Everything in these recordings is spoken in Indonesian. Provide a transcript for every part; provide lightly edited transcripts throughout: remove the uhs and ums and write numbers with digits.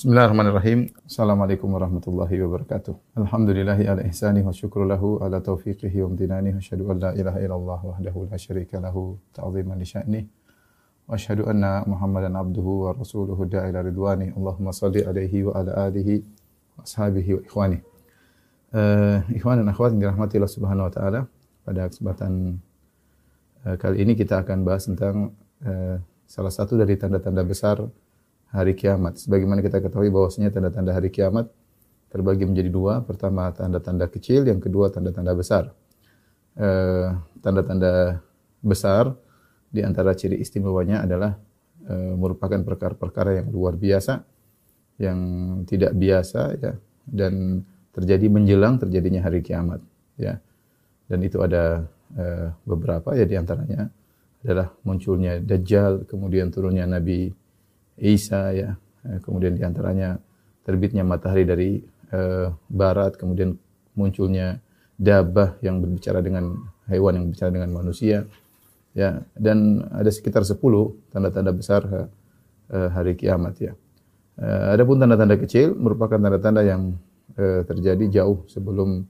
Bismillahirrahmanirrahim. Assalamualaikum warahmatullahi wabarakatuh. Alhamdulillahi ala ihsani wa syukru lahu ala taufiqihi wa amtinani. Wa asyhadu an la ilaha illallah wahdahu la syarika lahu ta'ziman li sya'nih. Wa asyhadu anna Muhammadan abduhu wa rasuluhu da'ila ridwani. Allahumma salli alaihi wa ala alihi wa ashabihi wa ikhwani. Ikhwan dan akhwat yang dirahmati Allah Subhanahu wa taala, pada kesempatan kali ini kita akan bahas tentang salah satu dari tanda-tanda besar hari kiamat. Sebagaimana kita ketahui bahwasanya tanda-tanda hari kiamat terbagi menjadi dua. Pertama tanda-tanda kecil, yang kedua tanda-tanda besar. Tanda-tanda besar di antara ciri istimewanya adalah merupakan perkara-perkara yang luar biasa, yang tidak biasa, ya, dan terjadi menjelang terjadinya hari kiamat, ya. Dan itu ada beberapa, ya, di antaranya adalah munculnya Dajjal, kemudian turunnya Nabi Isa, ya, kemudian diantaranya terbitnya matahari dari barat, kemudian munculnya dabah yang berbicara dengan hewan yang berbicara dengan manusia, ya, dan ada sekitar 10 tanda-tanda besar hari kiamat, ya. Adapun tanda-tanda kecil merupakan tanda-tanda yang terjadi jauh sebelum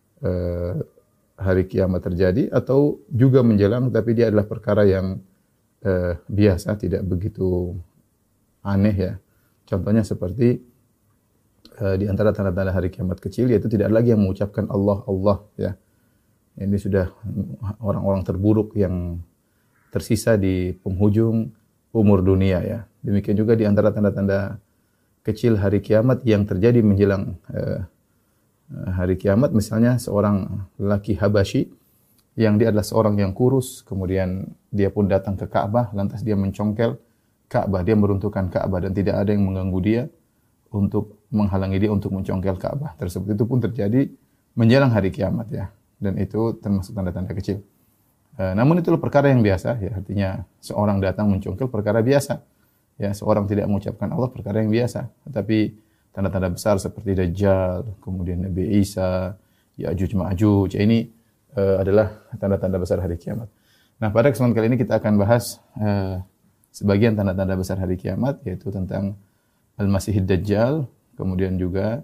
hari kiamat terjadi atau juga menjelang, tapi dia adalah perkara yang biasa, tidak begitu aneh, ya. Contohnya seperti di antara tanda-tanda hari kiamat kecil yaitu tidak lagi yang mengucapkan Allah Allah, ya. Ini sudah orang-orang terburuk yang tersisa di penghujung umur dunia, ya. Demikian juga di antara tanda-tanda kecil hari kiamat yang terjadi menjelang hari kiamat, misalnya seorang lelaki Habasyi yang dia adalah seorang yang kurus, kemudian dia pun datang ke Ka'bah, lantas dia mencongkel Ka'bah, dia meruntuhkan Ka'bah dan tidak ada yang mengganggu dia untuk menghalangi dia untuk mencongkel Ka'bah tersebut. Itu pun terjadi menjelang hari kiamat, ya. Dan itu termasuk tanda-tanda kecil. Namun itulah perkara yang biasa, ya. Artinya seorang datang mencongkel perkara biasa, ya. Seorang tidak mengucapkan Allah perkara yang biasa. Tetapi tanda-tanda besar seperti Dajjal, kemudian Nabi Isa, Ya'juj Ma'juj, ini adalah tanda-tanda besar hari kiamat. Nah, pada kesempatan kali ini kita akan bahas sebagian tanda-tanda besar hari kiamat, yaitu tentang Al-Masihid Dajjal, kemudian juga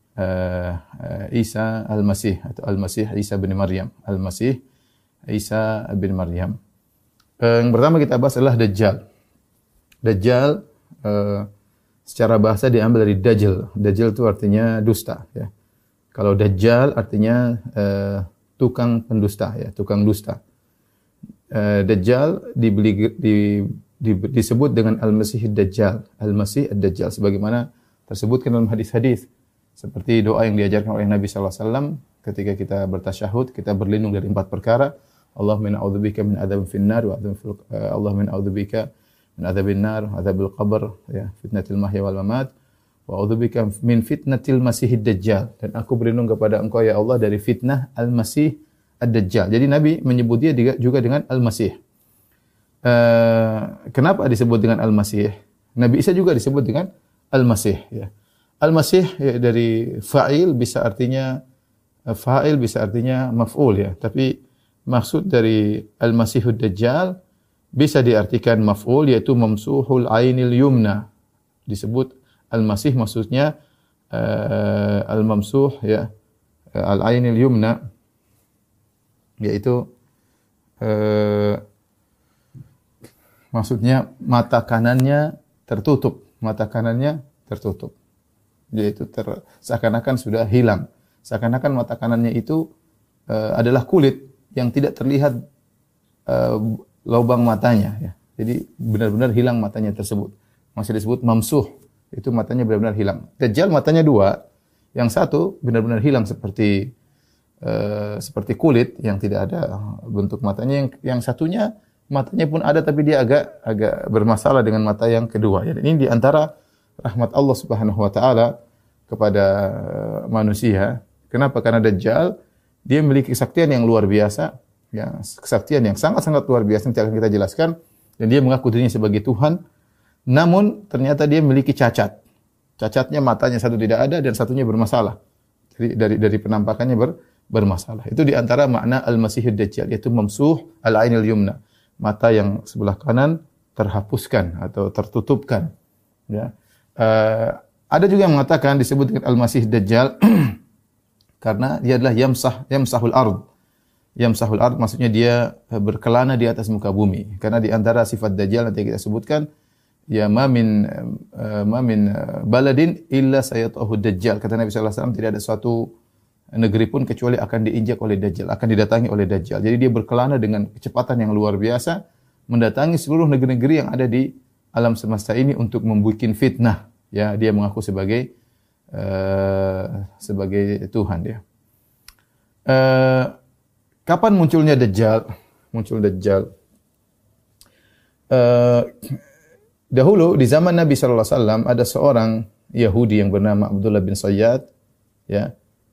Isa Al-Masih atau Al-Masih Isa bin Maryam. Al-Masih Isa bin Maryam. Yang pertama kita bahas adalah Dajjal. Dajjal secara bahasa diambil dari Dajjal. Dajjal itu artinya dusta, ya. Kalau Dajjal artinya tukang pendusta, ya, tukang dusta. Dajjal disebut dengan Al-Masih Ad-Dajjal, Al-Masih Ad-Dajjal, sebagaimana tersebutkan dalam hadis-hadis, seperti doa yang diajarkan oleh Nabi sallallahu alaihi wasallam ketika kita bertasyahud, kita berlindung dari 4 perkara. Allahumma inna a'udzubika min adzabin finnar wa Allahumma inna a'udzubika min adzabin nar, adzabil qabr, ya, fitnatil mahya wal mamat, wa a'udzubika min fitnatil Masihid Dajjal, dan aku berlindung kepada Engkau ya Allah dari fitnah Al-Masih Ad-Dajjal. Jadi Nabi menyebut dia juga dengan Al-Masih. Kenapa disebut dengan Al-Masih? Nabi Isa juga disebut dengan Al-Masih, ya. Al-Masih, ya, dari fa'il bisa artinya maf'ul, ya. Tapi maksud dari Al-Masihud Dajjal bisa diartikan maf'ul, yaitu mamsuhul ainil yumna. Disebut Al-Masih maksudnya al-mamsuh, ya, al-ainil yumna, yaitu maksudnya mata kanannya tertutup, yaitu seakan-akan sudah hilang, seakan-akan mata kanannya itu adalah kulit yang tidak terlihat lubang matanya, ya. Jadi benar-benar hilang matanya tersebut, masih disebut mamsuh, itu matanya benar-benar hilang. Dajjal matanya 2, yang satu benar-benar hilang seperti kulit yang tidak ada bentuk matanya, yang satunya matanya pun ada tapi dia agak bermasalah dengan mata yang kedua, ya. Ini di antara rahmat Allah Subhanahu wa taala kepada manusia. Kenapa? Karena Dajjal dia memiliki kesaktian yang luar biasa, ya, kesaktian yang sangat-sangat luar biasa yang akan kita jelaskan, dan dia mengaku dirinya sebagai Tuhan. Namun ternyata dia memiliki cacat. Cacatnya matanya satu tidak ada dan satunya bermasalah. Jadi dari penampakannya bermasalah. Itu di antara makna Al-Masihud Dajjal, yaitu mamsuh al-ainil yumna. Mata yang sebelah kanan terhapuskan atau tertutupkan, ya. Ada juga yang mengatakan disebut dengan Al-Masih Dajjal karena dia adalah yamsahul ard. Yamsahul ard maksudnya dia berkelana di atas muka bumi. Karena di antara sifat Dajjal nanti kita sebutkan ya ma min baladin illa sayatahu Dajjal. Kata Nabi sallallahu alaihi wasallam tidak ada suatu negeri pun kecuali akan diinjak oleh Dajjal, akan didatangi oleh Dajjal. Jadi dia berkelana dengan kecepatan yang luar biasa mendatangi seluruh negeri-negeri yang ada di alam semesta ini untuk membuat fitnah. Ya, dia mengaku sebagai Tuhan dia. Kapan munculnya Dajjal? Muncul Dajjal. Dahulu di zaman Nabi sallallahu alaihi wasallam ada seorang Yahudi yang bernama Abdullah bin Sayyad, ya.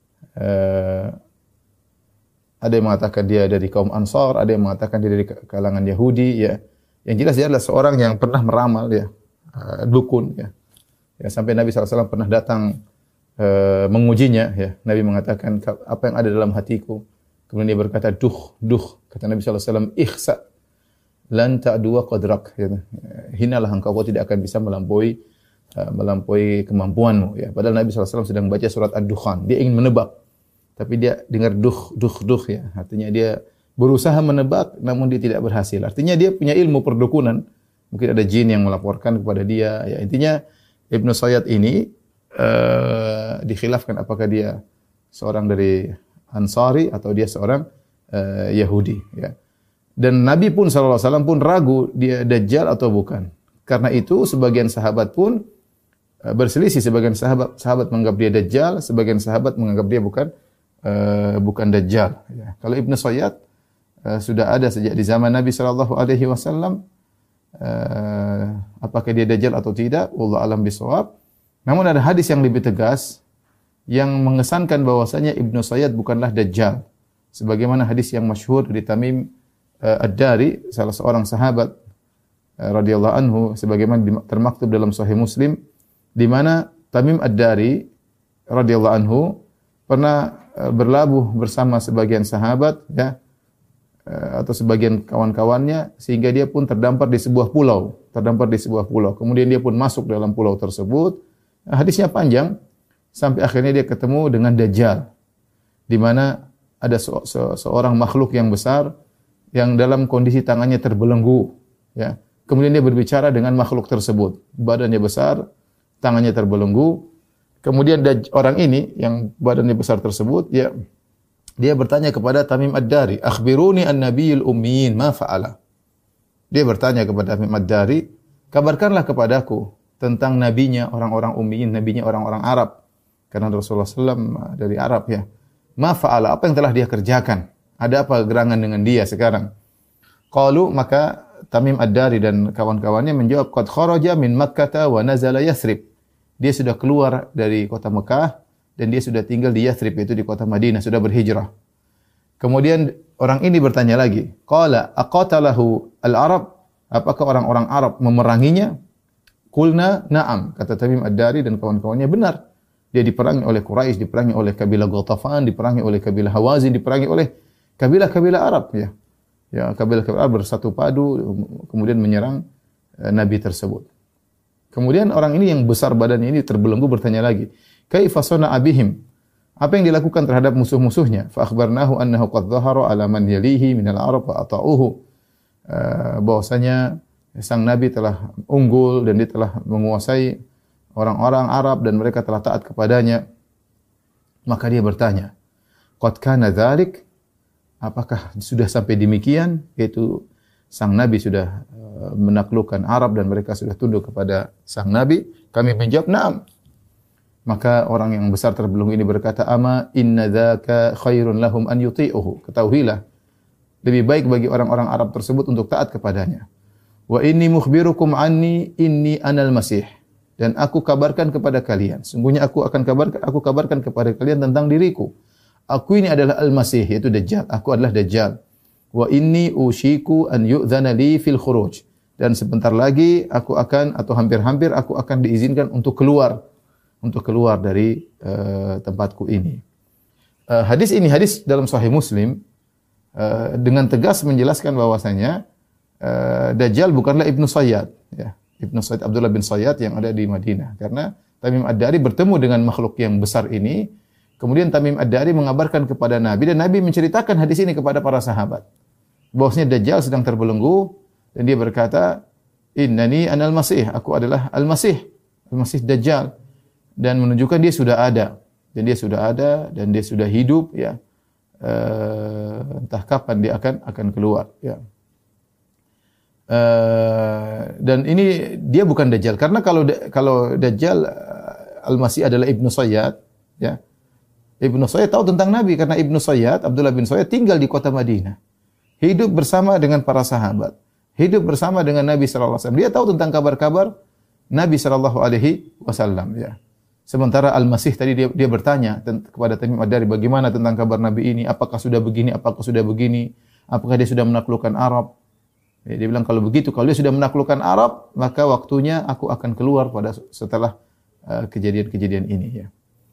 Ada yang mengatakan dia dari kaum Ansar, ada yang mengatakan dia dari kalangan Yahudi, ya. Yang jelas dia adalah seorang yang pernah meramal, ya, dukun, ya. Ya, sampai Nabi SAW pernah datang mengujinya. Ya. Nabi mengatakan, apa yang ada dalam hatiku? Kemudian dia berkata, duh. Kata Nabi SAW, ikhsa, lan ta'dua qadrak. Ya. Hinalah engkau tidak akan bisa melampaui kemampuanmu. Ya. Padahal Nabi SAW sedang baca surat Ad-Dukhan. Dia ingin menebak. Tapi dia dengar duh. Ya. Artinya dia berusaha menebak, namun dia tidak berhasil. Artinya dia punya ilmu perdukunan. Mungkin ada jin yang melaporkan kepada dia. Ya, intinya, Ibnu Sayyad ini dikhilafkan apakah dia seorang dari Ansari atau dia seorang Yahudi. Ya. Dan Nabi pun SAW pun ragu dia Dajjal atau bukan. Karena itu sebagian sahabat pun berselisih. Sebagian sahabat menganggap dia Dajjal, sebagian sahabat menganggap dia bukan Dajjal. Ya. Kalau Ibnu Sayyad sudah ada sejak di zaman Nabi SAW. Apakah dia Dajjal atau tidak, wallahu alam bisawab. Namun ada hadis yang lebih tegas yang mengesankan bahwasanya Ibnu Sayyad bukanlah Dajjal. Sebagaimana hadis yang masyhur dari Tamim Ad-Dari, salah seorang sahabat radhiyallahu anhu, sebagaimana termaktub dalam Sahih Muslim, di mana Tamim Ad-Dari radhiyallahu anhu pernah berlabuh bersama sebagian sahabat, ya, atau sebagian kawan-kawannya, sehingga dia pun terdampar di sebuah pulau. Kemudian dia pun masuk dalam pulau tersebut. Hadisnya panjang, sampai akhirnya dia ketemu dengan Dajjal, di mana ada seorang makhluk yang besar, yang dalam kondisi tangannya terbelenggu. Ya. Kemudian dia berbicara dengan makhluk tersebut. Badannya besar, tangannya terbelenggu. Kemudian orang ini, yang badannya besar tersebut, dia bertanya kepada Tamim Ad-Dari, akhbiruni an-nabiyil ummiyin ma fa'ala. Dia bertanya kepada Tamim Ad-Dari, kabarkanlah kepadaku tentang nabinya orang-orang ummiyin, nabinya orang-orang Arab. Karena Rasulullah SAW dari Arab, ya. Ma fa'ala, apa yang telah dia kerjakan? Ada apa gerangan dengan dia sekarang? Qalu, maka Tamim Ad-Dari dan kawan-kawannya menjawab, qad kharaja min Makkah wa nazala Yathrib. Dia sudah keluar dari kota Mekah dan dia sudah tinggal di Yathrib, yaitu di kota Madinah, sudah berhijrah. Kemudian orang ini bertanya lagi, qala aqatalahu al-Arab? Apakah orang-orang Arab memeranginya? Qulna na'am, kata Tamim Ad-Dari dan kawan-kawannya, benar. Dia diperangi oleh Quraisy, diperangi oleh kabilah Ghatafan, diperangi oleh kabilah Hawazin, diperangi oleh kabilah-kabilah Arab, ya. Ya, kabilah-kabilah Arab bersatu padu kemudian menyerang nabi tersebut. Kemudian orang ini yang besar badannya ini terbelenggu bertanya lagi, kaifa sana'a bihim? Apa yang dilakukan terhadap musuh-musuhnya? Fa akhbarnahu annahu qad dhahara ala man yalihi min al-Arab wa ata'uhu. Bahwasanya sang nabi telah unggul dan dia telah menguasai orang-orang Arab dan mereka telah taat kepadanya. Maka dia bertanya, qad kana dzalik? Apakah sudah sampai demikian? Yaitu sang nabi sudah menaklukkan Arab dan mereka sudah tunduk kepada sang nabi? Kami menjawab, na'am. Maka orang yang besar terbelenggu ini berkata, ama inna dzaka khairun lahum an yuti'uhu. Ketahuilah, lebih baik bagi orang-orang Arab tersebut untuk taat kepadanya. Wa inni mukhbirukum anni inni anal masih. Dan aku kabarkan kepada kalian, sungguhnya aku kabarkan kepada kalian tentang diriku. Aku ini adalah Al-Masih, yaitu Dajjal. Aku adalah Dajjal. Wa inni ushiku an yu'dzana li fil khuruj. Dan sebentar lagi aku akan, atau hampir-hampir aku akan diizinkan untuk keluar dari tempatku ini. Hadis ini hadis dalam Sahih Muslim dengan tegas menjelaskan bahwasanya Dajjal bukanlah Ibnu Sayyad, ya. Ibnu Sayyad Abdullah bin Sayyad yang ada di Madinah, karena Tamim Ad-Dari bertemu dengan makhluk yang besar ini. Kemudian Tamim Ad-Dari mengabarkan kepada Nabi dan Nabi menceritakan hadis ini kepada para sahabat. Bahwasanya Dajjal sedang terbelenggu dan dia berkata, "Innani anal Masih, aku adalah Al-Masih, Al-Masih Dajjal." Dan menunjukkan dia sudah ada. Dan dia sudah ada dan dia sudah hidup ya. Entah kapan dia akan keluar ya. Dan ini dia bukan Dajjal karena kalau Dajjal Al-Masih adalah Ibnu Sayyad ya. Ibnu Sayyad tahu tentang Nabi karena Ibnu Sayyad, Abdullah bin Sayyad tinggal di kota Madinah. Hidup bersama dengan para sahabat. Hidup bersama dengan Nabi sallallahu alaihi wasallam. Dia tahu tentang kabar-kabar Nabi sallallahu alaihi wasallam ya. Sementara Al-Masih tadi dia bertanya kepada Tamim Ad-Dari bagaimana tentang kabar Nabi ini? Apakah sudah begini? Apakah sudah begini? Apakah dia sudah menaklukkan Arab? Ya, dia bilang kalau begitu, kalau dia sudah menaklukkan Arab, maka waktunya aku akan keluar setelah kejadian-kejadian ini ya.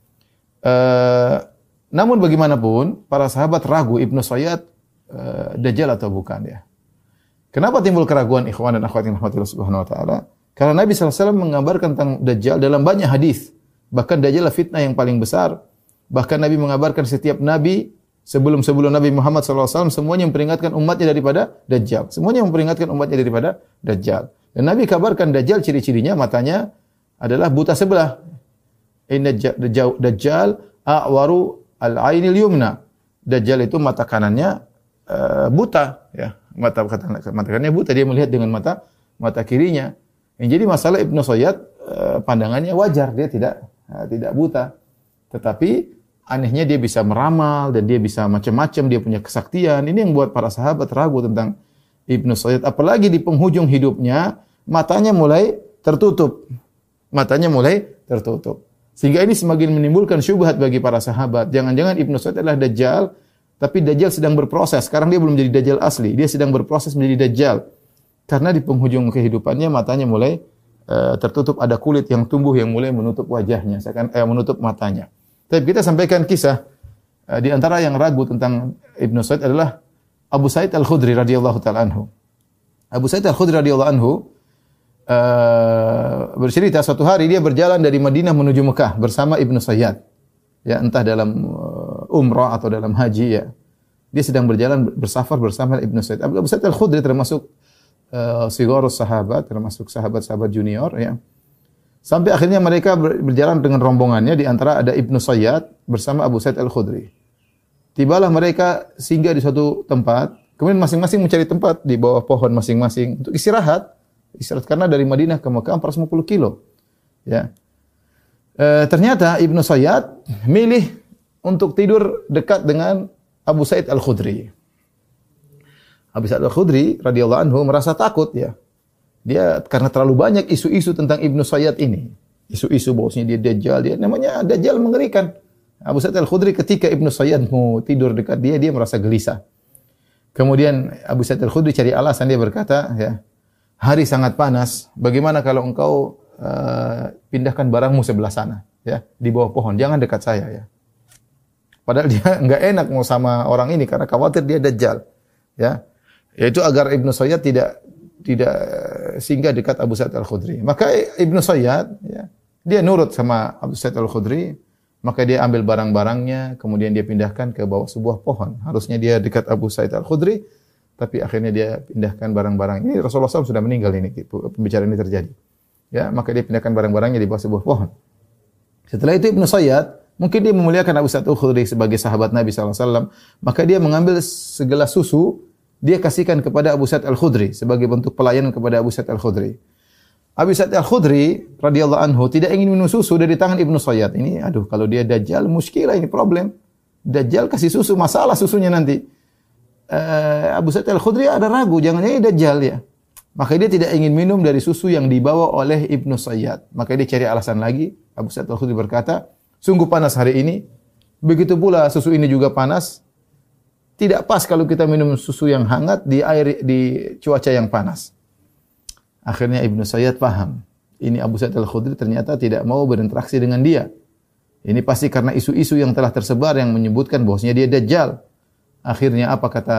Namun bagaimanapun para sahabat ragu Ibnu Sayyad Dajjal atau bukan ya. Kenapa timbul keraguan ikhwan dan akhwat yang rahmatillah subhanahu wa taala? Karena Nabi sallallahu alaihi wasallam mengabarkan tentang Dajjal dalam banyak hadis. Bahkan Dajjal adalah fitnah yang paling besar. Bahkan Nabi mengabarkan setiap nabi sebelum Nabi Muhammad sallallahu alaihi wasallam semuanya memperingatkan umatnya daripada Dajjal. Semuanya memperingatkan umatnya daripada Dajjal. Dan Nabi kabarkan Dajjal ciri-cirinya matanya adalah buta sebelah. Inna Dajjal a'waru al-ainil yumna. Dajjal itu mata kanannya buta ya. Mata kanannya buta, dia melihat dengan mata kirinya. Yang jadi masalah Ibnu Sayyad pandangannya wajar, dia tidak buta. Tetapi anehnya dia bisa meramal dan dia bisa macam-macam, dia punya kesaktian. Ini yang buat para sahabat ragu tentang Ibnu Sayyad. Apalagi di penghujung hidupnya matanya mulai tertutup. Sehingga ini semakin menimbulkan syubhat bagi para sahabat. Jangan-jangan Ibnu Sayyad adalah Dajjal, tapi Dajjal sedang berproses. Sekarang dia belum jadi Dajjal asli, dia sedang berproses menjadi Dajjal. Karena di penghujung kehidupannya matanya mulai tertutup, ada kulit yang tumbuh yang mulai menutup wajahnya, menutup matanya. Tapi kita sampaikan kisah di antara yang ragu tentang Ibnu Sayyad adalah Abu Sa'id Al-Khudri radhiyallahu taala anhu. Abu Sa'id Al-Khudri radhiyallahu anhu bercerita suatu hari dia berjalan dari Madinah menuju Mekah bersama Ibnu Sayyad. Ya, entah dalam umrah atau dalam haji ya. Dia sedang berjalan bersafar bersama Ibnu Sayyad. Abu Sa'id Al-Khudri termasuk sigharus sahabat, termasuk sahabat-sahabat junior ya. Sampai akhirnya mereka berjalan dengan rombongannya, di antara ada Ibnu Sayyad bersama Abu Sa'id Al-Khudri. Tibalah mereka singgah di suatu tempat, kemudian masing-masing mencari tempat di bawah pohon masing-masing untuk istirahat. Istirahat karena dari Madinah ke Mekah 410 kilo. Ya. Ternyata Ibnu Sayyad milih untuk tidur dekat dengan Abu Sa'id Al-Khudri. Abu Sa'id Al-Khudri radhiyallahu anhu merasa takut ya. Dia karena terlalu banyak isu-isu tentang Ibnu Sayyad ini. Isu-isu bahwasanya dia Dajjal, dia namanya Dajjal mengerikan. Abu Sa'id Al-Khudri ketika Ibnu Sayyad mau tidur dekat dia merasa gelisah. Kemudian Abu Sa'id Al-Khudri cari alasan, dia berkata ya, hari sangat panas, bagaimana kalau engkau pindahkan barangmu sebelah sana, ya, di bawah pohon, jangan dekat saya ya. Padahal dia enggak enak mau sama orang ini karena khawatir dia Dajjal, ya. Yaitu agar Ibnu Sayyad tidak singgah dekat Abu Sa'id Al-Khudri. Maka Ibnu Sayyad ya, dia nurut sama Abu Sa'id Al-Khudri, maka dia ambil barang-barangnya, kemudian dia pindahkan ke bawah sebuah pohon. Harusnya dia dekat Abu Sa'id Al-Khudri, tapi akhirnya dia pindahkan barang-barang. Ini Rasulullah SAW sudah meninggal, ini pembicaraan ini terjadi. Ya, maka dia pindahkan barang-barangnya di bawah sebuah pohon. Setelah itu Ibnu Sayyad, mungkin dia memuliakan Abu Sa'id Al-Khudri sebagai sahabat Nabi SAW, maka dia mengambil segelas susu, dia kasihkan kepada Abu Sa'id Al-Khudri sebagai bentuk pelayanan kepada Abu Sa'id Al-Khudri. Abu Sa'id Al-Khudri radhiyallahu anhu tidak ingin minum susu dari tangan Ibnu Sayyad. Ini aduh, kalau dia Dajjal muskilah, ini problem. Dajjal kasih susu, masalah susunya nanti. Abu Sa'id Al-Khudri ada ragu, jangan-jangan ini Dajjal ya. Maka dia tidak ingin minum dari susu yang dibawa oleh Ibnu Sayyad. Maka dia cari alasan lagi. Abu Sa'id Al-Khudri berkata, sungguh panas hari ini. Begitu pula susu ini juga panas. Tidak pas kalau kita minum susu yang hangat di cuaca yang panas. Akhirnya Ibnu Sayyad paham. Ini Abu Sa'id Al-Khudri ternyata tidak mau berinteraksi dengan dia. Ini pasti karena isu-isu yang telah tersebar yang menyebutkan bahwasanya dia Dajjal. Akhirnya apa kata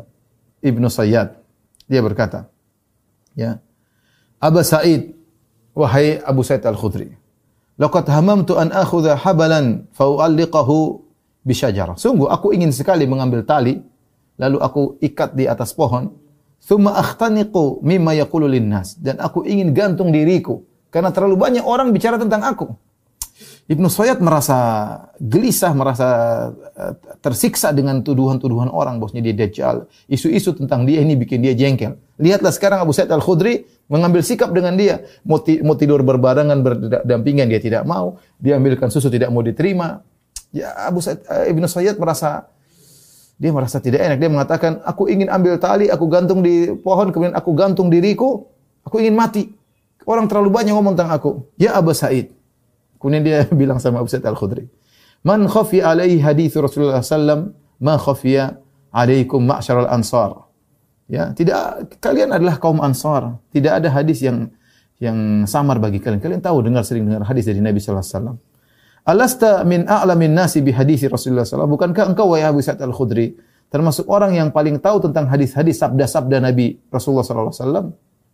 Ibnu Sayyad? Dia berkata, ya, Aba Sa'id, wahai Abu Sa'id Al-Khudri, laqad hamamtu an akhudha habalan fa u'alliqahu bi syajarah. Sungguh aku ingin sekali mengambil tali lalu aku ikat di atas pohon, thumma akhtaniqu mimma yaqulu linnas, dan aku ingin gantung diriku karena terlalu banyak orang bicara tentang aku. Ibnu Sayyad merasa gelisah, merasa tersiksa dengan tuduhan-tuduhan orang bahwasanya dia dajjal. Isu-isu tentang dia ini bikin dia jengkel. Lihatlah sekarang Abu Sa'id Al-Khudri mengambil sikap dengan dia. Mau tidur berbarengan, berdampingan, dia tidak mau. Dia ambilkan susu, tidak mau diterima. Ya, Ibnu Sayyad merasa tidak enak. Dia mengatakan, aku ingin ambil tali, aku gantung di pohon, kemudian aku gantung diriku, aku ingin mati. Orang terlalu banyak ngomong tentang aku. Ya Abu Sa'id. Kemudian dia bilang sama Abu Sa'id Al-Khudri, "Man khafi alaihi hadits Rasulullah sallam, ma khafiya alaikum ma'syaral ansar." Ya, kalian adalah kaum Ansar. Tidak ada hadis yang samar bagi kalian. Kalian tahu sering dengar hadis dari Nabi sallallahu alaihi wasallam. Alasta min a'lamin nasi bi hadits Rasulullah sallallahu alaihi wasallam? Bukankah engkau wahai Abu Sa'id Al-Khudri termasuk orang yang paling tahu tentang hadis-hadis sabda-sabda Nabi Rasulullah sallallahu alaihi wasallam?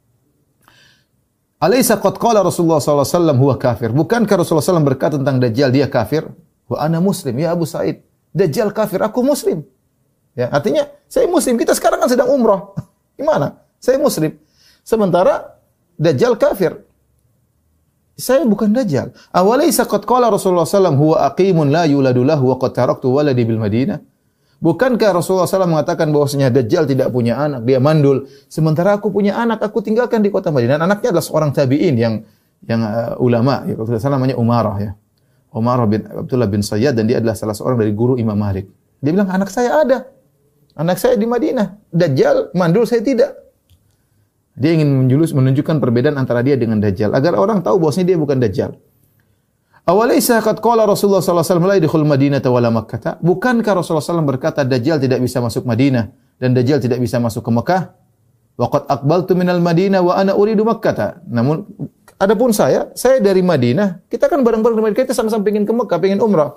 Alaysa qad qala Rasulullah sallallahu alaihi wasallam huwa kafir? Bukankah Rasulullah SAW berkata tentang Dajjal dia kafir? Wa ana muslim, ya Abu Sa'id. Dajjal kafir, aku muslim. Ya, artinya saya muslim. Kita sekarang kan sedang umrah. Gimana? Saya muslim. Sementara Dajjal kafir. Saya bukan Dajjal. Awalaysa qad qala Rasulullah SAW huwa aqimun la yuladu lahu wa qad taraktu waladi bil Madinah? Bukankah Rasulullah SAW mengatakan bahwasanya Dajjal tidak punya anak, dia mandul. Sementara aku punya anak, aku tinggalkan di kota Madinah. Anaknya adalah seorang tabi'in yang ulama. Ya, kalau saya namanya Umarah ya. Umarah bin Abdullah bin Sayyad, dan dia adalah salah seorang dari guru Imam Malik. Dia bilang, anak saya ada. Anak saya di Madinah. Dajjal mandul, saya tidak. Dia ingin menunjukkan perbedaan antara dia dengan Dajjal agar orang tahu bahwasanya dia bukan Dajjal. Awalaysa qad qala Rasulullah sallallahu alaihi wasallam la yadkhul Madinata wala Makkah? Bukankah Rasulullah SAW berkata Dajjal tidak bisa masuk Madinah dan Dajjal tidak bisa masuk ke Mekah? Wa qad aqbaltu minal Madinah wa ana uridu Makkah. Namun adapun saya dari Madinah, kita kan bareng-bareng di Madinah, kita sama-sama ingin ke Mekah, ingin umrah.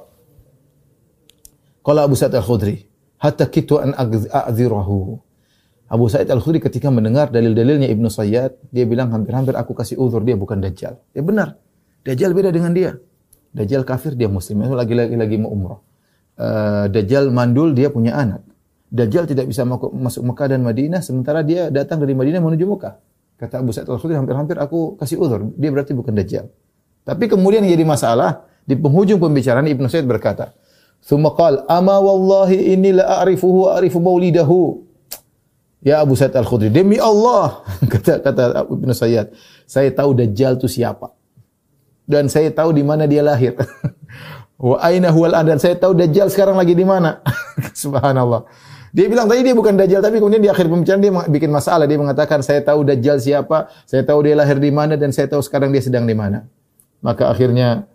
Qala Abu Sa'id Al-Khudri, hatta kitu an a'dzirahu. Abu Sa'id Al-Khudri ketika mendengar dalil-dalilnya Ibnu Sayyad, dia bilang hampir-hampir aku kasih uzur, dia bukan Dajjal. Ya benar. Dajjal beda dengan dia. Dajjal kafir, dia muslim. Lagi mau umrah. Dajjal mandul, dia punya anak. Dajjal tidak bisa masuk Mekah dan Madinah, sementara dia datang dari Madinah menuju Mekah. Kata Abu Sa'id Al-Khudri, hampir-hampir aku kasih uzur. Dia berarti bukan Dajjal. Tapi kemudian yang jadi masalah, di penghujung pembicaraan Ibnu Sayyid berkata, "Tsumma qala, ama wallahi inni la a'rifuhu wa a'rifu maulidahu." Ya Abu Sa'id Al-Khudri, demi Allah, kata Ibnu Sayyid, saya tahu Dajjal itu siapa. Dan saya tahu di mana dia lahir. Wa aina huwal an, dan saya tahu Dajjal sekarang lagi di mana. Subhanallah. Dia bilang tadi dia bukan Dajjal, tapi kemudian di akhir pembicaraan dia bikin masalah. Dia mengatakan saya tahu Dajjal siapa, saya tahu dia lahir di mana, dan saya tahu sekarang dia sedang di mana. Maka akhirnya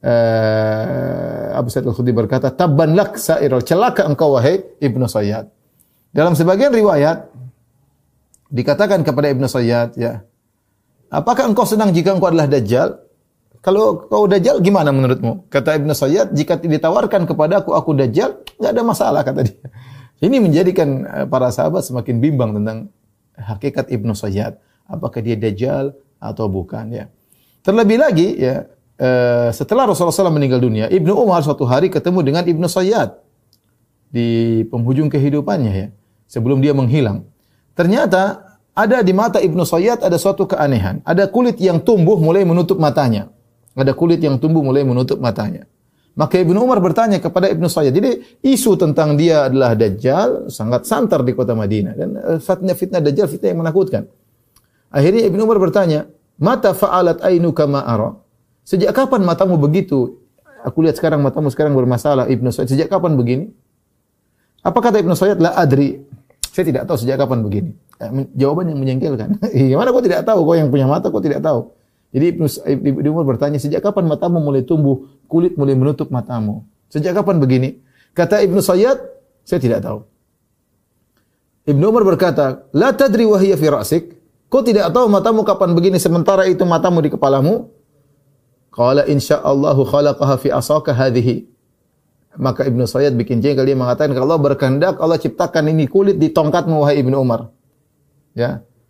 Abu Sa'id Al-Khudri berkata, "Tabban lak sa'irul, celaka engkau wahai Ibnu Sayyad." Dalam sebagian riwayat dikatakan kepada Ibnu Sayyad, ya, apakah engkau senang jika engkau adalah Dajjal? Kalau kau Dajjal gimana menurutmu? Kata Ibnu Sayyad, jika ditawarkan kepadaku aku Dajjal, enggak ada masalah, kata dia. Ini menjadikan para sahabat semakin bimbang tentang hakikat Ibnu Sayyad. Apakah dia Dajjal atau bukan, ya. Terlebih lagi, ya, setelah Rasulullah SAW meninggal dunia, Ibnu Umar suatu hari ketemu dengan Ibnu Sayyad di penghujung kehidupannya, ya, sebelum dia menghilang. Ternyata ada di mata Ibnu Sayyad ada suatu keanehan. Ada kulit yang tumbuh mulai menutup matanya. Ada kulit yang tumbuh mulai menutup matanya. Maka Ibnu Umar bertanya kepada Ibnu Sayyad. Jadi isu tentang dia adalah Dajjal sangat santer di kota Madinah. Dan fitnah Dajjal, fitnah yang menakutkan. Akhirnya Ibnu Umar bertanya, "Mata fa'alat ainuka ma ara?" Sejak kapan matamu begitu? Aku lihat sekarang matamu sekarang bermasalah, Ibnu Sayyad. Sejak kapan begini? Apa kata Ibnu Sayyad? La adri. Saya tidak tahu sejak kapan begini. Jawaban yang menjengkelkan. Gimana kau tidak tahu? Kau yang punya mata kau tidak tahu. Jadi Ibnu Umar bertanya, sejak kapan matamu mulai tumbuh, kulit mulai menutup matamu? Sejak kapan begini? Kata Ibnu Sayyad, saya tidak tahu. Ibnu Umar berkata, la tadri wa hiya fi ra'sik. Kau tidak tahu matamu kapan begini sementara itu matamu di kepalamu? Qala insyaallahu khalaqaha fi asaka hadhihi. Maka Ibnu Sayyad bikin jengkel, dia mengatakan kalau Allah berkehendak Allah ciptakan ini kulit di tongkatmu wahai Ibnu Umar. Ya.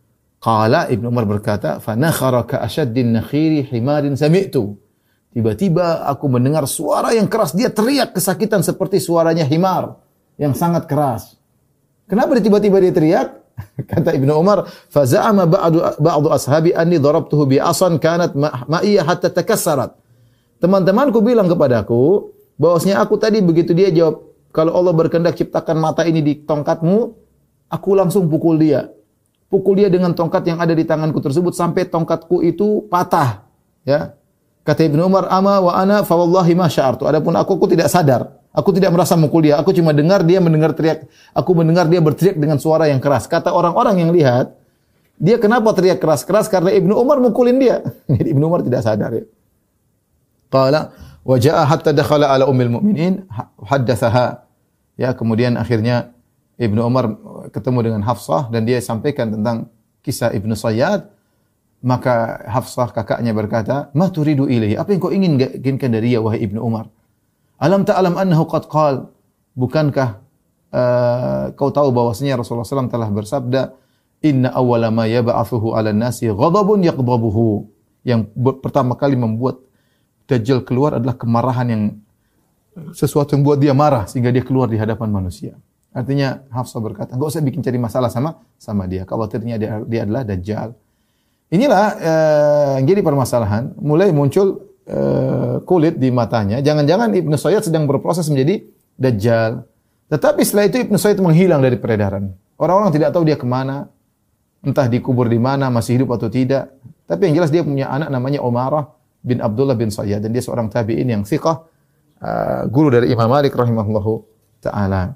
Qala Ibnu Umar berkata, "Fa nakhara ka asyaddin nakhiri himarin sami'tu." Tiba-tiba aku mendengar suara yang keras, dia teriak kesakitan seperti suaranya himar yang sangat keras. Kenapa tiba-tiba dia teriak? Kata Ibnu Umar, "Fa za'ama ba'du ashabi anni darabtuhu bi asan kanat ma'iyya hatta takassarat." Teman-temanku bilang kepadaku bahwasanya aku tadi begitu dia jawab, "Kalau Allah berkehendak ciptakan mata ini di tongkatmu," aku langsung pukul dia. Pukul dia dengan tongkat yang ada di tanganku tersebut sampai tongkatku itu patah. Ya. Kata Ibnu Umar, "Ama wa ana fa wallahi ma sya'artu." Adapun aku tidak sadar. Aku tidak merasa mukul dia. Aku cuma dengar dia mendengar teriak. Aku mendengar dia berteriak dengan suara yang keras. Kata orang-orang yang lihat, dia kenapa teriak keras-keras? Karena Ibnu Umar mukulin dia. Jadi Ibnu Umar tidak sadar ya. Qala wa jaa hatta dakhala ala ummil mu'minin haddatsaha. Ya, kemudian akhirnya Ibnu Umar ketemu dengan Hafsah dan dia sampaikan tentang kisah Ibnu Sayyad. Maka Hafsah kakaknya berkata, "Ma turidu ilaihi?" Apa yang kau inginkan dari dia wahai Ibnu Umar? "Alam ta'lam annahu qad qala?" Bukankah kau tahu bahwasanya Rasulullah SAW telah bersabda, "Inna awwala ma yab'atsuhu 'alan nasi ghadabun yaqdabuhu." Yang pertama kali membuat Dajjal keluar adalah kemarahan yang sesuatu yang buat dia marah sehingga dia keluar di hadapan manusia. Artinya Hafsah berkata, "Enggak usah bikin cari masalah sama dia. Khawatirnya dia adalah Dajjal." Inilah yang jadi permasalahan. Mulai muncul kulit di matanya. Jangan-jangan Ibnu Sayyad sedang berproses menjadi Dajjal. Tetapi setelah itu Ibnu Sayyad menghilang dari peredaran. Orang-orang tidak tahu dia kemana. Entah dikubur di mana, masih hidup atau tidak. Tapi yang jelas dia punya anak namanya Umarah bin Abdullah bin Sayyad. Dan dia seorang tabi'in yang thiqah. Guru dari Imam Malik rahimahullahu ta'ala.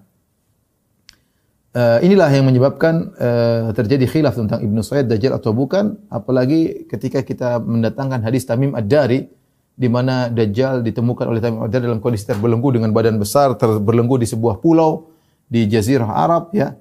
Inilah yang menyebabkan terjadi khilaf tentang Ibnu Sayyad Dajjal atau bukan, apalagi ketika kita mendatangkan hadis Tamim Ad-Dari di mana Dajjal ditemukan oleh Tamim Ad-Dari dalam kondisi terbelenggu dengan badan besar, terbelenggu di sebuah pulau di Jazirah Arab ya.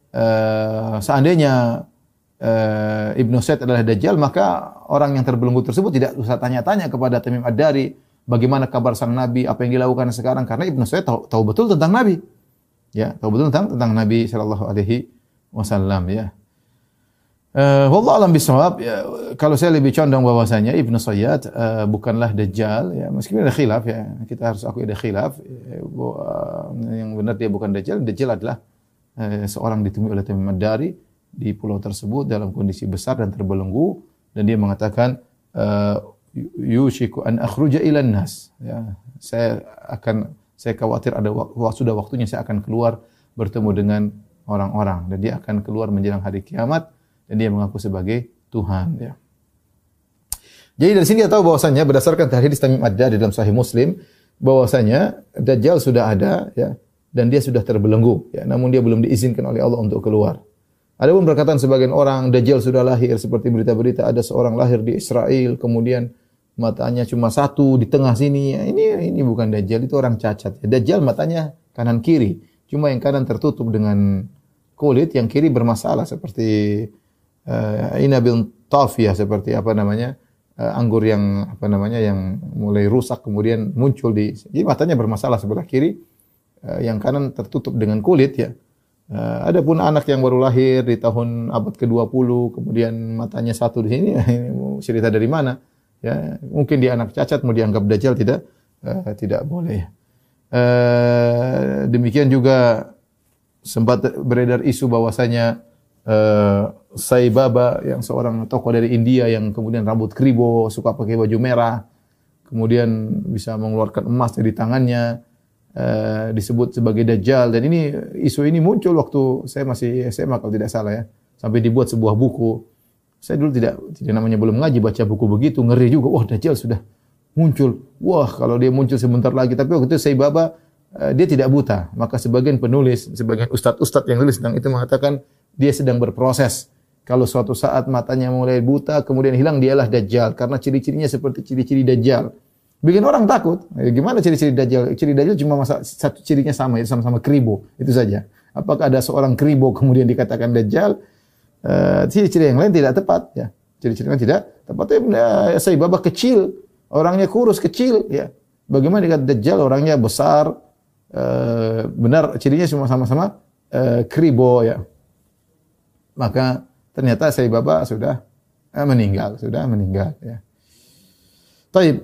Seandainya Ibnu Sayyad adalah Dajjal, maka orang yang terbelenggu tersebut tidak usah tanya-tanya kepada Tamim Ad-Dari bagaimana kabar sang nabi, apa yang dilakukan sekarang, karena Ibnu Sayyad tahu betul tentang nabi. Ya, tahu betul tentang Nabi sallallahu alaihi wasallam ya. Wallahu alam bisawab. Ya, kalau saya lebih condong bahwasanya Ibnu Sayyad bukanlah Dajjal ya, meskipun ada khilaf ya. Kita harus akui ada khilaf. Yang benar dia bukan Dajjal. Dajjal adalah seorang ditemui oleh Tamim Ad-Dari di pulau tersebut dalam kondisi besar dan terbelenggu, dan dia mengatakan yushiku an akhruja ilan nas. Ya, saya khawatir sudah waktunya saya akan keluar bertemu dengan orang-orang, dan dia akan keluar menjelang hari kiamat dan dia mengaku sebagai Tuhan ya. Jadi dari sini kita tahu bahwasanya berdasarkan hadis Tamim Ad-Dari dalam Sahih Muslim bahwasanya Dajjal sudah ada ya, dan dia sudah terbelenggu ya, namun dia belum diizinkan oleh Allah untuk keluar. Adapun perkataan sebagian orang Dajjal sudah lahir, seperti berita-berita ada seorang lahir di Israel kemudian matanya cuma satu di tengah sini. Ini bukan Dajjal, itu orang cacat. Dajjal matanya kanan kiri, cuma yang kanan tertutup dengan kulit, yang kiri bermasalah seperti inabil tafiyah, seperti anggur yang yang mulai rusak kemudian muncul jadi matanya bermasalah sebelah kiri, yang kanan tertutup dengan kulit ya. Adapun anak yang baru lahir di tahun abad ke-20 kemudian matanya satu di sini, ini cerita dari mana? Ya, mungkin dia anak cacat mau dianggap Dajjal tidak boleh. Demikian juga sempat beredar isu bahwasanya Sai Baba yang seorang tokoh dari India yang kemudian rambut kribo, suka pakai baju merah, kemudian bisa mengeluarkan emas dari tangannya, disebut sebagai Dajjal. Dan isu ini muncul waktu saya masih SMA kalau tidak salah ya, sampai dibuat sebuah buku. Saya dulu tidak namanya belum ngaji, baca buku begitu, ngeri juga. Wah, Dajjal sudah muncul. Wah, kalau dia muncul sebentar lagi. Tapi waktu itu Sai Baba, dia tidak buta. Maka sebagian penulis, sebagian ustadz yang nulis tentang itu mengatakan dia sedang berproses. Kalau suatu saat matanya mulai buta, kemudian hilang, dialah Dajjal. Karena ciri-cirinya seperti ciri-ciri Dajjal. Bikin orang takut. Gimana ciri-ciri Dajjal? Ciri Dajjal cuma satu cirinya sama-sama kribo. Itu saja. Apakah ada seorang kribo kemudian dikatakan Dajjal? Ciri-ciri yang lain tidak tepat ya. Ciri-ciri yang tidak tepat ya, Sai Baba kecil, orangnya kurus kecil ya. Bagaimana dikatakan Dajjal orangnya besar, benar cirinya semua sama-sama kribo ya. Maka ternyata Sai Baba sudah meninggal ya. Taib,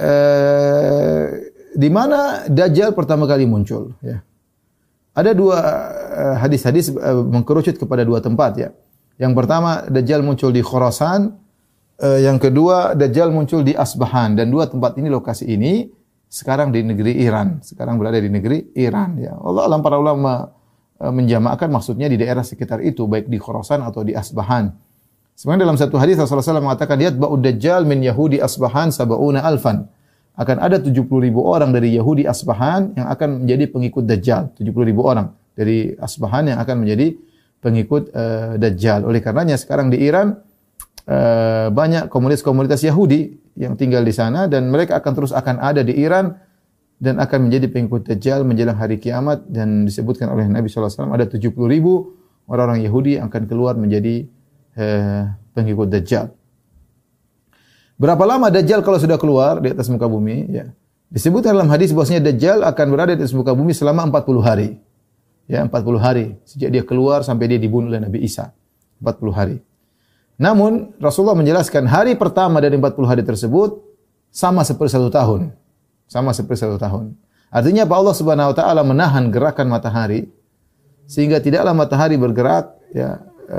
di mana Dajjal pertama kali muncul ya. Ada dua hadis-hadis mengkerucut kepada dua tempat ya. Yang pertama Dajjal muncul di Khurasan, yang kedua Dajjal muncul di Asbahan, dan dua tempat ini, lokasi ini sekarang di negeri Iran. Sekarang berada di negeri Iran ya. Allah alam, para ulama menjamakkan maksudnya di daerah sekitar itu, baik di Khurasan atau di Asbahan. Sebenarnya dalam satu hadis Rasulullah SAW mengatakan, yatba'ud Dajjal min Yahudi Asbahan sab'una alfan. Akan ada 70.000 orang dari Yahudi Asbahan yang akan menjadi pengikut Dajjal. 70.000 orang dari Asbahan yang akan menjadi pengikut Dajjal. Oleh karenanya sekarang di Iran banyak komunitas-komunitas Yahudi yang tinggal di sana, dan mereka akan ada di Iran dan akan menjadi pengikut Dajjal menjelang hari kiamat. Dan disebutkan oleh Nabi SAW ada 70.000 orang-orang Yahudi yang akan keluar menjadi pengikut Dajjal. Berapa lama Dajjal kalau sudah keluar di atas muka bumi? Ya. Disebutkan dalam hadis bahwasanya Dajjal akan berada di atas muka bumi selama 40 hari. Ya, 40 hari sejak dia keluar sampai dia dibunuh oleh Nabi Isa. 40 hari. Namun Rasulullah menjelaskan hari pertama dari 40 hari tersebut sama seperti 1 tahun. Sama seperti 1 tahun. Artinya apa? Allah Subhanahu wa taala menahan gerakan matahari sehingga tidaklah matahari bergerak ya,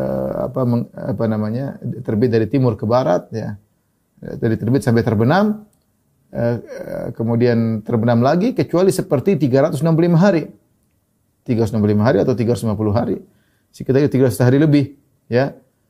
terbit dari timur ke barat ya. Dari terbit sampai terbenam, kemudian terbenam lagi, kecuali seperti 365 hari. 365 hari atau 350 hari. Sekitar 300 hari lebih, ya.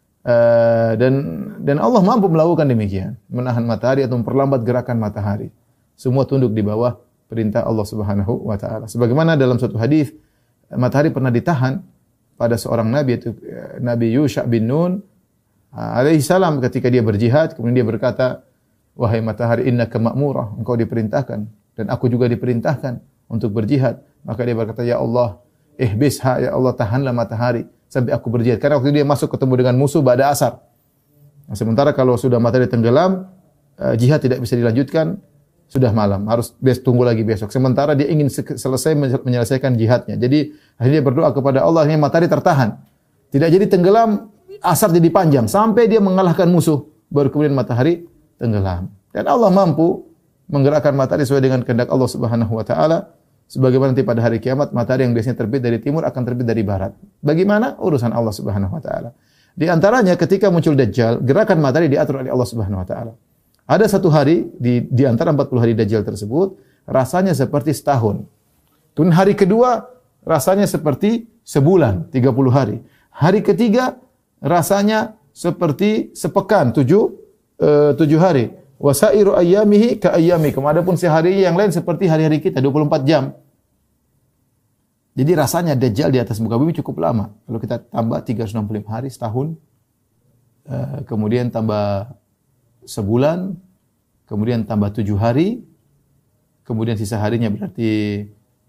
Dan Allah mampu melakukan demikian, menahan matahari atau memperlambat gerakan matahari. Semua tunduk di bawah perintah Allah Subhanahu wa taala. Sebagaimana dalam suatu hadis, matahari pernah ditahan pada seorang nabi, yaitu Nabi Yusha bin Nun alaihi salam, ketika dia berjihad. Kemudian dia berkata, wahai matahari, innaka ma'murah, engkau diperintahkan dan aku juga diperintahkan untuk berjihad. Maka dia berkata, ya Allah, ihbisha, ya Allah, tahanlah matahari sampai aku berjihad. Karena waktu dia masuk ketemu dengan musuh pada asar. Nah, sementara kalau sudah matahari tenggelam, jihad tidak bisa dilanjutkan, sudah malam, harus tunggu lagi besok. Sementara dia ingin selesai menyelesaikan jihadnya. Jadi akhirnya dia berdoa kepada Allah, akhirnya matahari tertahan, tidak jadi tenggelam. Asar jadi panjang sampai dia mengalahkan musuh, baru kemudian matahari tenggelam. Dan Allah mampu menggerakkan matahari sesuai dengan kehendak Allah Subhanahu wa taala. Sebagaimana nanti pada hari kiamat matahari yang biasanya terbit dari timur akan terbit dari barat. Bagaimana? Urusan Allah Subhanahu wa taala. Di antaranya ketika muncul Dajjal, gerakan matahari diatur oleh Allah Subhanahu wa taala. Ada satu hari di antara 40 hari Dajjal tersebut rasanya seperti setahun. Kemudian hari kedua rasanya seperti sebulan, 30 hari. Hari ketiga rasanya seperti sepekan, 7 hari. Wasairu ayyamihi ka ayyamikum. Adapun sehari yang lain seperti hari-hari kita, 24 jam. Jadi rasanya Dajjal di atas muka bumi cukup lama. Kalau kita tambah 365 hari, setahun, kemudian tambah sebulan, kemudian tambah 7 hari, kemudian sisa harinya berarti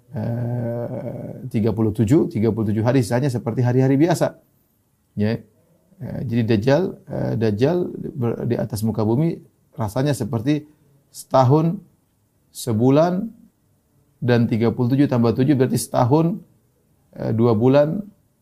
37 hari, sisanya seperti hari-hari biasa. Ya. Jadi Dajjal di atas muka bumi rasanya seperti setahun, sebulan, dan 37 tambah 7 berarti setahun, 2 bulan,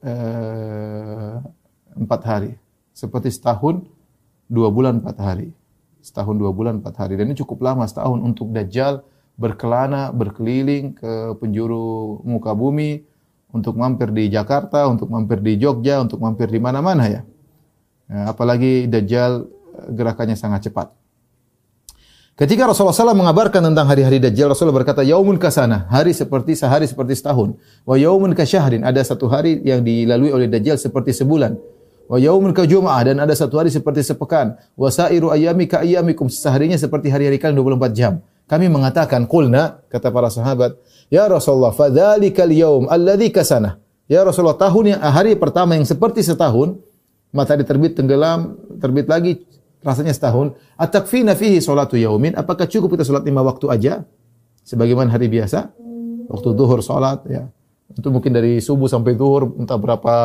4 hari. Seperti setahun, 2 bulan, 4 hari. Setahun, 2 bulan, 4 hari. Dan ini cukup lama setahun untuk Dajjal berkelana, berkeliling ke penjuru muka bumi, untuk mampir di Jakarta, untuk mampir di Jogja, untuk mampir di mana-mana ya. Apalagi Dajjal gerakannya sangat cepat. Ketika Rasulullah SAW mengabarkan tentang hari-hari Dajjal, Rasulullah berkata, yaumun kasana, sehari seperti setahun. Wa yaumun kasyahrin, ada satu hari yang dilalui oleh Dajjal seperti sebulan. Wa yaumun kajum'ah, dan ada satu hari seperti sepekan. Wa sairu ayyami ka ayyamikum, seharinya seperti hari-hari kalian 24 jam. Kami mengatakan, qulna, kata para sahabat, ya Rasulullah, fadzalikal yaum alladzi kasana. Ya Rasulullah, hari pertama yang seperti setahun, matahari terbit, tenggelam, terbit lagi, rasanya setahun. Atakfina fihi salatu yaumin, apakah cukup kita salat 5 waktu aja sebagaimana hari biasa? Waktu zuhur salat ya. Itu mungkin dari subuh sampai zuhur entah berapa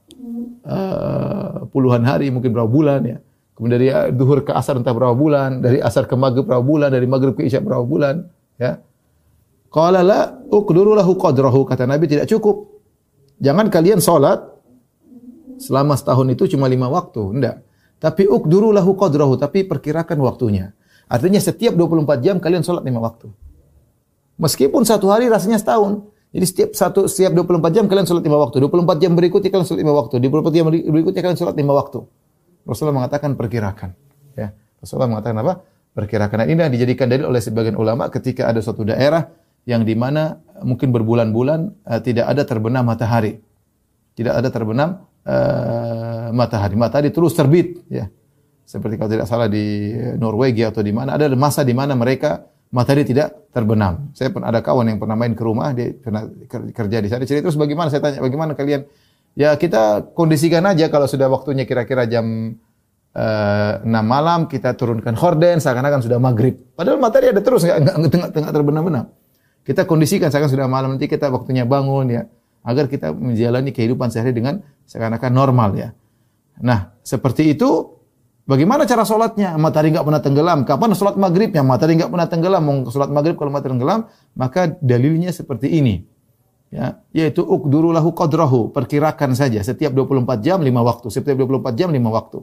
puluhan hari, mungkin berapa bulan ya. Kemudian dari zuhur ke asar entah berapa bulan, dari asar ke maghrib berapa bulan, dari maghrib ke isya berapa bulan ya. Qala la uqdiru lahu qadrahu, kata Nabi tidak cukup. Jangan kalian salat selama setahun itu cuma 5 waktu. Enggak. Tapi uqduru lahu qadrahu, tapi perkirakan waktunya. Artinya setiap 24 jam kalian sholat 5 waktu. Meskipun satu hari rasanya setahun. Jadi setiap 24 jam kalian sholat 5 waktu. 24 jam berikutnya kalian sholat 5 waktu. 24 jam berikutnya kalian sholat 5 waktu. Rasulullah mengatakan perkirakan. Ya. Rasulullah mengatakan apa? Perkirakan. Ini dijadikan dalil oleh sebagian ulama ketika ada suatu daerah yang di mana mungkin berbulan-bulan tidak ada terbenam matahari. Tidak ada terbenam matahari. Matahari terus terbit. Ya. Seperti kalau tidak salah di Norwegia atau di mana. Ada masa di mana mereka matahari tidak terbenam. Saya pernah ada kawan yang pernah main ke rumah, dia pernah kerja di sana. Cerita terus bagaimana? Saya tanya, bagaimana kalian? Ya kita kondisikan aja kalau sudah waktunya kira-kira jam 6 malam, kita turunkan horden, seakan-akan sudah maghrib. Padahal matahari ada terus, nggak terbenam-benam. Kita kondisikan seakan sudah malam, nanti kita waktunya bangun ya, agar kita menjalani kehidupan sehari dengan seakan-akan normal ya. Nah, seperti itu. Bagaimana cara sholatnya? Matahari enggak pernah tenggelam. Kapan sholat maghribnya? Matahari enggak pernah tenggelam. Mau sholat maghrib kalau matahari tenggelam, maka dalilnya seperti ini. Ya, yaitu uqduru lahu qadrahu, perkirakan saja setiap 24 jam 5 waktu, setiap 24 jam 5 waktu.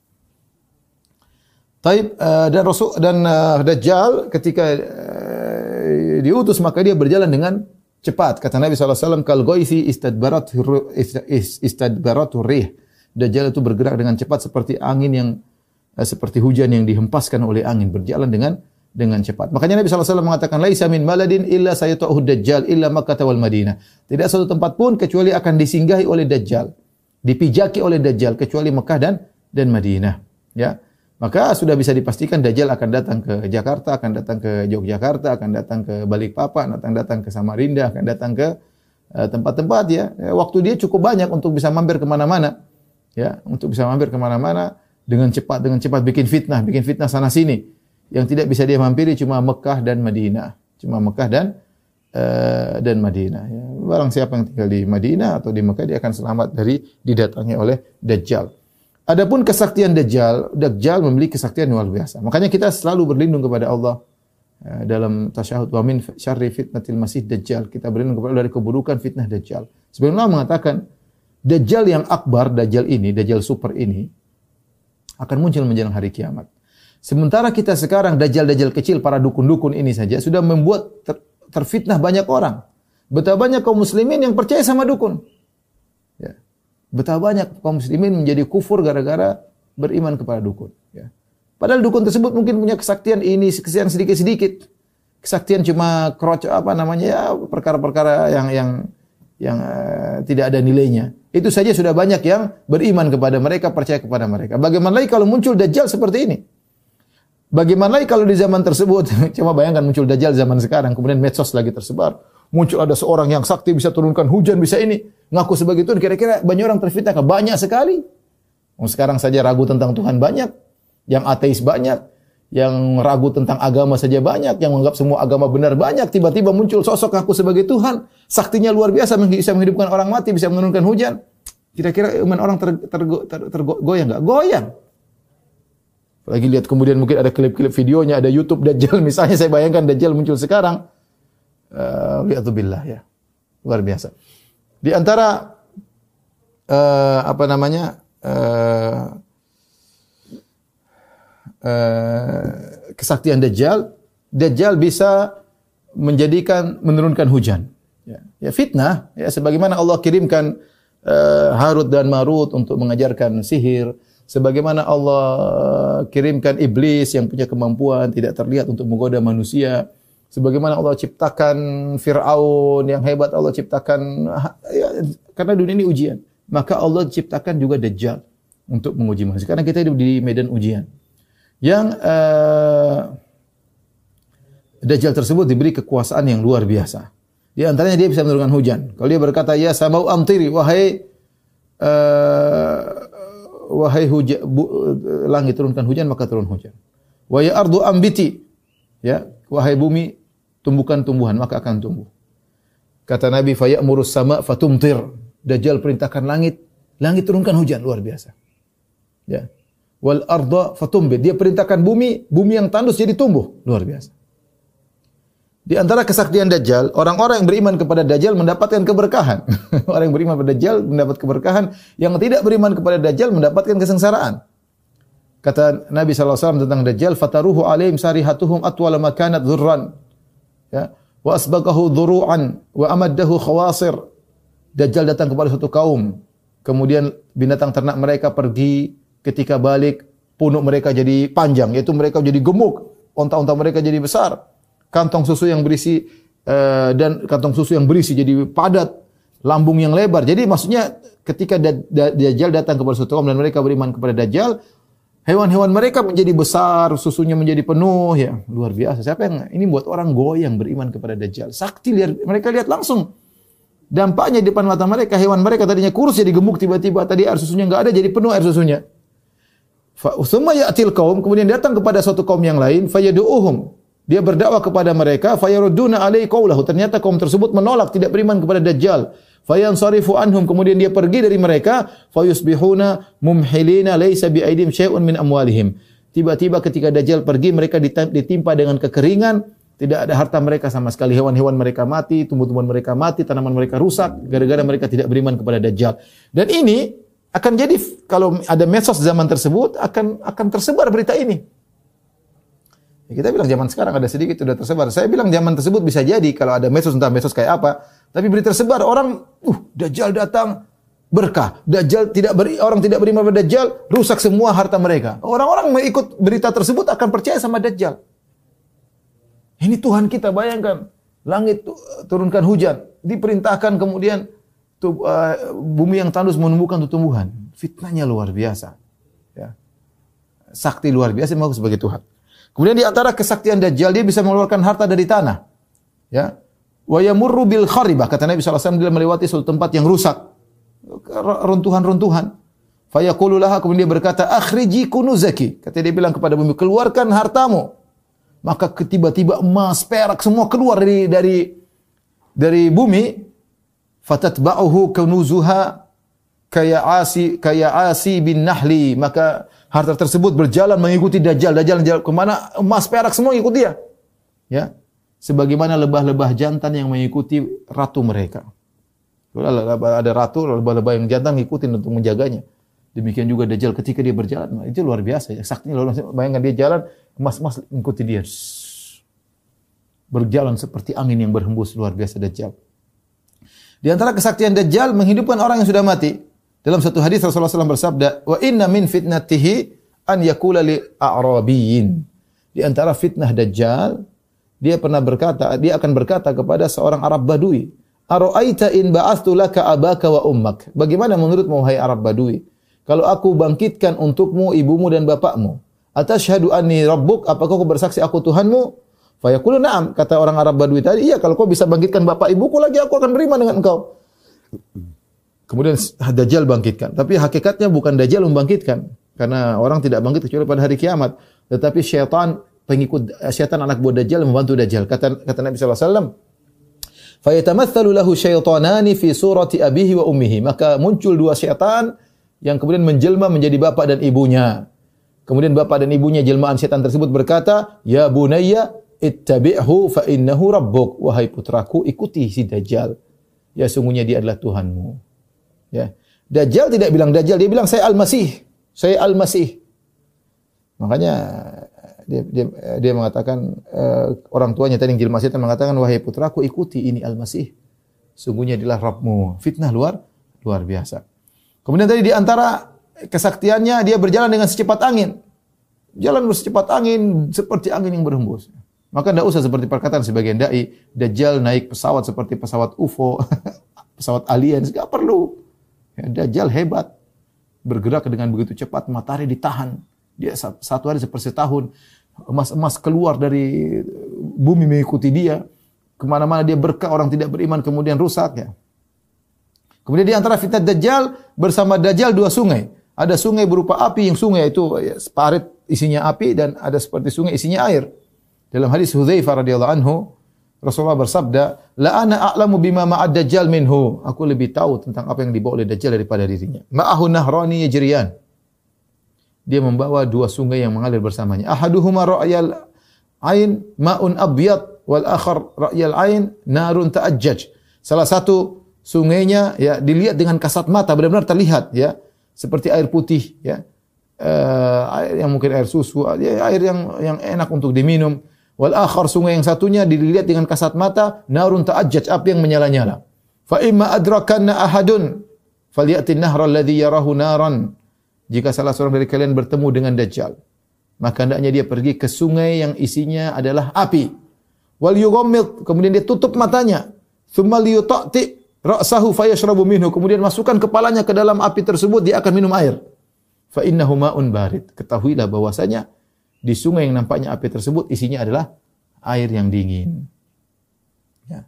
Taib dan Dajjal ketika diutus maka dia berjalan dengan cepat. Kata Nabi SAW, kal ghaisi istadbaratu rih. Dajjal itu bergerak dengan cepat seperti angin yang seperti hujan yang dihempaskan oleh angin, berjalan dengan cepat. Makanya Nabi SAW mengatakan, laisa min baladin illa sayatu'uhu Dajjal illa Makkah wal Madinah. Tidak satu tempat pun kecuali akan disinggahi oleh Dajjal, dipijaki oleh Dajjal kecuali Mekah dan Madinah. Ya, maka sudah bisa dipastikan Dajjal akan datang ke Jakarta, akan datang ke Yogyakarta, akan datang ke Balikpapan, akan datang ke Samarinda, akan datang ke tempat-tempat ya. Waktu dia cukup banyak untuk bisa mampir kemana-mana. Ya, untuk bisa mampir kemana-mana dengan cepat bikin fitnah sana sini. Yang tidak bisa dia mampiri cuma Mekah dan Madinah, cuma Mekah dan Madinah. Ya. Barang siapa yang tinggal di Madinah atau di Mekah dia akan selamat dari didatangi oleh Dajjal. Adapun kesaktian Dajjal memiliki kesaktian luar biasa. Makanya kita selalu berlindung kepada Allah dalam tasyahud wa min syarri fitnatil masih Dajjal. Kita berlindung kepada Allah dari keburukan fitnah Dajjal. Sebenarnya Allah mengatakan Dajjal yang akbar, Dajjal super ini akan muncul menjelang hari kiamat. Sementara kita sekarang Dajjal kecil, para dukun-dukun ini saja sudah membuat terfitnah banyak orang. Betapa banyak kaum muslimin yang percaya sama dukun. Ya. Betapa banyak kaum muslimin menjadi kufur gara-gara beriman kepada dukun. Ya. Padahal dukun tersebut mungkin punya kesaktian ini, kesaktian sedikit-sedikit. Kesaktian cuma perkara-perkara yang tidak ada nilainya. Itu saja sudah banyak yang beriman kepada mereka, percaya kepada mereka. Bagaimana lagi kalau muncul Dajjal seperti ini? Bagaimana lagi kalau di zaman tersebut, coba bayangkan muncul Dajjal zaman sekarang, kemudian medsos lagi tersebar. Muncul ada seorang yang sakti bisa turunkan hujan, bisa ini. Ngaku sebagai Tuhan, kira-kira banyak orang terfitnah. Banyak sekali. Sekarang saja ragu tentang Tuhan banyak. Yang ateis banyak. Yang ragu tentang agama saja banyak. Yang menganggap semua agama benar banyak. Tiba-tiba muncul sosok ngaku sebagai Tuhan. Saktinya luar biasa, bisa menghidupkan orang mati, bisa menurunkan hujan. Kira-kira iman orang tergoyang nggak? Goyang. Lagi lihat kemudian mungkin ada klip-klip videonya, ada YouTube Dajjal misalnya, saya bayangkan Dajjal muncul sekarang. Lihatulillah ya. Luar biasa. Di antara kesaktian Dajjal bisa menurunkan hujan. Ya fitnah, ya sebagaimana Allah kirimkan Harut dan Marut untuk mengajarkan sihir, sebagaimana Allah kirimkan iblis yang punya kemampuan tidak terlihat untuk menggoda manusia, sebagaimana Allah ciptakan Fir'aun yang hebat, Allah ciptakan karena dunia ini ujian, maka Allah ciptakan juga Dajjal untuk menguji manusia, karena kita hidup di medan ujian. Yang Dajjal tersebut diberi kekuasaan yang luar biasa. Di antaranya dia bisa menurunkan hujan. Kalau dia berkata, ya samau amtiri, wahai langit turunkan hujan, maka turun hujan. Wa ya ardu ambiti, ya wahai bumi tumbuhkan tumbuhan, maka akan tumbuh. Kata Nabi, fa ya'murus sama fatumtir. Dajjal perintahkan langit turunkan hujan, luar biasa. Ya. Wal arda fatumbit, dia perintahkan bumi yang tandus jadi tumbuh, luar biasa. Di antara kesaktian Dajjal, orang-orang yang beriman kepada Dajjal mendapatkan keberkahan. Orang yang beriman kepada Dajjal mendapat keberkahan, yang tidak beriman kepada Dajjal mendapatkan kesengsaraan. Kata Nabi SAW tentang Dajjal, fataruhu alaihim sarihatuhum atwala ma kanat dhurran. Ya, wa asbaqahu dhuru'an wa amaddahu khawasir. Dajjal datang kepada suatu kaum, kemudian binatang ternak mereka pergi, ketika balik punuk mereka jadi panjang, yaitu mereka jadi gemuk, onta-onta mereka jadi besar. Kantong susu yang berisi dan kantong susu yang berisi jadi padat, lambung yang lebar. Jadi maksudnya ketika Dajjal datang kepada suatu kaum dan mereka beriman kepada Dajjal, hewan-hewan mereka menjadi besar, susunya menjadi penuh, ya luar biasa. Siapa yang ini buat orang goyang beriman kepada Dajjal? Sakti mereka lihat langsung. Dampaknya di depan mata mereka, hewan mereka tadinya kurus jadi gemuk, tiba-tiba tadi air susunya enggak ada jadi penuh air susunya. Fa tsumma ya'til qaum, kemudian datang kepada suatu kaum yang lain, fayadu'uhum. Dia berdakwah kepada mereka, fayarudduna alaihi qaulahu. Ternyata kaum tersebut menolak, tidak beriman kepada Dajjal. Fayansarifu anhum, kemudian dia pergi dari mereka, fayusbihuna mumhilina laisa biaidim syai'un min amwalihim. Tiba-tiba ketika Dajjal pergi, mereka ditimpa dengan kekeringan, tidak ada harta mereka sama sekali. Hewan-hewan mereka mati, tumbuh-tumbuhan mereka mati, tanaman mereka rusak gara-gara mereka tidak beriman kepada Dajjal. Dan ini akan jadi kalau ada medsos zaman tersebut akan tersebar berita ini. Ya, kita bilang zaman sekarang ada sedikit sudah tersebar. Saya bilang zaman tersebut bisa jadi kalau ada medsos, entah medsos kayak apa, tapi berita tersebar orang, Dajjal datang berkah. Dajjal orang tidak beriman pada Dajjal, rusak semua harta mereka. Orang-orang mengikut berita tersebut akan percaya sama Dajjal. Ini Tuhan kita, bayangkan. Langit turunkan hujan, diperintahkan kemudian bumi yang tandus menumbuhkan tumbuhan. Fitnahnya luar biasa. Ya. Sakti luar biasa mengaku sebagai Tuhan. Kemudian di antara kesaktian Dajjal, dia bisa mengeluarkan harta dari tanah. Ya. Wa yamurru bil kharibah, kata Nabi SAW, dia melewati suatu tempat yang rusak. Runtuhan-runtuhan. Fa yaqulu laha, kemudian dia berkata, akhriji kunuzaki. Kata dia bilang kepada bumi, keluarkan hartamu. Maka tiba-tiba emas, perak semua keluar dari bumi. Fatatba'uhu kunuzuha kaya asi bin nahli. Maka harta tersebut berjalan mengikuti Dajjal. Dajjal kemana, emas, perak semua mengikuti dia. Ya, sebagaimana lebah-lebah jantan yang mengikuti ratu mereka. Kalau ada ratu, lebah-lebah yang jantan ngikutin untuk menjaganya. Demikian juga Dajjal ketika dia berjalan, itu luar biasa. Ya. Saktinya luar biasa. Bayangkan dia jalan, emas-emas mengikuti dia. Berjalan seperti angin yang berhembus, luar biasa Dajjal. Di antara kesaktian Dajjal menghidupkan orang yang sudah mati. Dalam satu hadis Rasulullah SAW bersabda, "Wa inna min fitnatihi an yakula li a'rabiyyin." Di antara fitnah Dajjal, dia akan berkata kepada seorang Arab Badui, "Ara'aita in ba'athtu laka abaka wa ummak?" Bagaimana menurutmu wahai Arab Badui, kalau aku bangkitkan untukmu ibumu dan bapakmu? Atashhadu anni rabbuk? Apakah kau bersaksi aku Tuhanmu? Fa yaqulu na'am, kata orang Arab Badui tadi, iya, kalau kau bisa bangkitkan bapak ibuku lagi, aku akan beriman dengan engkau. Kemudian Dajjal bangkitkan. Tapi hakikatnya bukan Dajjal membangkitkan. Karena orang tidak bangkit kecuali pada hari kiamat. Tetapi syaitan, syaitan anak buah Dajjal membantu Dajjal. Kata Nabi SAW, فَيَتَمَثَّلُ لَهُ شَيْطَانَانِ فِي سُورَةِ أَبِيهِ وَأُمِّهِ. Maka muncul dua syaitan yang kemudian menjelma menjadi bapak dan ibunya. Kemudian bapak dan ibunya jelmaan syaitan tersebut berkata, "Ya bunayya ittabi'hu fa innahu rabbuk." Wahai putraku, ikuti si Dajjal. Ya, sungguhnya dia adalah Tuhanmu. Ya. Dajjal tidak bilang Dajjal, dia bilang saya Al-Masih. Saya Al-Masih. Makanya dia mengatakan orang tuanya tadi yang jelma syaitan mengatakan, "Wahai putraku, ikuti ini Al-Masih. Sungguhnya dialah Rabbmu." Fitnah luar biasa. Kemudian tadi di antara kesaktiannya dia berjalan dengan secepat angin. Jalan secepat angin seperti angin yang berhembus. Maka tidak usah seperti perkataan sebagian dai, Dajjal naik pesawat seperti pesawat UFO, pesawat alien, enggak perlu. Ya, Dajjal hebat. Bergerak dengan begitu cepat, matahari ditahan. Dia satu hari seperti setahun. Emas-emas keluar dari bumi mengikuti dia. Kemana-mana dia berkah, orang tidak beriman kemudian rusak. Ya. Kemudian di antara fitnah Dajjal, bersama Dajjal dua sungai. Ada sungai berupa api, yang sungai itu ya, parit isinya api, dan ada seperti sungai isinya air. Dalam hadis Hudzaifah radhiyallahu anhu, Rasulullah bersabda, "La ana a'lamu bima ma'ad Dajjal minhu." Aku lebih tahu tentang apa yang dibawa oleh Dajjal daripada dirinya. Ma'ahu nahrani yajriyan. Dia membawa dua sungai yang mengalir bersamanya. Ahaduhuma ra'yal ain ma'un abyad wal akhar ra'yal ain narun ta'ajjaj. Salah satu sungainya ya dilihat dengan kasat mata, benar-benar terlihat ya, seperti air putih ya. Air yang mungkin air susu, ya, air yang enak untuk diminum. Wal akhar, sungai yang satunya dilihat dengan kasat mata, narun ta'ajjaj, api yang menyala-nyala. Fa imma adrakanna ahadun falyatin nahra alladhi yarahu naran. Jika salah seorang dari kalian bertemu dengan Dajjal, maka hendaknya dia pergi ke sungai yang isinya adalah api. Wal yughammid, kemudian dia tutup matanya. Tsumma liyutati ra'sahu fayashrabu minhu, kemudian masukkan kepalanya ke dalam api tersebut, dia akan minum air. Fa innahu ma'un barid. Ketahuilah bahwasanya di sungai yang nampaknya api tersebut isinya adalah air yang dingin. Ya.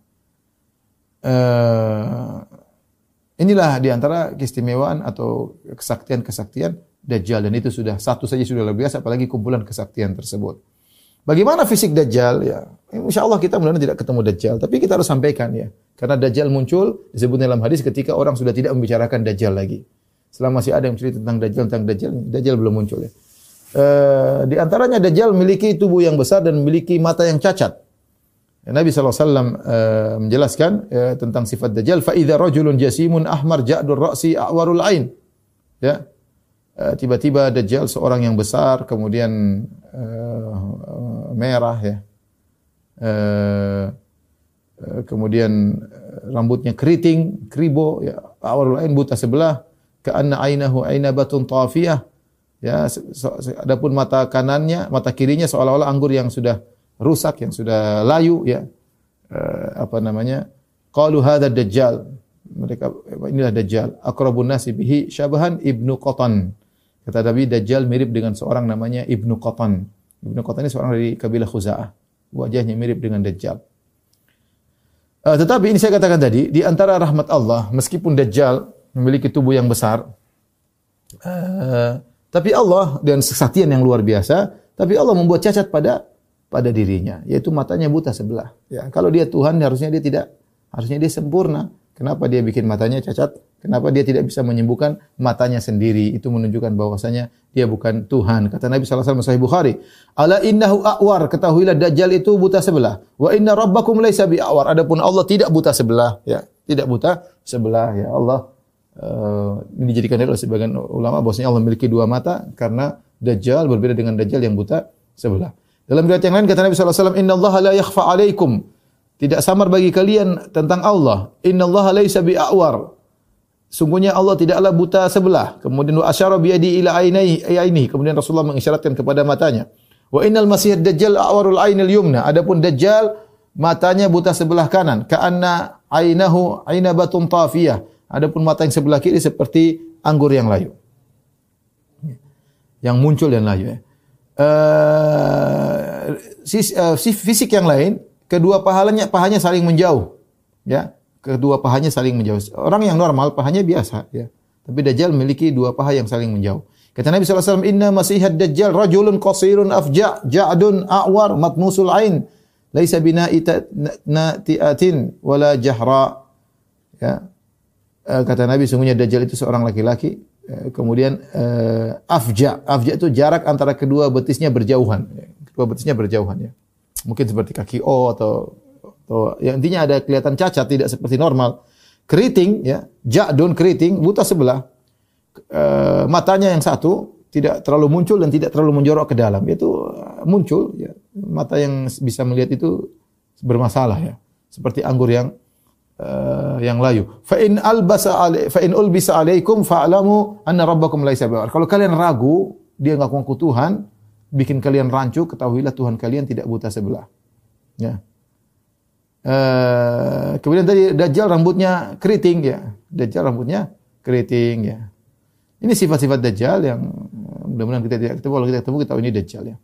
Inilah di antara keistimewaan atau kesaktian-kesaktian Dajjal, dan itu sudah satu saja sudah luar biasa, apalagi kumpulan kesaktian tersebut. Bagaimana fisik Dajjal? Ya, insyaallah kita mudah-mudahan tidak ketemu Dajjal, tapi kita harus sampaikan ya. Karena Dajjal muncul disebut dalam hadis ketika orang sudah tidak membicarakan Dajjal lagi. Selama masih ada yang cerita tentang Dajjal, Dajjal belum muncul ya. Di antaranya Dajjal memiliki tubuh yang besar dan memiliki mata yang cacat. Nabi SAW menjelaskan tentang sifat Dajjal. Fa idza rajulun jasimun ahmar ja'dur ra'si a'warul ain. Ya. Tiba-tiba Dajjal seorang yang besar, kemudian merah ya. Kemudian rambutnya keriting, kribo ya, a'warul ain, buta sebelah, ka'anna ainahu ainabatun tafiyah. Ya, adapun mata kanannya, mata kirinya seolah-olah anggur yang sudah rusak, yang sudah layu ya. Qalu hadza Dajjal. Mereka, inilah Dajjal. Aqrabun nasi bihi syabahan Ibnu Qatan. Kata Nabi, Dajjal mirip dengan seorang namanya Ibnu Qatan. Ibnu Qatan ini seorang dari kabilah Khuza'ah. Wajahnya mirip dengan Dajjal. Tetapi ini saya katakan tadi, di antara rahmat Allah, meskipun Dajjal memiliki tubuh yang besar, tapi Allah dengan kesaktian yang luar biasa, tapi Allah membuat cacat pada dirinya, yaitu matanya buta sebelah. Ya, kalau dia Tuhan harusnya dia sempurna. Kenapa dia bikin matanya cacat? Kenapa dia tidak bisa menyembuhkan matanya sendiri? Itu menunjukkan bahwasanya dia bukan Tuhan. Kata Nabi SAW Sahih Bukhari, "Ala innahu a'war," ketahuilah Dajjal itu buta sebelah. "Wa inna rabbakum laisa bi'awar." Adapun Allah tidak buta sebelah, ya, tidak buta sebelah ya. Allah ini dijadikan oleh sebagian ulama bahwasanya Allah memiliki dua mata karena Dajjal berbeda dengan Dajjal yang buta sebelah. Dalam riwayat yang lain kata Nabi SAW, "Innallaha la yakhfa 'alaikum." Tidak samar bagi kalian tentang Allah. Innallaha laisa bi'awar. Sungguhnya Allah tidaklah buta sebelah. Kemudian wa asyara bi yadi ila ainihi. Kemudian Rasulullah mengisyaratkan kepada matanya. Wa innal masih dajjal a'warul ainil yumna. Adapun Dajjal matanya buta sebelah kanan. Ka'anna ainahu ainabatun tafiyah. Adapun mata yang sebelah kiri seperti anggur yang layu. Yang muncul dan layu ya. Fisik yang lain, kedua pahanya saling menjauh. Ya, kedua pahanya saling menjauh. Orang yang normal pahanya biasa, ya. Tapi Dajjal memiliki dua paha yang saling menjauh. Kata Nabi SAW, "Inna masihad Dajjal rajulun qasirun afja' ja'dun a'war matmusul ain, laisa bina'ti'atin wala jahra." Ya. Kata Nabi, sungguhnya Dajjal itu seorang laki-laki, kemudian afja' itu jarak antara kedua betisnya berjauhan. Kedua betisnya berjauhan ya. Mungkin seperti kaki O atau ya, intinya ada kelihatan cacat, tidak seperti normal. Keriting ya, ja'dun keriting, buta sebelah. Matanya yang satu tidak terlalu muncul dan tidak terlalu menjorok ke dalam. Itu muncul ya. Mata yang bisa melihat itu bermasalah ya. Seperti anggur yang layu. Fa in ulbisa alaikum fa'lamu anna rabbakum laisa bi'awar. Kalau kalian ragu, dia ngaku-ngaku Tuhan, bikin kalian rancu, ketahuilah Tuhan kalian tidak buta sebelah. Ya. Kemudian tadi Dajjal rambutnya keriting ya. Dajjal rambutnya keriting ya. Ini sifat-sifat Dajjal yang mudah-mudahan kita tidak ketemu. Kalau kita ketemu kita tahu ini Dajjal ya.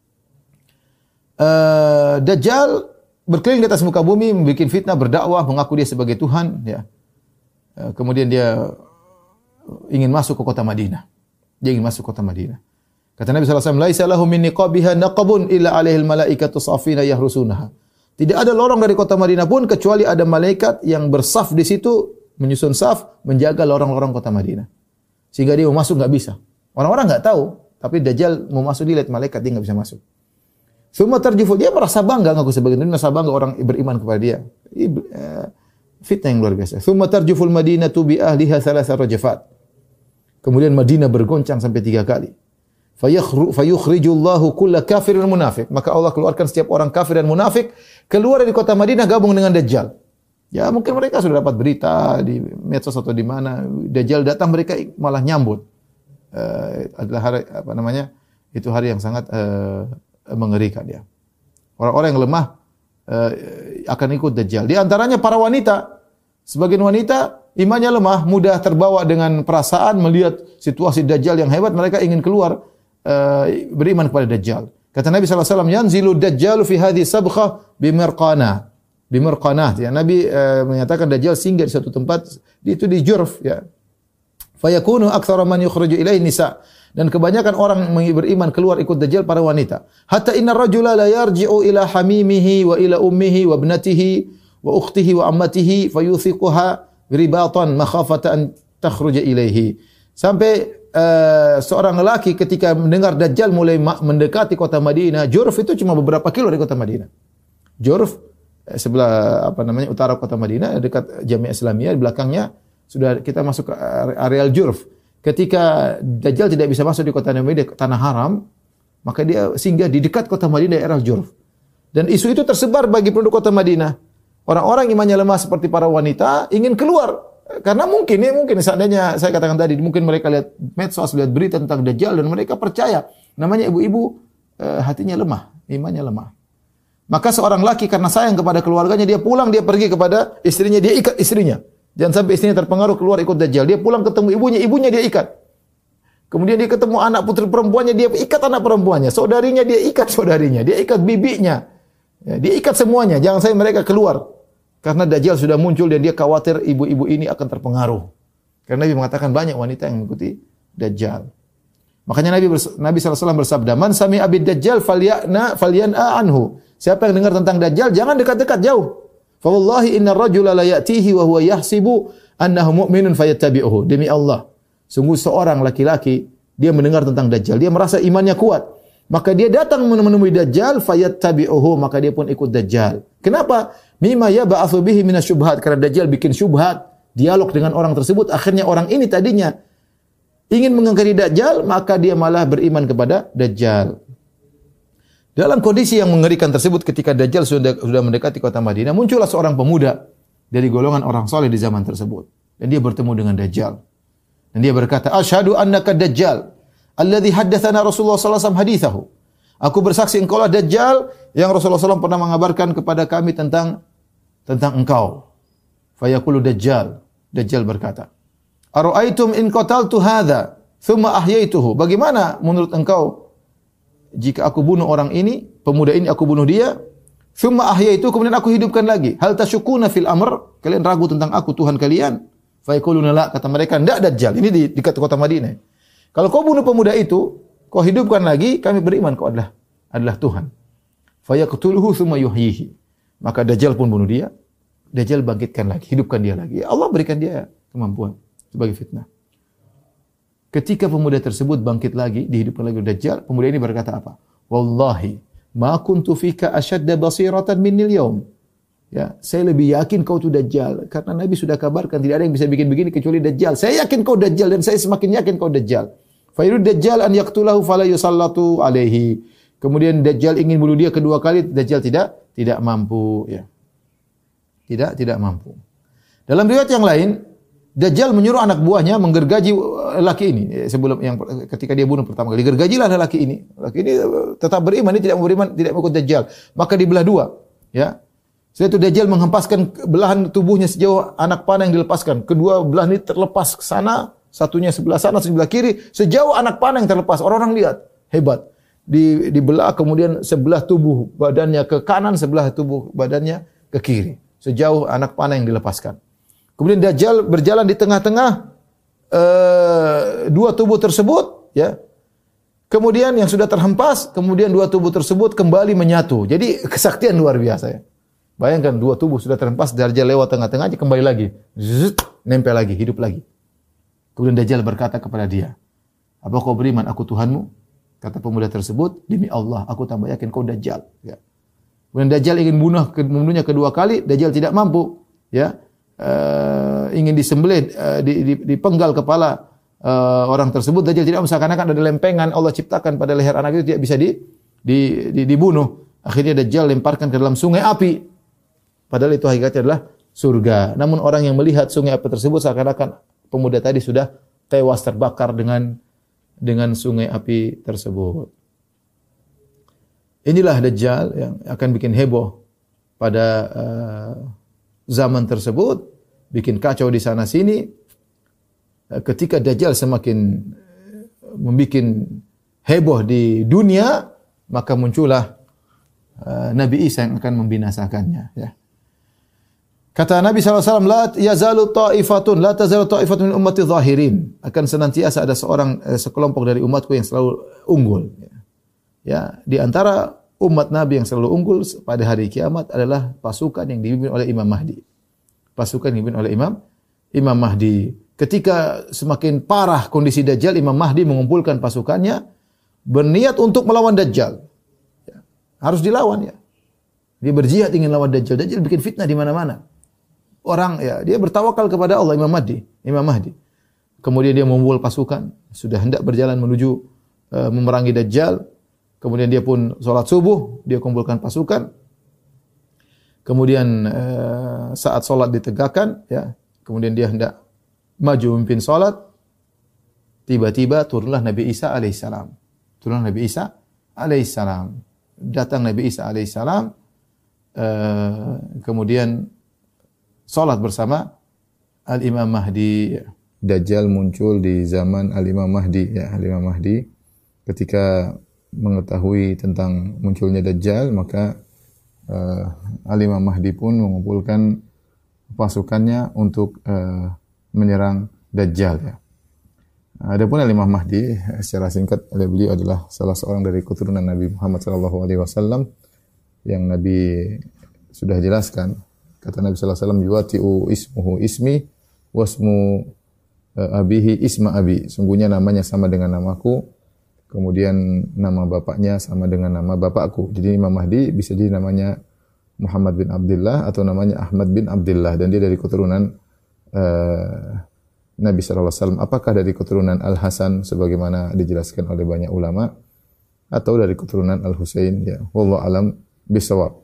Dajjal berkeliling di atas muka bumi, membuat fitnah, berdakwah, mengaku dia sebagai Tuhan ya. Kemudian dia ingin masuk ke kota Madinah. Dia ingin masuk ke kota Madinah. Kata Nabi SAW, "Laisa lahu min niqabiha naqabun illa alaihil malaikatu safina yahrusunaha." Tidak ada lorong dari kota Madinah pun kecuali ada malaikat yang bersaf di situ, menyusun saf, menjaga lorong-lorong kota Madinah. Sehingga dia mau masuk enggak bisa. Orang-orang enggak tahu, tapi Dajjal mau masuk dilihat malaikat, dia enggak bisa masuk. Tsumma tarjufu, dia merasa bangga ngaku sebagai Nabi, merasa bangga orang beriman kepada dia. Fitnah yang luar biasa. Tsumma tarjuful Madinatu bi ahliha thalatha rajafat. Kemudian Madinah bergoncang sampai 3 kali. Fayukhrijullahu kulla kafirin munafiq. Maka Allah keluarkan setiap orang kafir dan munafik keluar dari kota Madinah gabung dengan Dajjal. Ya mungkin mereka sudah dapat berita di medsos atau di mana Dajjal datang, mereka malah nyambut. Adalah hari apa namanya? Itu hari yang sangat mengerikan ya. Orang-orang yang lemah akan ikut Dajjal. Di antaranya para wanita. Sebagian wanita imannya lemah, mudah terbawa dengan perasaan melihat situasi Dajjal yang hebat, mereka ingin keluar beriman kepada Dajjal. Kata Nabi SAW, yanzilu Dajjalu fi hadhi sabkhah bimirqanah. Bimirqanah. Ya, Nabi menyatakan Dajjal singgah di satu tempat, itu di Jurf. Ya. Fayakunu aktsara man yukhraju ilaihi nisa. Dan kebanyakan orang beriman keluar ikut Dajjal para wanita. Hatta inna rajula la yarji'u ila hamimihi wa ila ummihi wa ibnatihi wa ukhtihi wa ammatihi fayuthiquha ribatan makhafata an takhruja ilaihi. Sampai seorang lelaki ketika mendengar Dajjal mulai mendekati kota Madinah, Jurf itu cuma beberapa kilo dari kota Madinah. Jurf sebelah apa namanya utara kota Madinah, dekat Jamiah Islamiyah, di belakangnya sudah kita masuk ke areal Jurf. Ketika Dajjal tidak bisa masuk di kota Madinah, tanah haram, maka dia singgah di dekat kota Madinah, daerah Jurf. Dan isu itu tersebar bagi penduduk kota Madinah. Orang-orang imannya lemah seperti para wanita ingin keluar. Karena mungkin seandainya saya katakan tadi, mungkin mereka lihat medsos, lihat berita tentang Dajjal dan mereka percaya. Namanya ibu-ibu hatinya lemah, imannya lemah. Maka seorang laki karena sayang kepada keluarganya, dia pulang, dia pergi kepada istrinya, dia ikat istrinya. Jangan sampai istrinya terpengaruh keluar ikut Dajjal. Dia pulang ketemu ibunya dia ikat. Kemudian dia ketemu anak putri perempuannya, dia ikat anak perempuannya. Saudarinya dia ikat saudarinya, dia ikat bibinya. Ya, dia ikat semuanya, jangan sampai mereka keluar. Karena Dajjal sudah muncul dan dia khawatir ibu-ibu ini akan terpengaruh. Karena Nabi mengatakan banyak wanita yang mengikuti Dajjal. Makanya Nabi SAW bersabda, "Man sami'a bid-Dajjal falyan'a anhu." Siapa yang dengar tentang Dajjal, jangan dekat-dekat, jauh. Fa wallahi innar rajula la ya'tihi wa huwa yahsibu annahu mu'minun fayattabi'uhu. Demi Allah, sungguh seorang laki-laki dia mendengar tentang Dajjal, dia merasa imannya kuat. Maka dia datang menemui Dajjal, fayattabi'uhu, maka dia pun ikut Dajjal. Kenapa? Mimma yab'atsu bihi minasyubhat, karena Dajjal bikin syubhat, dialog dengan orang tersebut, akhirnya orang ini tadinya ingin mengingkari Dajjal, maka dia malah beriman kepada Dajjal. Dalam kondisi yang mengerikan tersebut, ketika Dajjal sudah mendekati kota Madinah, muncullah seorang pemuda dari golongan orang soleh di zaman tersebut. Dan dia bertemu dengan Dajjal. Dan dia berkata, "Asyhadu annaka Dajjal, alladhi haddatsana Rasulullah sallallahu alaihi wasallam hadithahu." Aku bersaksi engkaulah Dajjal yang Rasulullah SAW pernah mengabarkan kepada kami tentang engkau. Fayaqulu Dajjal. Dajjal berkata, "Ara'aitum in qataltu hadza, thumma ahyaituhu." Bagaimana menurut engkau jika aku bunuh orang ini, pemuda ini aku bunuh dia, thumma ahyaituhu, kemudian aku hidupkan lagi. Hal tasyukuna fil amr? Kalian ragu tentang aku Tuhan kalian? Fayaquluna la, kata mereka, "Enggak Dajjal." Ini di dekat kota Madinah. Kalau kau bunuh pemuda itu, kau hidupkan lagi, kami beriman kau adalah Tuhan. Fayaqtuluhu thumma yuhyihi. Maka Dajjal pun bunuh dia. Dajjal bangkitkan lagi, hidupkan dia lagi. Allah berikan dia kemampuan sebagai fitnah. Ketika pemuda tersebut bangkit lagi, dihidupkan lagi Dajjal, pemuda ini berkata apa? "Wallahi ma kuntu fika ashadda basiratan minnil yaum." Ya, saya lebih yakin kau itu Dajjal karena Nabi sudah kabarkan tidak ada yang bisa bikin begini kecuali Dajjal. Saya yakin kau Dajjal dan saya semakin yakin kau Dajjal. Fa yurid Dajjal an yaqtulahu fala yusallatu alaihi. Kemudian Dajjal ingin bunuh dia kedua kali, Dajjal tidak mampu, ya. Tidak mampu. Dalam riwayat yang lain, Dajjal menyuruh anak buahnya menggergaji laki ini sebelum ketika dia bunuh pertama kali. Gergajilah laki ini. Laki ini tetap beriman, dia tidak mau beriman, tidak mau ikut Dajjal. Maka dibelah dua, ya. Setelah itu Dajjal menghempaskan belahan tubuhnya sejauh anak panah yang dilepaskan. Kedua belah ini terlepas ke sana, satunya sebelah sana, sebelah kiri, sejauh anak panah yang terlepas. Orang-orang lihat, hebat. Dibelah, kemudian sebelah tubuh badannya ke kanan, sebelah tubuh badannya ke kiri. Sejauh anak panah yang dilepaskan. Kemudian Dajjal berjalan di tengah-tengah dua tubuh tersebut, ya. Kemudian yang sudah terhempas, kemudian dua tubuh tersebut kembali menyatu. Jadi kesaktian luar biasa, ya. Bayangkan dua tubuh sudah terhempas, Dajjal lewat tengah-tengahnya kembali lagi. Zzz, nempel lagi, hidup lagi. Kemudian Dajjal berkata kepada dia, "Apa kau beriman aku Tuhanmu?" Kata pemuda tersebut, demi Allah, aku tambah yakin kau Dajjal. Ya. Kemudian Dajjal ingin membunuhnya kedua kali, Dajjal tidak mampu. Ya, ingin disembelih, dipenggal kepala orang tersebut. Dajjal tidak mampu, seakan-akan ada lempengan Allah ciptakan pada leher anak itu tidak bisa dibunuh. Akhirnya Dajjal lemparkan ke dalam sungai api. Padahal itu hakikatnya adalah surga. Namun orang yang melihat sungai api tersebut seakan-akan pemuda tadi sudah tewas terbakar dengan sungai api tersebut. Inilah Dajjal yang akan bikin heboh pada zaman tersebut, bikin kacau di sana sini. Ketika Dajjal semakin membikin heboh di dunia, maka muncullah Nabi Isa yang akan membinasakannya. Ya. Kata Nabi SAW, la tazalu ta'ifatun min ummati zahirin. Akan senantiasa ada sekelompok dari umatku yang selalu unggul. Ya, di antara umat Nabi yang selalu unggul pada hari kiamat adalah pasukan yang dipimpin oleh Imam Mahdi. Pasukan yang dipimpin oleh Imam Mahdi. Ketika semakin parah kondisi Dajjal, Imam Mahdi mengumpulkan pasukannya berniat untuk melawan Dajjal. Ya, harus dilawan ya. Dia berjihad ingin lawan Dajjal. Dajjal bikin fitnah di mana-mana. Orang ya dia bertawakal kepada Allah, Imam Mahdi. Kemudian dia membawa pasukan, sudah hendak berjalan menuju memerangi Dajjal. Kemudian dia pun sholat subuh, dia kumpulkan pasukan. Kemudian saat sholat ditegakkan, ya, kemudian dia hendak maju memimpin sholat. Tiba-tiba turunlah Nabi Isa alaihissalam. Datang Nabi Isa alaihissalam. Kemudian salat bersama Al-Imam Mahdi. Dajjal muncul di zaman Al-Imam Mahdi. Ya, Al-Imam Mahdi ketika mengetahui tentang munculnya Dajjal, maka Al-Imam Mahdi pun mengumpulkan pasukannya untuk menyerang Dajjal. Ya. Adapun Al-Imam Mahdi, secara singkat oleh beliau adalah salah seorang dari keturunan Nabi Muhammad SAW yang Nabi sudah jelaskan. Kata Nabi sallallahu alaihi wasallam, yuwati'u ismuhu ismi wasmu abihi isma abi. Sungguhnya namanya sama dengan namaku, kemudian nama bapaknya sama dengan nama bapakku. Jadi Imam Mahdi bisa jadi namanya Muhammad bin Abdullah atau namanya Ahmad bin Abdullah, dan dia dari keturunan Nabi sallallahu alaihi wasallam. Apakah dari keturunan Al-Hasan sebagaimana dijelaskan oleh banyak ulama, atau dari keturunan Al-Husain, ya, wallahu alam bisawab.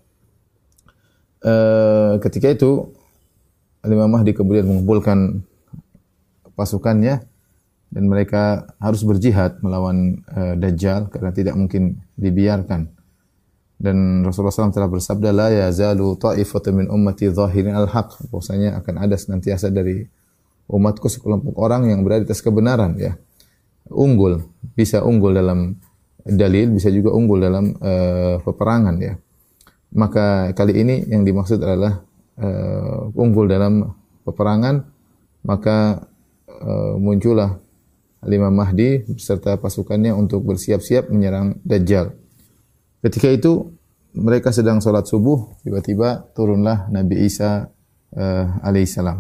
Ketika itu Imam Mahdi kemudian mengumpulkan pasukannya dan mereka harus berjihad melawan Dajjal karena tidak mungkin dibiarkan. Dan Rasulullah SAW telah bersabda, la yazalu ta'ifatun min ummati zahirin al-haq. Bahwasanya akan ada senantiasa dari umatku sekelompok orang yang berada di atas kebenaran, ya. Unggul, bisa unggul dalam dalil, bisa juga unggul dalam peperangan, ya. Maka kali ini yang dimaksud adalah unggul dalam peperangan, maka muncullah Imam Mahdi beserta pasukannya untuk bersiap-siap menyerang Dajjal. Ketika itu mereka sedang sholat subuh, tiba-tiba turunlah Nabi Isa alaihissalam.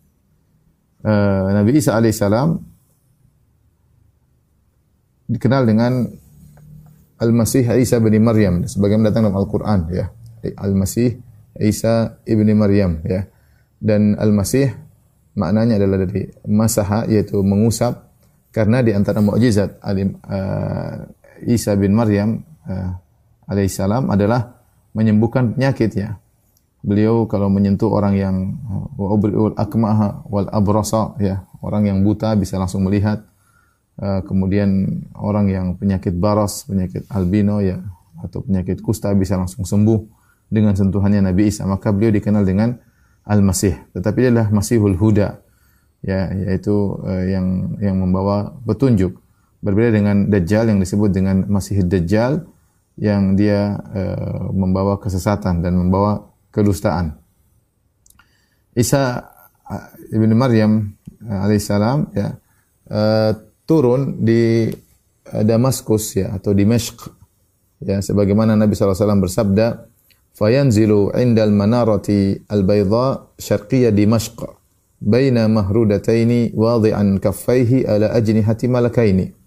Nabi Isa alaihissalam dikenal dengan Al-Masih Isa bin Maryam, sebagaimana datang dalam Al-Quran, ya. Al-Masih Isa ibni Maryam, ya. Dan Al-Masih maknanya adalah dari masaha, yaitu mengusap, karena di antara mukjizat Isa bin Maryam alaihissalam adalah menyembuhkan penyakit, ya. Beliau kalau menyentuh orang yang wa'ubri'ul akmaha wal abrasa, ya, orang yang buta bisa langsung melihat. Kemudian orang yang penyakit baras, penyakit albino, ya, atau penyakit kusta bisa langsung sembuh dengan sentuhannya Nabi Isa. Maka beliau dikenal dengan Al-Masih. Tetapi dia adalah Masihul Huda, ya, yaitu yang membawa petunjuk. Berbeda dengan Dajjal yang disebut dengan Masih Dajjal, yang dia membawa kesesatan dan membawa kedustaan. Isa ibn Maryam alaihissalam, ya, turun di Damaskus, ya, atau Dimashq, ya, sebagaimana Nabi SAW bersabda, fayanzilu indal manarati al-bayda syarqiyya Dimashq baina mahrudataini wadi'an kaffaihi ala ajnihati malakaini.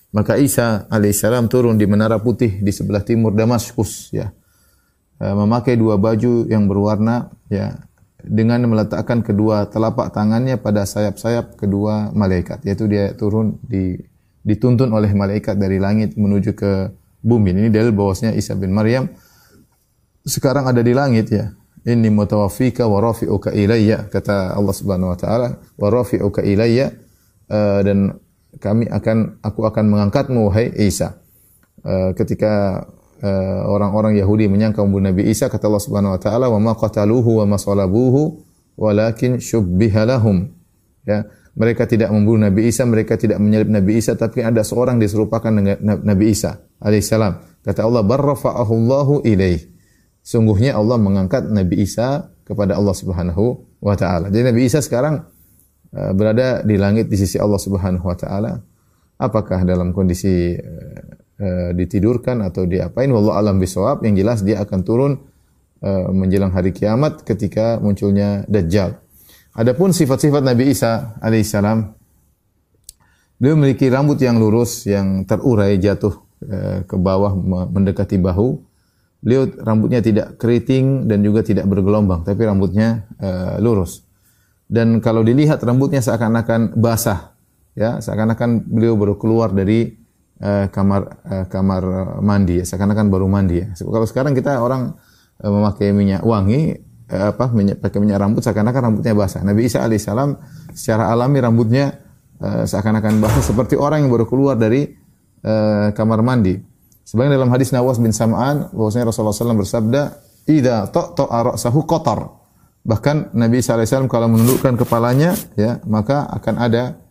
Maka Isa alaihissalam turun di menara putih di sebelah timur Damaskus, ya. Memakai dua baju yang berwarna, ya, dengan meletakkan kedua telapak tangannya pada sayap-sayap kedua malaikat, yaitu dia turun dituntun oleh malaikat dari langit menuju ke bumi. Ini dalil bahwasanya Isa bin Maryam sekarang ada di langit, ya. Inni mutawaffika wa rafi'uka ilayya, kata Allah Subhanahu wa taala, wa rafi'uka ilayya, dan aku akan mengangkatmu wahai Isa. Ketika orang-orang Yahudi menyangka membunuh Nabi Isa, kata Allah Subhanahu wa taala, wa ma qataluhu wa ma salabuhu walakin syubbiha lahum. Ya, mereka tidak membunuh Nabi Isa, mereka tidak menyalib Nabi Isa, tapi ada seorang diserupakan dengan Nabi Isa alaihissalam. Kata Allah, barrafa'ahu Allahu ilaih. Sungguhnya Allah mengangkat Nabi Isa kepada Allah Subhanahu wa taala. Jadi Nabi Isa sekarang berada di langit di sisi Allah Subhanahu wa taala. Apakah dalam kondisi ditidurkan atau diapain, wallahu alam bisawab. Yang jelas dia akan turun menjelang hari kiamat ketika munculnya Dajjal. Adapun sifat-sifat Nabi Isa alaihissalam, beliau memiliki rambut yang lurus, yang terurai jatuh ke bawah mendekati bahu. Beliau rambutnya tidak keriting dan juga tidak bergelombang, tapi rambutnya lurus. Dan kalau dilihat rambutnya seakan-akan basah, ya, seakan-akan beliau baru keluar dari kamar mandi, ya, seakan-akan baru mandi. Ya. Kalau sekarang kita orang memakai minyak wangi, pakai minyak rambut, seakan-akan rambutnya basah. Nabi Isa alaihissalam secara alami rambutnya seakan-akan basah, seperti orang yang baru keluar dari kamar mandi. Sebagaimana dalam hadis Nawas bin Sam'an, bahwasanya Rasulullah SAW bersabda, "Idza ta'ta'a ra'sahu qatar." Bahkan Nabi SAW kalau menundukkan kepalanya, ya, maka akan ada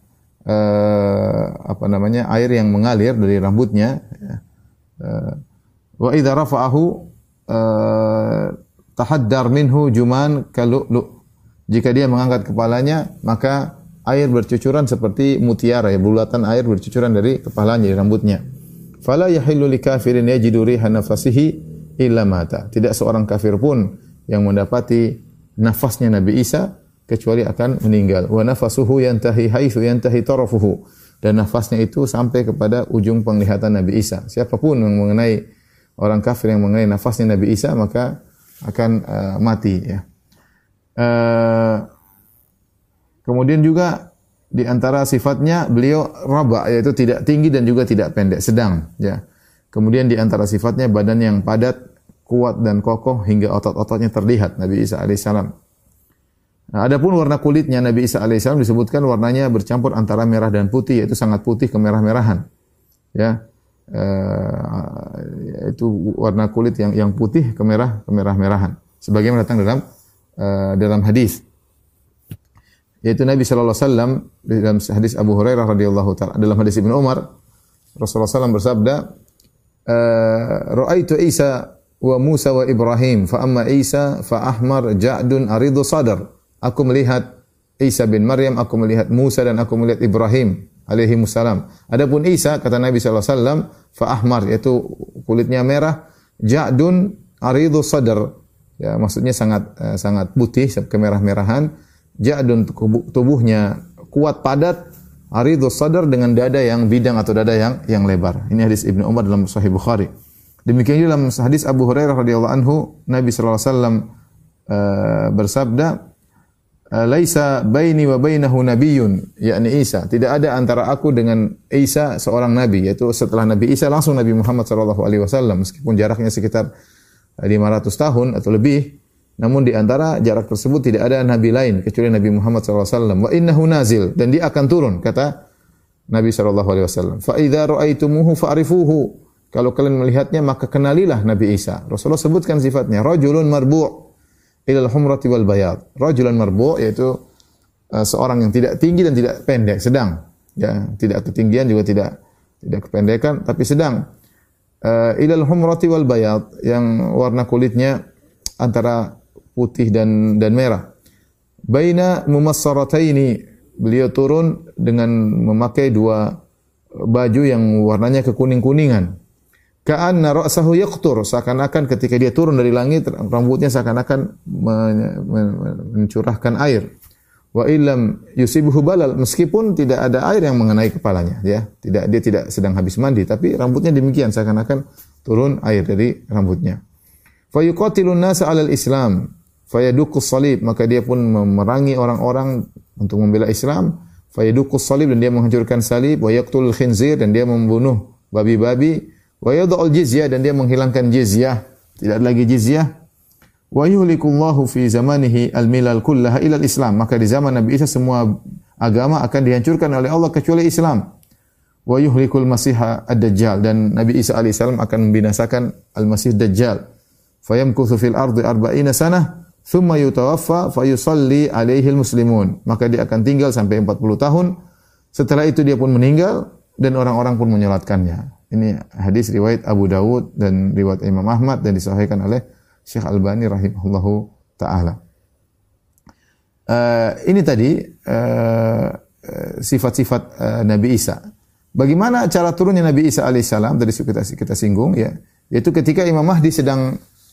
air yang mengalir dari rambutnya. Ya. Wa idza rafa'ahu tahaddar minhu juman kalu'lu'. Jika dia mengangkat kepalanya, maka air bercucuran seperti mutiara, ya, bulatan air bercucuran dari kepalanya, dari rambutnya. Fala yahillu likafirin yajidu riha nafasihi illa mata. Tidak seorang kafir pun yang mendapati nafasnya Nabi Isa kecuali akan meninggal. Wa nafasuhu yantahi haitsu yantahi tarafuhu. Dan nafasnya itu sampai kepada ujung penglihatan Nabi Isa. Siapapun yang mengenai orang kafir yang mengenai nafasnya Nabi Isa, maka akan mati, ya. Kemudian juga di antara sifatnya beliau raba, yaitu tidak tinggi dan juga tidak pendek, sedang, ya. Kemudian di antara sifatnya badan yang padat, kuat dan kokoh hingga otot-ototnya terlihat, Nabi Isa alaihissalam. Nah, adapun warna kulitnya Nabi Isa alaihissalam disebutkan warnanya bercampur antara merah dan putih, yaitu sangat putih kemerah-merahan, ya. Itu warna kulit yang putih kemerah-merahan. Sebagaimana datang dalam hadis, yaitu Nabi sallallahu alaihi wasallam dalam hadis Abu Hurairah radhiyallahu taala, dalam hadis Ibnu Umar, Rasulullah SAW bersabda, "Ra'aitu Isa wa Musa wa Ibrahim, fa amma Isa fa ahmar ja'dun aridu sadar." Aku melihat Isa bin Maryam, aku melihat Musa dan aku melihat Ibrahim alaihi wassalam. Adapun Isa, kata Nabi sallallahu alaihi wasallam, fa ahmar, yaitu kulitnya merah, ja'dun aridu sadar. Ya, maksudnya sangat putih, kemerah-merahan. Ja'dun, tubuhnya kuat padat, aridus sadar, dengan dada yang bidang atau dada yang lebar. Ini hadis Ibnu Umar dalam Sahih Bukhari. Demikian juga dalam hadis Abu Hurairah radhiyallahu anhu, Nabi sallallahu alaihi wasallam bersabda, "Laisa baini wa bainahu nabiyyun," yakni Isa. Tidak ada antara aku dengan Isa seorang nabi, yaitu setelah Nabi Isa langsung Nabi Muhammad sallallahu alaihi wasallam, meskipun jaraknya sekitar 500 tahun atau lebih. Namun di antara jarak tersebut tidak ada nabi lain kecuali Nabi Muhammad SAW. Wa innahu nazil, dan dia akan turun, kata Nabi SAW. Fa idza ra'aitumuhu fa'rifuhu. Kalau kalian melihatnya maka kenalilah Nabi Isa. Rasulullah sebutkan sifatnya, rajulun marbu' ilal humrati wal bayad. Rajulun marbu' yaitu seorang yang tidak tinggi dan tidak pendek, sedang, ya, tidak ketinggian juga tidak kependekan, tapi sedang. Ilal humrati wal bayad, yang warna kulitnya antara putih dan merah. Baina mumassarataini, beliau turun dengan memakai dua baju yang warnanya kekuning-kuningan. Ka'anna ra'sahu yaqtur, seakan-akan ketika dia turun dari langit rambutnya seakan-akan mencurahkan air. Wa illam yusibuhu balal, meskipun tidak ada air yang mengenai kepalanya, ya. Dia tidak sedang habis mandi, tapi rambutnya demikian seakan-akan turun air dari rambutnya. Fa yuqatilun nasa 'alal Islam, fa yaduqqus salib, maka dia pun memerangi orang-orang untuk membela Islam. Fa yaduqqus salib, dan dia menghancurkan salib, wa yaqtulul khinzir, dan dia membunuh babi-babi, wa yadh'ul jizyah, dan dia menghilangkan jizyah, tidak lagi jizyah. Wa yuhlikullahu fi zamanihi al-milal kullaha ila al-Islam, maka di zaman Nabi Isa semua agama akan dihancurkan oleh Allah kecuali Islam. Wa yuhlikul masiha ad-dajjal, dan Nabi Isa alaihissalam akan membinasakan al-masih dajjal. Fayamkuthu fil ardi 40 sanah thumma yutawaffa fayusalli alaihi al-muslimun, maka dia akan tinggal sampai 40 tahun, setelah itu dia pun meninggal dan orang-orang pun menyolatkannya. Ini hadis riwayat Abu Dawud dan riwayat Imam Ahmad dan disahihkan oleh Syekh Albani rahimahullahu ta'ala. Ini tadi sifat-sifat Nabi Isa. Bagaimana cara turunnya Nabi Isa alaihissalam? Tadi kita singgung, ya. Yaitu ketika Imam Mahdi sedang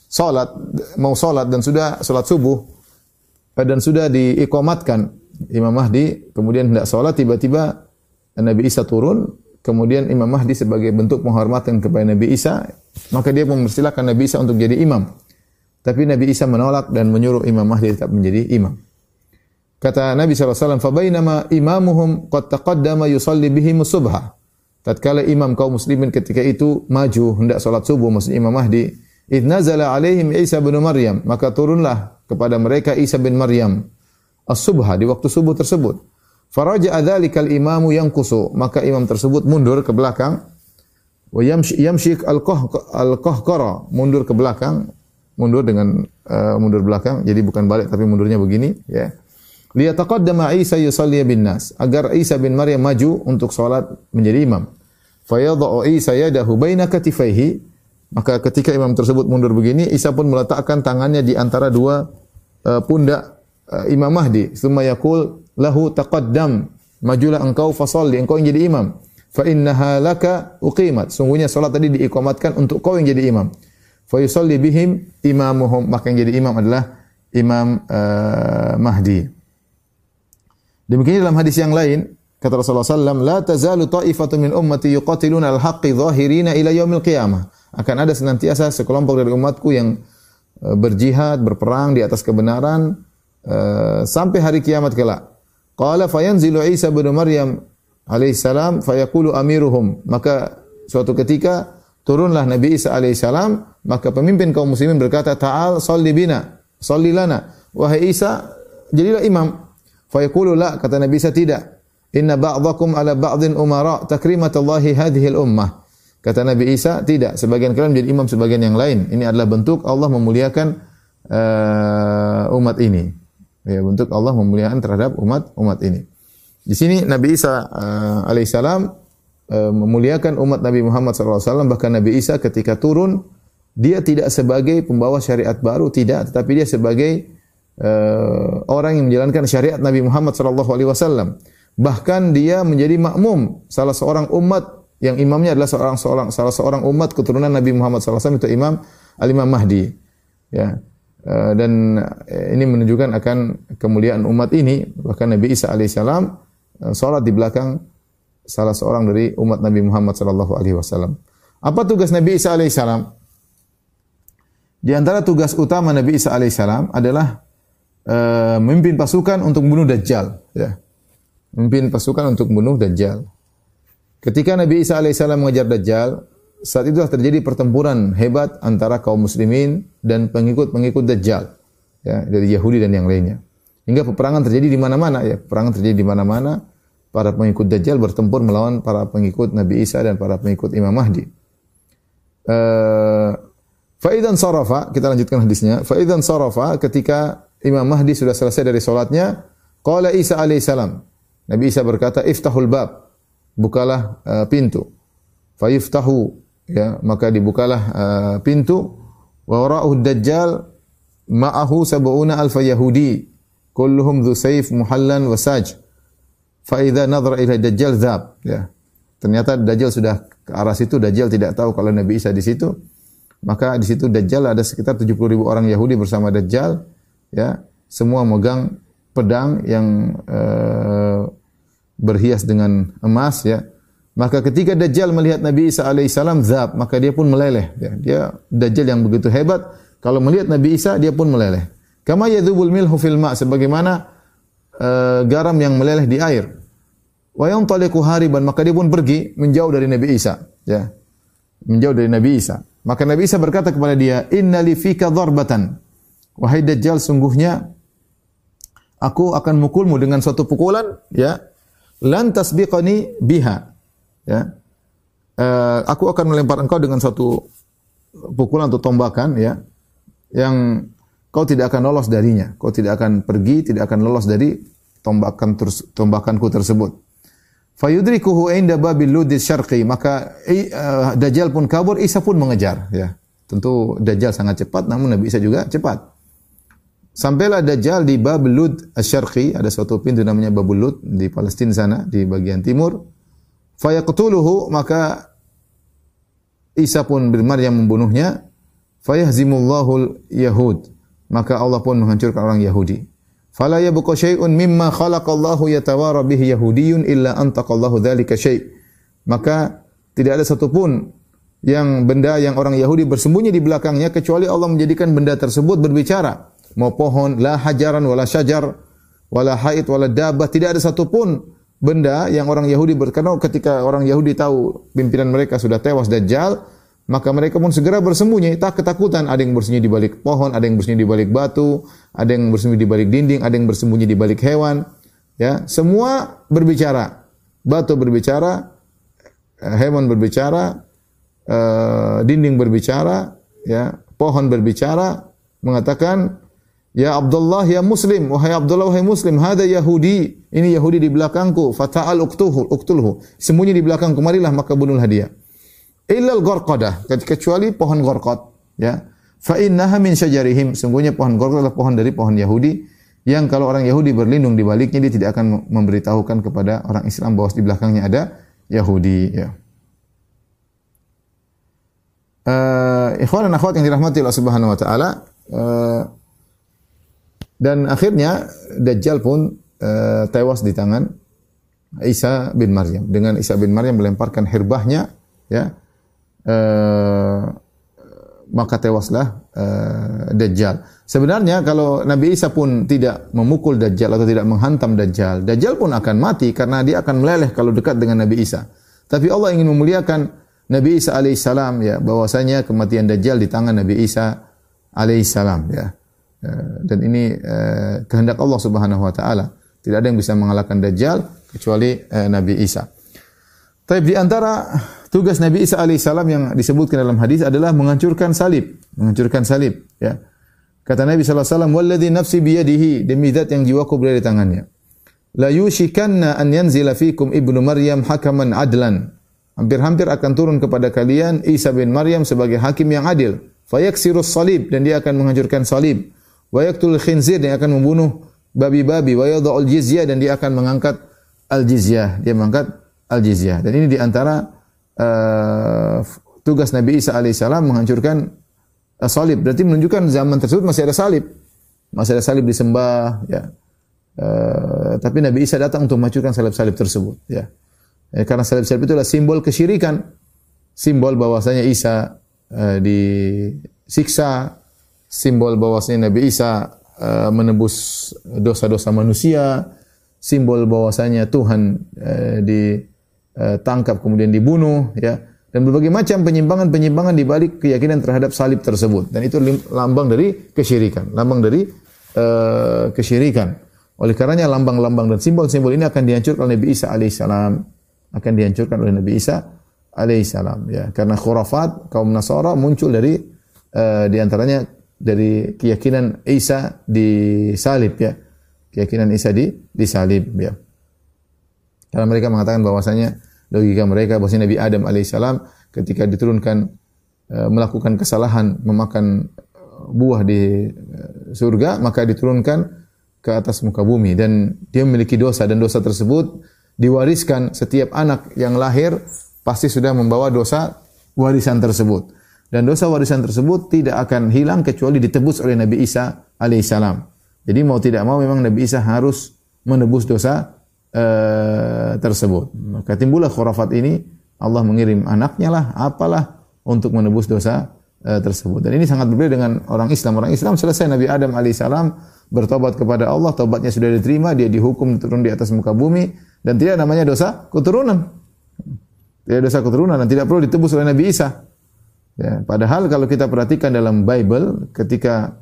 mau salat dan sudah salat subuh dan sudah diiqamatkan Imam Mahdi, kemudian hendak salat, tiba-tiba Nabi Isa turun. Kemudian Imam Mahdi sebagai bentuk penghormatan kepada Nabi Isa, maka dia mempersilahkan Nabi Isa untuk jadi imam. Tapi Nabi Isa menolak dan menyuruh Imam Mahdi tetap menjadi imam. Kata Nabi SAW, فَبَيْنَمَا إِمَامُهُمْ قَدْ تَقَدَّمَ يُصَلِّ بِهِمُ الصُّبْحَ. Tatkala imam kaum muslimin ketika itu maju hendak salat subuh, maksudnya Imam Mahdi, إِذْ نَزَلَ عَلَيْهِمْ Isa bin Maryam, maka turunlah kepada mereka Isa bin Maryam as-subha, di waktu subuh tersebut. فَرَجَعَ ذَلِكَ الْإِمَامُ يَنْقُصُ, maka imam tersebut mundur ke belakang. وَيَمْشِكْ الْقَهْقَرَ, mundur ke belakang, mundur belakang, jadi bukan balik tapi mundurnya begini, ya. Liyataqaddama Isa yusalli bin nas, agar Isa bin Maryam maju untuk salat menjadi imam. Fayadha'u Isa yadahu baina katifaihi, maka ketika imam tersebut mundur begini, Isa pun meletakkan tangannya di antara dua pundak Imam Mahdi. Tsumma yaqul lahu taqaddam, majulah engkau fasalli, engkau yang jadi imam. Fa innaha laka uqimat, sungguhnya salat tadi diiqamatkan untuk kau yang jadi imam. Fa yusalli bihim imamuhum, maka yang jadi imam adalah Imam Mahdi. Demikian dalam hadis yang lain, kata Rasulullah SAW, la tazalu ta'ifatu min ummati yuqatiluna al-haqqi zahirina ila yaumil qiyamah. Akan ada senantiasa sekelompok dari umatku yang berjihad, berperang di atas kebenaran sampai hari kiamat kelak. Qala fayanzilu Isa bin Maryam alaihissalam fayaqulu amiruhum, maka suatu ketika turunlah Nabi Isa alaihissalam, maka pemimpin kaum muslimin berkata, ta'al salli bina, salli lana, wahai Isa, jadilah imam. Fayaqulu la, kata Nabi Isa, tidak. Inna ba'dakum ala ba'din umara takrimatallahi hadhil ummah. Kata Nabi Isa, tidak, sebagian kalian menjadi imam sebagian yang lain. Ini adalah bentuk Allah memuliakan umat ini. Ya, bentuk Allah memuliakan terhadap umat ini. Di sini Nabi Isa alaihissalam memuliakan umat Nabi Muhammad SAW. Bahkan Nabi Isa ketika turun, dia tidak sebagai pembawa syariat baru, tidak, tetapi dia sebagai orang yang menjalankan syariat Nabi Muhammad SAW. Bahkan dia menjadi makmum salah seorang umat yang imamnya adalah salah seorang umat keturunan Nabi Muhammad SAW, itu Imam Mahdi. Ya. Dan ini menunjukkan akan kemuliaan umat ini. Bahkan Nabi Isa alaihissalam salat di belakang salah seorang dari umat Nabi Muhammad SAW. Apa tugas Nabi Isa alaihissalam? Di antara tugas utama Nabi Isa alaihissalam adalah memimpin pasukan untuk membunuh Dajjal. Ya. Memimpin pasukan untuk membunuh Dajjal. Ketika Nabi Isa alaihissalam mengejar Dajjal, saat itu terjadi pertempuran hebat antara kaum muslimin dan pengikut-pengikut Dajjal, ya, dari Yahudi dan yang lainnya. Hingga peperangan terjadi di mana-mana, ya. Peperangan terjadi di mana-mana. Para pengikut Dajjal bertempur melawan para pengikut Nabi Isa dan para pengikut Imam Mahdi. Fa'idan sarafa, kita lanjutkan hadisnya. Fa'idan sarafa, ketika Imam Mahdi sudah selesai dari salatnya, qala Isa alaihissalam, Nabi Isa berkata, iftahul bab, bukalah pintu. Fayuftahu, ya, maka dibukalah pintu. Wa wara'uhu Dajjal ma'ahu sab'una alfa Yahudi, kulluhum dhu sayf muhallan wa saj. Fa idza nadhara ila Dajjal dzab, ya. Ternyata Dajjal sudah ke arah situ, Dajjal tidak tahu kalau Nabi Isa di situ. Maka di situ Dajjal ada sekitar 70.000 orang Yahudi bersama Dajjal, ya. Semua megang pedang yang berhias dengan emas ya. Maka ketika Dajjal melihat Nabi Isa alaihissalam zab, maka dia pun meleleh ya. Dia Dajjal yang begitu hebat, kalau melihat Nabi Isa dia pun meleleh. Kama yadzubul milhu fil ma', sebagaimana garam yang meleleh di air. Wa yantaliqu hariban, maka dia pun pergi menjauh dari Nabi Isa ya. Menjauh dari Nabi Isa. Maka Nabi Isa berkata kepada dia, "Inna li fika dharbatan." Wahai Dajjal, sungguhnya aku akan mukulmu dengan suatu pukulan ya. Lan tasbiqani biha. Ya. Aku akan melempar engkau dengan suatu pukulan atau tombakan ya, yang kau tidak akan lolos darinya. Kau tidak akan pergi, tidak akan lolos dari tombakanku tersebut. Fayudrikuhu inda babil ludis syarqi, maka Dajjal pun kabur, Isa pun mengejar ya. Tentu Dajjal sangat cepat, namun Nabi Isa juga cepat. Sampailah Dajjal di Babul Lud Asy-Syarqi, ada suatu pintu namanya Babul Lud di Palestina sana, di bagian timur. Fayaqtuluhu, maka Isa pun bin Maryam membunuhnya. Fayahzimullahul Yahud, maka Allah pun menghancurkan orang Yahudi. Fala yabqa syai'un mimma khalaqallahu yatawara bihi yahudiyyun illa antaqallahu dzalika syai'. Maka tidak ada satupun benda yang orang Yahudi bersembunyi di belakangnya kecuali Allah menjadikan benda tersebut berbicara. Mau pohon, la hajaran wala syajar wala haid wala dabbah, tidak ada satupun benda yang orang Yahudi karena ketika orang Yahudi tahu pimpinan mereka sudah tewas Dajjal, maka mereka pun segera bersembunyi, tak ketakutan. Ada yang bersembunyi di balik pohon, ada yang bersembunyi di balik batu, ada yang bersembunyi di balik dinding, ada yang bersembunyi di balik hewan. Ya, semua berbicara. Batu berbicara, hewan berbicara, dinding berbicara, ya, pohon berbicara, mengatakan, "Ya Abdullah ya Muslim, wahai Abdullah wahai Muslim, hada Yahudi, ini Yahudi di belakangku, fata'al uqtulhu, sembunyi di belakangku, marilah maka bunuhlah dia." Illal gharqadah, kecuali pohon gharqad, ya. Fa innaha min syajarihim, sungguhnya pohon gharqad adalah pohon dari pohon Yahudi yang kalau orang Yahudi berlindung di baliknya dia tidak akan memberitahukan kepada orang Islam bahwa di belakangnya ada Yahudi, ya. Ikhwan dan akhwat yang dirahmati Allah Subhanahu wa taala, dan akhirnya Dajjal pun tewas di tangan Isa bin Maryam. Dengan Isa bin Maryam melemparkan hirbahnya, ya, maka tewaslah Dajjal. Sebenarnya kalau Nabi Isa pun tidak memukul Dajjal atau tidak menghantam Dajjal, Dajjal pun akan mati karena dia akan meleleh kalau dekat dengan Nabi Isa. Tapi Allah ingin memuliakan Nabi Isa alaihissalam, ya, bahwasanya kematian Dajjal di tangan Nabi Isa alaihissalam, ya. Dan ini kehendak Allah Subhanahu wa taala. Tidak ada yang bisa mengalahkan Dajjal kecuali Nabi Isa. Tapi di antara tugas Nabi Isa alaihissalam yang disebutkan dalam hadis adalah menghancurkan salib, ya. Kata Nabi sallallahu alaihi wasallam, "Walladzi nafsi biyadihi", demi zat yang jiwaku berada di tangannya. "La yushikanna an yanzila fikum ibnu Maryam hakaman adlan." Hampir-hampir akan turun kepada kalian Isa bin Maryam sebagai hakim yang adil. Fayaksirus salib, dan dia akan menghancurkan salib. Wa yaqtul khinzir, dia akan membunuh babi-babi. Wa yadha'ul jizyah, dan dia akan mengangkat al-jizyah. Dia mengangkat al-jizyah. Dan ini di antara tugas Nabi Isa alaihissalam menghancurkan salib. Berarti menunjukkan zaman tersebut masih ada salib. Masih ada salib disembah, ya. Tapi Nabi Isa datang untuk menghancurkan salib-salib tersebut, ya. Karena salib-salib itu adalah simbol kesyirikan. Simbol bahwasanya Isa disiksa, simbol bahwasanya Nabi Isa menebus dosa-dosa manusia, simbol bahwasanya Tuhan ditangkap kemudian dibunuh, ya, dan berbagai macam penyimpangan-penyimpangan di balik keyakinan terhadap salib tersebut. Dan itu lambang dari kesyirikan, kesyirikan. Oleh karenanya lambang-lambang dan simbol-simbol ini akan dihancurkan oleh Nabi Isa alaihissalam, ya. Karena khurafat kaum Nasara muncul dari di antaranya dari keyakinan Isa disalib, ya. Keyakinan Isa disalib, ya. Karena mereka mengatakan bahwasanya logika mereka bahwasanya Nabi Adam alaihissalam ketika diturunkan melakukan kesalahan memakan buah di surga, maka diturunkan ke atas muka bumi dan dia memiliki dosa, dan dosa tersebut diwariskan. Setiap anak yang lahir pasti sudah membawa dosa warisan tersebut, dan dosa warisan tersebut tidak akan hilang kecuali ditebus oleh Nabi Isa alaihissalam. Jadi mau tidak mau memang Nabi Isa harus menebus dosa tersebut. Maka timbullah khurafat ini, Allah mengirim anaknya lah, apalah untuk menebus dosa tersebut. Dan ini sangat berbeda dengan orang Islam. Orang Islam selesai Nabi Adam alaihissalam bertobat kepada Allah, tobatnya sudah diterima, dia dihukum turun di atas muka bumi dan tidak namanya dosa keturunan. Tidak dosa keturunan dan tidak perlu ditebus oleh Nabi Isa. Ya, padahal kalau kita perhatikan dalam Bible ketika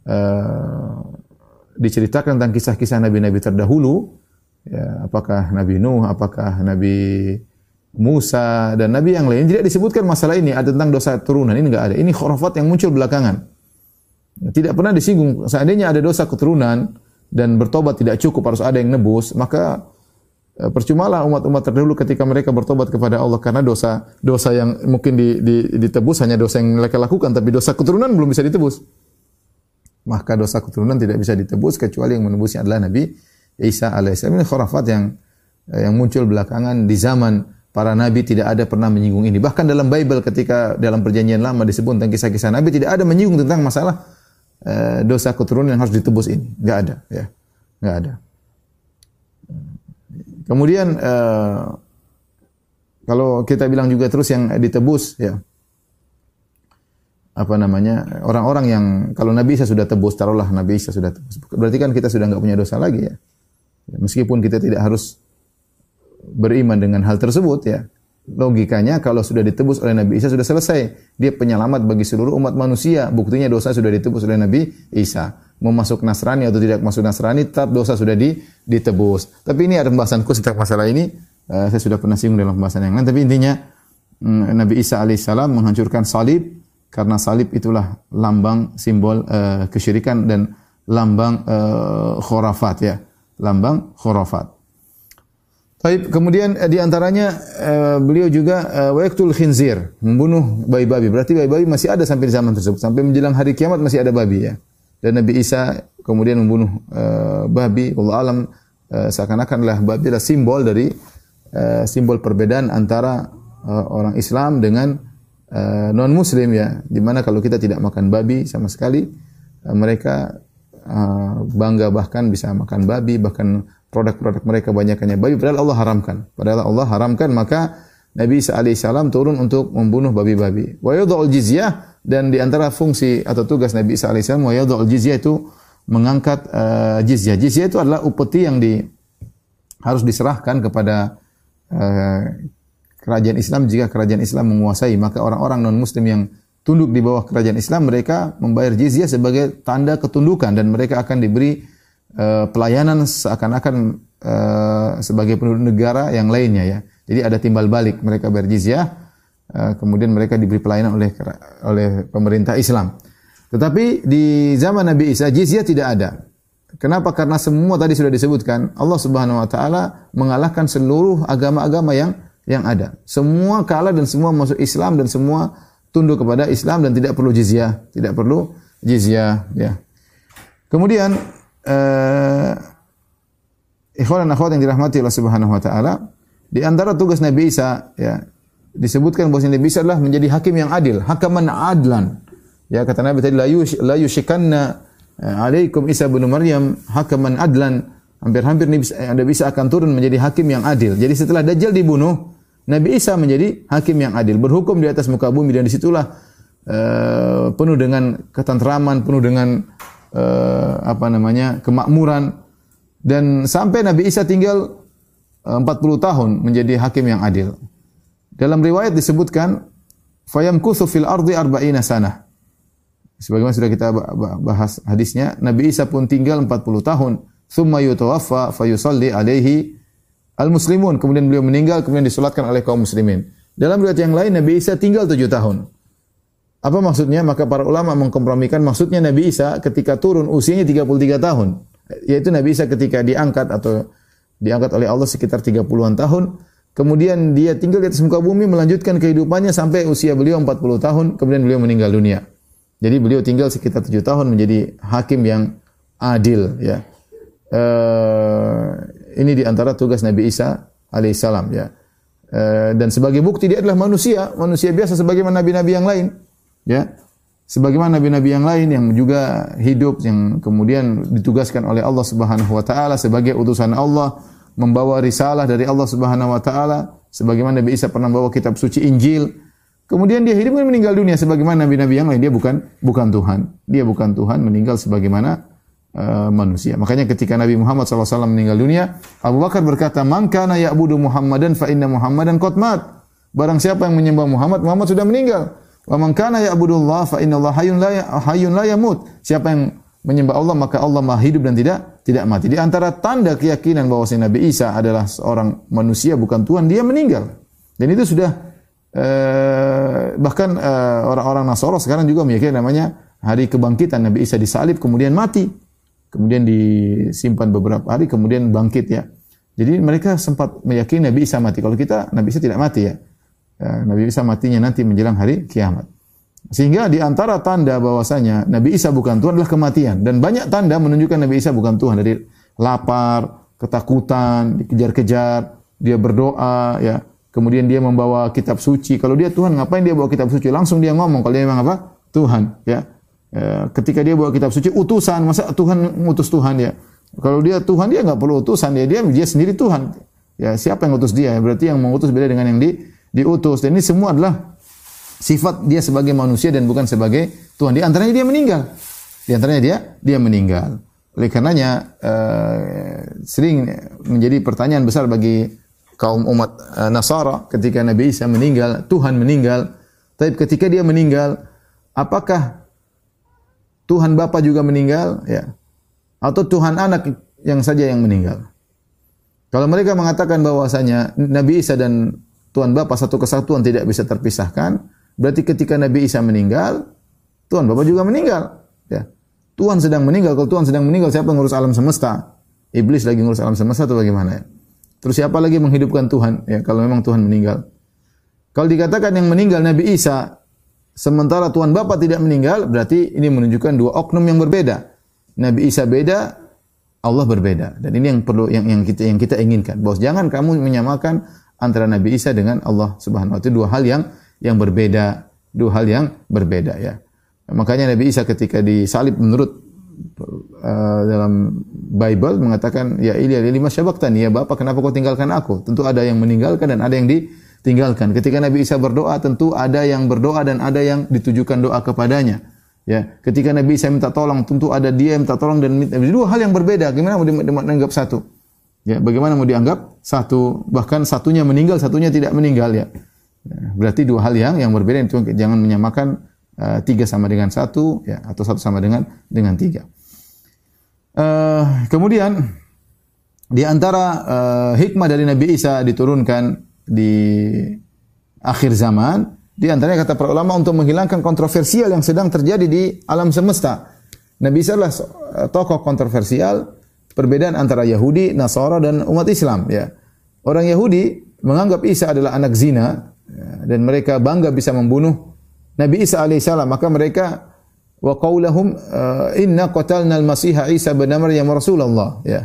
diceritakan tentang kisah-kisah nabi-nabi terdahulu, ya, apakah Nabi Nuh, apakah Nabi Musa dan nabi yang lain, tidak disebutkan masalah ini ada tentang dosa keturunan. Ini enggak ada. Ini khurafat yang muncul belakangan. Tidak pernah disinggung. Seandainya ada dosa keturunan dan bertobat tidak cukup, harus ada yang nebus, maka percumalah umat-umat terdahulu ketika mereka bertobat kepada Allah, karena dosa yang mungkin ditebus hanya dosa yang mereka lakukan, tapi dosa keturunan belum bisa ditebus. Maka dosa keturunan tidak bisa ditebus kecuali yang menebusnya adalah Nabi Isa alaihissalam. Ini khurafat yang muncul belakangan di zaman para nabi, tidak ada pernah menyinggung ini. Bahkan dalam Bible ketika dalam perjanjian lama disebut tentang kisah-kisah nabi, tidak ada menyinggung tentang masalah dosa keturunan yang harus ditebus ini. Enggak ada, ya. Enggak ada. Kemudian kalau kita bilang juga terus yang ditebus, ya, apa namanya, orang-orang yang kalau Nabi Isa sudah tebus, taruhlah Nabi Isa sudah tebus, berarti kan kita sudah enggak punya dosa lagi, ya. Meskipun kita tidak harus beriman dengan hal tersebut, ya. Logikanya kalau sudah ditebus oleh Nabi Isa sudah selesai. Dia penyelamat bagi seluruh umat manusia. Buktinya dosa sudah ditebus oleh Nabi Isa. Mau masuk Nasrani atau tidak masuk Nasrani, tetap dosa sudah ditebus. Tapi ini ada pembahasan khusus tentang masalah ini. Saya sudah pernah singgung dalam pembahasan yang lain. Tapi intinya Nabi Isa alaihissalam menghancurkan salib, karena salib itulah lambang simbol kesyirikan dan lambang khurafat, ya. Lambang khurafat. Baik, kemudian di antaranya beliau juga waqtul khinzir, membunuh babi-babi. Berarti babi-babi masih ada sampai di zaman tersebut. Sampai menjelang hari kiamat masih ada babi, ya. Dan Nabi Isa kemudian membunuh babi. Wallahu alam, seakan-akanlah babi adalah simbol dari simbol perbedaan antara orang Islam dengan non muslim, ya. Di mana kalau kita tidak makan babi sama sekali, mereka bangga bahkan bisa makan babi, bahkan produk-produk mereka banyakannya babi, padahal Allah haramkan. Padahal Allah haramkan, maka Nabi Isa alaihissalam turun untuk membunuh babi-babi. Wa yadha'ul jizyah, dan di antara fungsi atau tugas Nabi Isa alaihissalam, wa yadha'ul jizyah, itu mengangkat jizyah. Jizyah itu adalah upeti yang harus diserahkan kepada kerajaan Islam. Jika kerajaan Islam menguasai, maka orang-orang non-muslim yang tunduk di bawah kerajaan Islam, mereka membayar jizyah sebagai tanda ketundukan, dan mereka akan diberi pelayanan seakan-akan sebagai penduduk negara yang lainnya, ya. Jadi ada timbal balik, mereka bayar jizyah, kemudian mereka diberi pelayanan oleh pemerintah Islam. Tetapi di zaman Nabi Isa jizyah tidak ada. Kenapa? Karena semua tadi sudah disebutkan, Allah Subhanahu wa taala mengalahkan seluruh agama-agama yang ada. Semua kalah dan semua masuk Islam dan semua tunduk kepada Islam dan tidak perlu jizyah, ya. Kemudian ikhwan dan akhwat yang dirahmati Allah Subhanahu wa taala, di antara tugas Nabi Isa, ya, disebutkan bahwa Nabi Isa adalah menjadi hakim yang adil, hakaman adlan. Ya, kata Nabi tadi, la yushikanna alaikum Isa bin Maryam hakaman adlan. Hampir-hampir Nabi Isa akan turun menjadi hakim yang adil. Jadi setelah Dajjal dibunuh, Nabi Isa menjadi hakim yang adil, berhukum di atas muka bumi, dan disitulah penuh dengan ketentraman, penuh dengan kemakmuran, dan sampai Nabi Isa tinggal 40 tahun menjadi hakim yang adil. Dalam riwayat disebutkan fayamkuthu fil ardi 40 sanah. Sebagaimana sudah kita bahas hadisnya, Nabi Isa pun tinggal 40 tahun, thumma yutawaffa fayusalli alaihi al-muslimun. Kemudian beliau meninggal, kemudian disolatkan oleh kaum muslimin. Dalam riwayat yang lain Nabi Isa tinggal 7 tahun. Apa maksudnya? Maka para ulama mengkompromikan, maksudnya Nabi Isa ketika turun usianya 33 tahun. Yaitu Nabi Isa ketika diangkat oleh Allah sekitar 30-an tahun. Kemudian dia tinggal di atas muka bumi, melanjutkan kehidupannya sampai usia beliau 40 tahun. Kemudian beliau meninggal dunia. Jadi beliau tinggal sekitar 7 tahun menjadi hakim yang adil, ya. Ini di antara tugas Nabi Isa alaihissalam, ya. Dan sebagai bukti dia adalah manusia biasa sebagaimana nabi-nabi yang lain. Ya. sebagaimana nabi-nabi yang lain yang juga hidup, yang kemudian ditugaskan oleh Allah Subhanahu wa taala sebagai utusan Allah, membawa risalah dari Allah Subhanahu wa taala, sebagaimana Nabi Isa pernah membawa kitab suci Injil. Kemudian dia hidup dan meninggal dunia sebagaimana nabi-nabi yang lain. Dia bukan Tuhan. Dia bukan Tuhan, meninggal sebagaimana manusia. Makanya ketika Nabi Muhammad SAW meninggal dunia, Abu Bakar berkata, "Man kana ya'budu Muhammadan fa inna Muhammadan qad mat." Barang siapa yang menyembah Muhammad, Muhammad sudah meninggal. Wa man kana ya'budullah fa inna Allah hayyun la yamut. Siapa yang menyembah Allah, maka Allah Maha hidup dan tidak mati. Di antara tanda keyakinan bahwa Nabi Isa adalah seorang manusia bukan Tuhan, dia meninggal. Dan itu sudah bahkan orang-orang Nasara sekarang juga meyakini namanya hari kebangkitan. Nabi Isa disalib kemudian mati. Kemudian disimpan beberapa hari kemudian bangkit ya. Jadi mereka sempat meyakini Nabi Isa mati. Kalau kita Nabi Isa tidak mati ya. Nabi Isa matinya nanti menjelang hari kiamat. Sehingga di antara tanda bahwasanya Nabi Isa bukan Tuhan adalah kematian, dan banyak tanda menunjukkan Nabi Isa bukan Tuhan, dari lapar, ketakutan, dikejar-kejar, dia berdoa ya. Kemudian dia membawa kitab suci. Kalau dia Tuhan, ngapain dia bawa kitab suci? Langsung dia ngomong kalau dia memang apa? Tuhan ya. Ketika dia bawa kitab suci, utusan, masa Tuhan ngutus Tuhan ya? Kalau dia Tuhan, dia enggak perlu utusan, dia sendiri Tuhan. Ya, siapa yang utus dia? Berarti yang mengutus beda dengan yang diutus. Dan ini semua adalah sifat dia sebagai manusia dan bukan sebagai Tuhan. Di antaranya dia meninggal. Dia meninggal. Oleh karenanya sering menjadi pertanyaan besar bagi kaum umat Nasara ketika Nabi Isa meninggal, Tuhan meninggal. Tapi ketika dia meninggal, apakah Tuhan Bapa juga meninggal? Ya. Atau Tuhan Anak yang saja yang meninggal? Kalau mereka mengatakan bahwasanya Nabi Isa dan Tuhan Bapa satu kesatuan tidak bisa terpisahkan, berarti ketika Nabi Isa meninggal, Tuhan Bapa juga meninggal. Ya. Tuhan sedang meninggal. Kalau Tuhan sedang meninggal, siapa yang ngurus alam semesta? Iblis lagi ngurus alam semesta atau bagaimana ya? Terus siapa lagi menghidupkan Tuhan? Ya, kalau memang Tuhan meninggal. Kalau dikatakan yang meninggal Nabi Isa, sementara Tuhan Bapa tidak meninggal, berarti ini menunjukkan dua oknum yang berbeda. Nabi Isa beda, Allah berbeda. Dan ini yang perlu yang kita inginkan. Bahwa jangan kamu menyamakan antara Nabi Isa dengan Allah Subhanahu wa taala. Itu dua hal yang berbeda, ya. Makanya Nabi Isa ketika disalib menurut dalam Bible mengatakan, ya Ilya lima syabaqtani, ya Bapa kenapa kau tinggalkan aku? Tentu ada yang meninggalkan dan ada yang ditinggalkan. Ketika Nabi Isa berdoa, tentu ada yang berdoa dan ada yang ditujukan doa kepadanya. Ya, ketika Nabi Isa minta tolong, tentu ada dia yang minta tolong dan dua hal yang berbeda. Gimana mau dianggap satu? Ya, bagaimana mau dianggap satu? Bahkan satunya meninggal, satunya tidak meninggal ya. Berarti dua hal yang berbeda. Itu jangan menyamakan tiga sama dengan satu, ya, atau satu sama dengan tiga. Kemudian di antara hikmah dari Nabi Isa diturunkan di akhir zaman, di antaranya kata para ulama untuk menghilangkan kontroversial yang sedang terjadi di alam semesta. Nabi Isa adalah tokoh kontroversial, perbedaan antara Yahudi, Nasara dan umat Islam. Ya, orang Yahudi menganggap Isa adalah anak zina, dan mereka bangga bisa membunuh Nabi Isa alaihissalam. Maka mereka wa qaulahum inna qatalna al-Masiha Isa bin Maryam Rasulullah. Ya.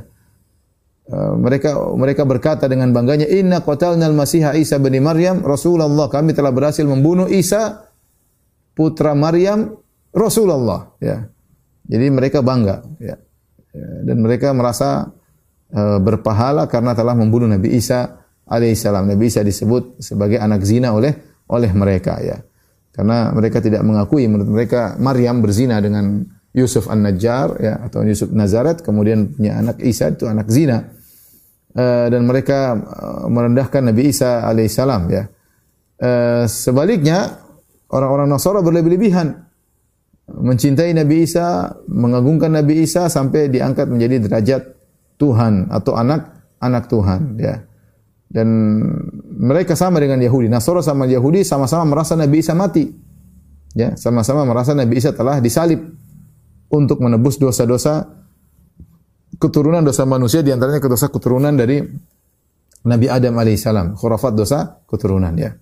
Mereka berkata dengan bangganya, inna qatalna al-Masiha Isa bin Maryam Rasulullah. Kami telah berhasil membunuh Isa putra Maryam Rasulullah. Ya. Jadi mereka bangga. Ya. Dan mereka merasa berpahala karena telah membunuh Nabi Isa alaihissalam. Nabi Isa disebut sebagai anak zina oleh mereka ya. Karena mereka tidak mengakui, menurut mereka Maryam berzina dengan Yusuf An-Najjar ya, atau Yusuf Nazaret, kemudian punya anak Isa itu anak zina. Dan mereka merendahkan Nabi Isa alaihissalam ya. Sebaliknya orang-orang Nasara berlebih-lebihan mencintai Nabi Isa, mengagungkan Nabi Isa sampai diangkat menjadi derajat Tuhan atau anak Tuhan ya. Dan mereka sama dengan Yahudi. Nasara sama Yahudi sama-sama merasa Nabi Isa mati. Ya, sama-sama merasa Nabi Isa telah disalib untuk menebus dosa-dosa keturunan dosa manusia, di antaranya dosa keturunan dari Nabi Adam alaihissalam. Khurafat dosa keturunan ya.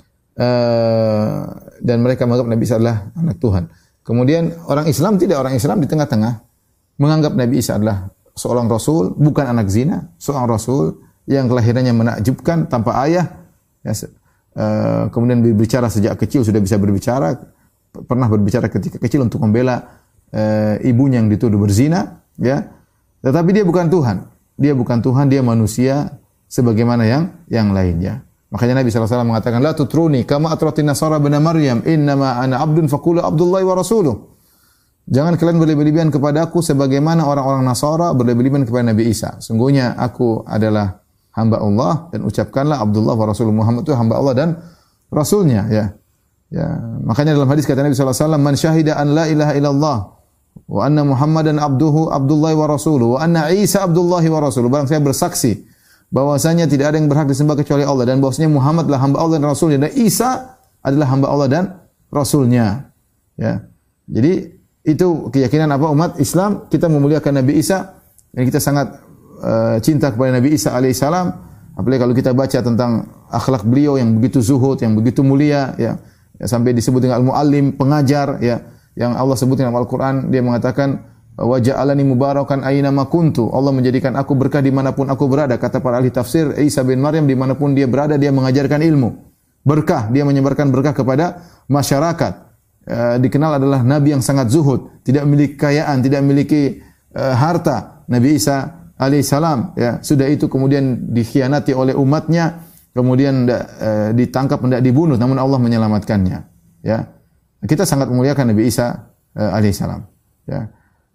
Dan mereka menganggap Nabi Isa adalah anak Tuhan. Kemudian orang Islam tidak, orang Islam di tengah-tengah menganggap Nabi Isa adalah seorang rasul, bukan anak zina, seorang rasul yang kelahirannya menakjubkan tanpa ayah, ya, kemudian berbicara sejak kecil sudah bisa berbicara, pernah berbicara ketika kecil untuk membela ibunya yang dituduh berzina, ya. Tetapi dia bukan Tuhan. Dia bukan Tuhan, dia manusia sebagaimana yang lainnya. Makanya Nabi SAW mengatakan, la tutruni kama atratin nasara bana Maryam, innama ana abdun faqulu Abdullahi wa rasuluh. Jangan kalian berlebih-lebihan kepada aku sebagaimana orang-orang Nasara berlebih-lebihan kepada Nabi Isa. Sungguhnya aku adalah hamba Allah dan ucapkanlah Abdullah wa Rasulullah. Muhammad itu hamba Allah dan Rasulnya, ya. Ya, makanya dalam hadis kata Nabi SAW, man syahida an la ilaha illallah wa anna Muhammadan abduhu Abdullah wa rasuluh wa anna Isa Abdullah wa rasuluh. Barang saya bersaksi bahwasanya tidak ada yang berhak disembah kecuali Allah dan bahwasanya Muhammad adalah hamba Allah dan Rasulnya dan Isa adalah hamba Allah dan Rasulnya. Ya. Jadi itu keyakinan apa umat Islam, kita memuliakan Nabi Isa dan kita sangat cinta kepada Nabi Isa alaihissalam. Apalagi kalau kita baca tentang akhlak beliau yang begitu zuhud, yang begitu mulia, ya sampai disebut dengan al-muallim, pengajar, ya, yang Allah sebut dalam Al-Quran. Dia mengatakan wa ja'alani mubarakan aina ma kuntu. Allah menjadikan aku berkah dimanapun aku berada. Kata para ahli tafsir, Isa bin Maryam dimanapun dia berada dia mengajarkan ilmu, berkah, dia menyebarkan berkah kepada masyarakat. Dikenal adalah Nabi yang sangat zuhud, tidak memiliki kekayaan, tidak memiliki harta. Nabi Isa alaihissalam, ya, sudah itu kemudian dikhianati oleh umatnya, kemudian ditangkap, hendak dibunuh, namun Allah menyelamatkannya. Ya, kita sangat memuliakan Nabi Isa alaihissalam. Ya,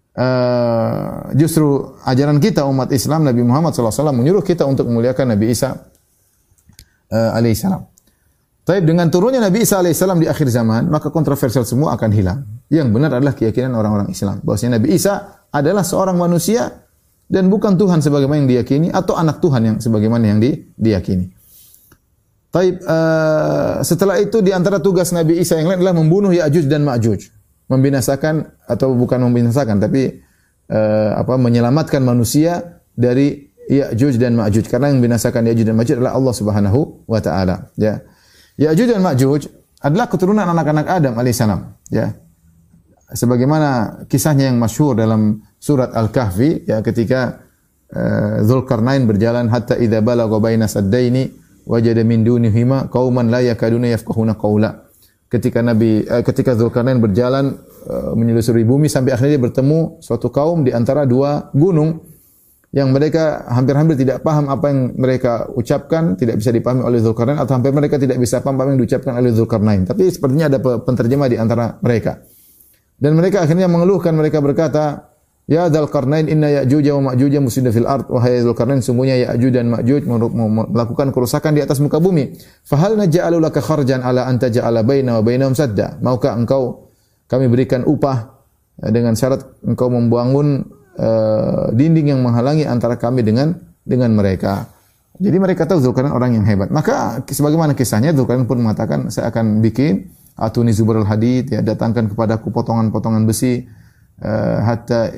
justru ajaran kita umat Islam, Nabi Muhammad SAW menyuruh kita untuk memuliakan Nabi Isa alaihissalam. Taib, dengan turunnya Nabi Isa alaihissalam di akhir zaman, maka kontroversial semua akan hilang. Yang benar adalah keyakinan orang-orang Islam bahwasanya Nabi Isa adalah seorang manusia dan bukan Tuhan sebagaimana yang diyakini, atau anak Tuhan yang sebagaimana yang diyakini. Taib, setelah itu di antara tugas Nabi Isa yang lain adalah membunuh Ya'juj dan Ma'juj, membinasakan atau bukan membinasakan tapi menyelamatkan manusia dari Ya'juj dan Ma'juj, karena yang membinasakan Ya'juj dan Ma'juj adalah Allah Subhanahu wa taala, ya. Ya'juj dan Ma'juj adalah keturunan anak-anak Adam alaihissalam, ya. Sebagaimana kisahnya yang masyhur dalam surat Al-Kahfi, ya, ketika Dzulkarnain berjalan hatta idza balagha baina saddaini wajada min dunihima qauman la yakaduna yafqahuna qaula. Ketika Dzulkarnain berjalan menyelusuri bumi sampai akhirnya dia bertemu suatu kaum di antara dua gunung yang mereka hampir-hampir tidak paham apa yang mereka ucapkan, tidak bisa dipahami oleh Dzulkarnain, atau hampir mereka tidak bisa paham apa yang diucapkan oleh Dzulkarnain. Tapi sepertinya ada penterjemah di antara mereka. Dan mereka akhirnya mengeluhkan, mereka berkata, ya Dzulkarnain inna Ya'juj wa Ma'juj mufsiduna fil ard. Wahai Dzulkarnain, sungguhnya Ya'juj dan Ma'juj melakukan kerusakan di atas muka bumi. Fa hal naj'alu laka kharjan ala an taj'ala baina wa bainahum sadda. Maukah engkau kami berikan upah dengan syarat engkau membangun dinding yang menghalangi antara kami dengan mereka. Jadi mereka tahu Dzulkarnain orang yang hebat. Maka sebagaimana kisahnya, Dzulkarnain pun mengatakan, saya akan bikin atuni zubarul hadid, ya, datangkan kepadaku potongan-potongan besi hatta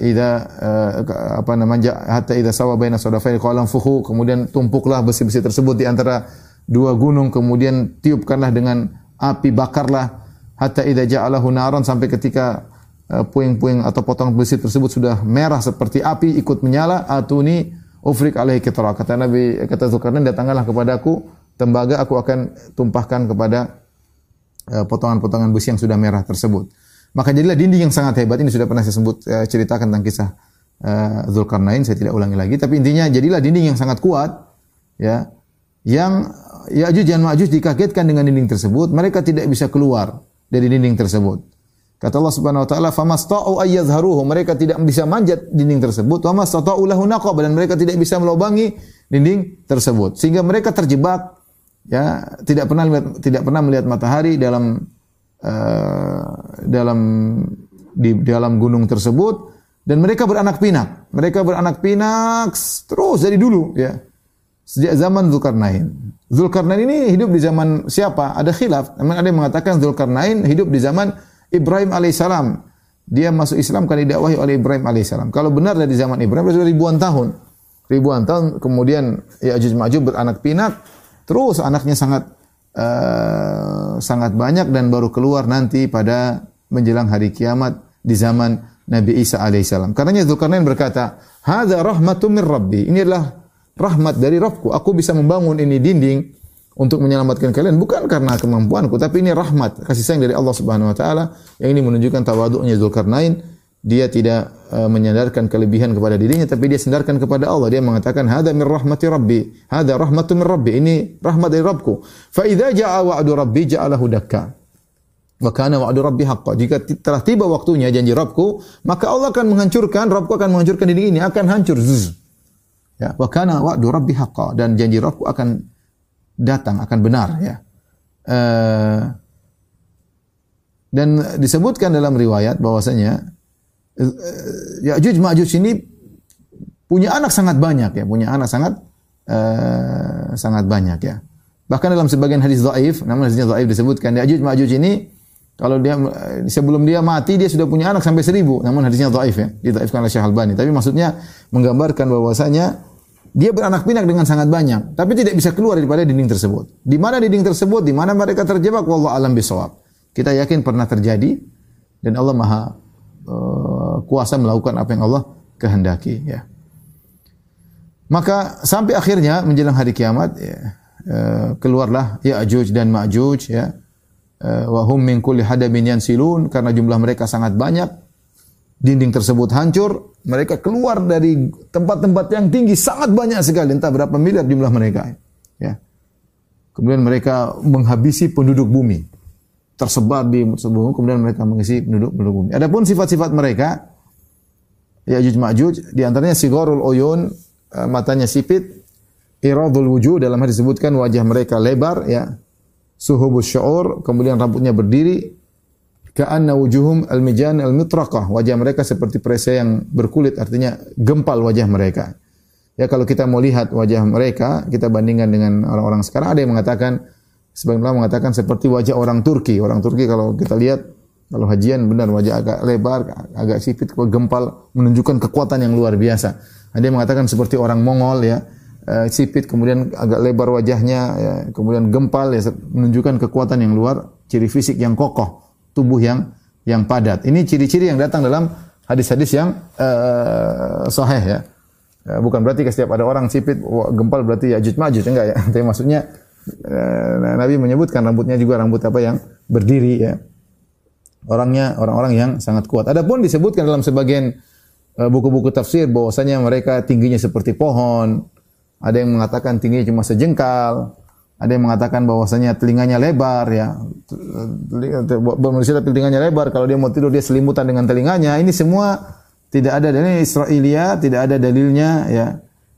idza sawa baina sadafail qalam fuhu, kemudian tumpuklah besi-besi tersebut di antara dua gunung, kemudian tiupkanlah dengan api, bakarlah hatta idza ja'alahu naran, sampai ketika puing-puing atau potong besi tersebut sudah merah seperti api ikut menyala, atuni ufrik alaihi qitra. Kata Dzulkarnain, datanglah kepadaku tembaga, aku akan tumpahkan kepada potongan-potongan besi yang sudah merah tersebut. Maka jadilah dinding yang sangat hebat. Ini sudah pernah saya ceritakan tentang kisah Dzulkarnain, saya tidak ulangi lagi, tapi intinya jadilah dinding yang sangat kuat, ya, yang Ya'juj dan Ma'juj dikagetkan dengan dinding tersebut, mereka tidak bisa keluar dari dinding tersebut. Kata Allah Subhanahu wa taala, "Famasta'u ayyazharuhu." Mereka tidak bisa manjat dinding tersebut. Wa mastata'u lahu naqab, dan mereka tidak bisa melobangi dinding tersebut. Sehingga mereka terjebak, ya, tidak pernah melihat matahari di dalam gunung tersebut, dan mereka beranak pinak. Mereka beranak pinak terus dari dulu, ya. Sejak zaman Dzulkarnain. Dzulkarnain ini hidup di zaman siapa? Ada khilaf. Ada yang mengatakan Dzulkarnain hidup di zaman Ibrahim alaihissalam. Dia masuk Islam karena didakwahi oleh Ibrahim alaihissalam. Kalau benar dari zaman Ibrahim, sudah ribuan tahun. Ribuan tahun kemudian Ya'juj Ma'juj beranak pinak, terus anaknya sangat banyak, dan baru keluar nanti pada menjelang hari kiamat di zaman Nabi Isa alaihissalam. Karenanya Dzulkarnain berkata, "Hadza rahmatun min Rabbi." Ini adalah rahmat dari Rabbku. Aku bisa membangun ini dinding untuk menyelamatkan kalian bukan karena kemampuanku, tapi ini rahmat, kasih sayang dari Allah Subhanahu wa taala. Yang ini menunjukkan tawadhu'nya Dzulkarnain. Dia tidak menyandarkan kelebihan kepada dirinya, tapi dia sandarkan kepada Allah. Dia mengatakan, "Hadza min rahmati Rabbi, hadza rahmatun min Rabbi." Ini rahmat dari Rabbku. Fa idza ja'a wa'du Rabbi ja'alahu dakka. Wa kana wa'du Rabbi haqqan. Jika telah tiba waktunya janji Rabbku, maka Allah akan menghancurkan, Rabbku akan menghancurkan diri ini, akan hancur. Ya, wa kana wa'du Rabbi haqqan, dan janji Rabbku akan datang, akan benar, ya. Dan disebutkan dalam riwayat bahwasanya Ya'juj Ma'juj ini punya anak sangat banyak, ya, punya anak sangat banyak, ya. Bahkan dalam sebagian hadis dhaif, namun hadisnya dhaif, disebutkan Ya'juj Ma'juj ini kalau dia sebelum dia mati dia sudah punya anak sampai 1000, namun hadisnya dhaif, ya, didhaifkan oleh Syekh Albani. Tapi maksudnya menggambarkan bahwasanya dia beranak pinak dengan sangat banyak, tapi tidak bisa keluar daripada dinding tersebut. Di mana dinding tersebut, di mana mereka terjebak, wallahu alam bisawab. Kita yakin pernah terjadi dan Allah Maha kuasa melakukan apa yang Allah kehendaki, ya. Maka sampai akhirnya menjelang hari kiamat, ya, keluarlah Ya'juj dan Ma'juj, ya. Wa hum min kulli hadabin yansilun, karena jumlah mereka sangat banyak, dinding tersebut hancur, mereka keluar dari tempat-tempat yang tinggi sangat banyak sekali, entah berapa miliar jumlah mereka, ya. Kemudian mereka menghabisi penduduk bumi. Tersebar di seluruh, kemudian mereka mengisi penduduk bumi. Adapun sifat-sifat mereka, Ya'juj Ma'juj, di antaranya sigharul uyun, matanya sipit, iradul wujuh, dalam hadis disebutkan wajah mereka lebar, ya, suhubus syu'ur, kemudian rambutnya berdiri, ka'anna wujuhum al-mijan al-mitraqah, wajah mereka seperti perisai yang berkulit, artinya gempal wajah mereka. Ya, kalau kita mau lihat wajah mereka, kita bandingkan dengan orang-orang sekarang, ada yang mengatakan, sebagian ulama mengatakan seperti wajah orang Turki. Orang Turki kalau kita lihat, kalau hajian benar wajah agak lebar, agak sipit, gempal, menunjukkan kekuatan yang luar biasa. Ada yang mengatakan seperti orang Mongol, ya, sipit, kemudian agak lebar wajahnya, ya, kemudian gempal, ya, menunjukkan kekuatan yang luar, ciri fisik yang kokoh, tubuh yang padat. Ini ciri-ciri yang datang dalam hadis-hadis yang sahih, ya. Bukan berarti setiap ada orang sipit, gempal berarti Ya'juj Ma'juj, enggak, ya. Tapi maksudnya Nabi menyebutkan rambutnya juga rambut apa yang berdiri, ya. Orang-orang yang sangat kuat. Adapun disebutkan dalam sebagian buku-buku tafsir bahwasanya mereka tingginya seperti pohon. Ada yang mengatakan tingginya cuma sejengkal. Ada yang mengatakan bahwasanya telinganya lebar, ya. Manusia tapi telinganya lebar. Kalau dia mau tidur dia selimutan dengan telinganya. Ini semua tidak ada dalilnya, Israiliyah, tidak ada dalilnya, ya.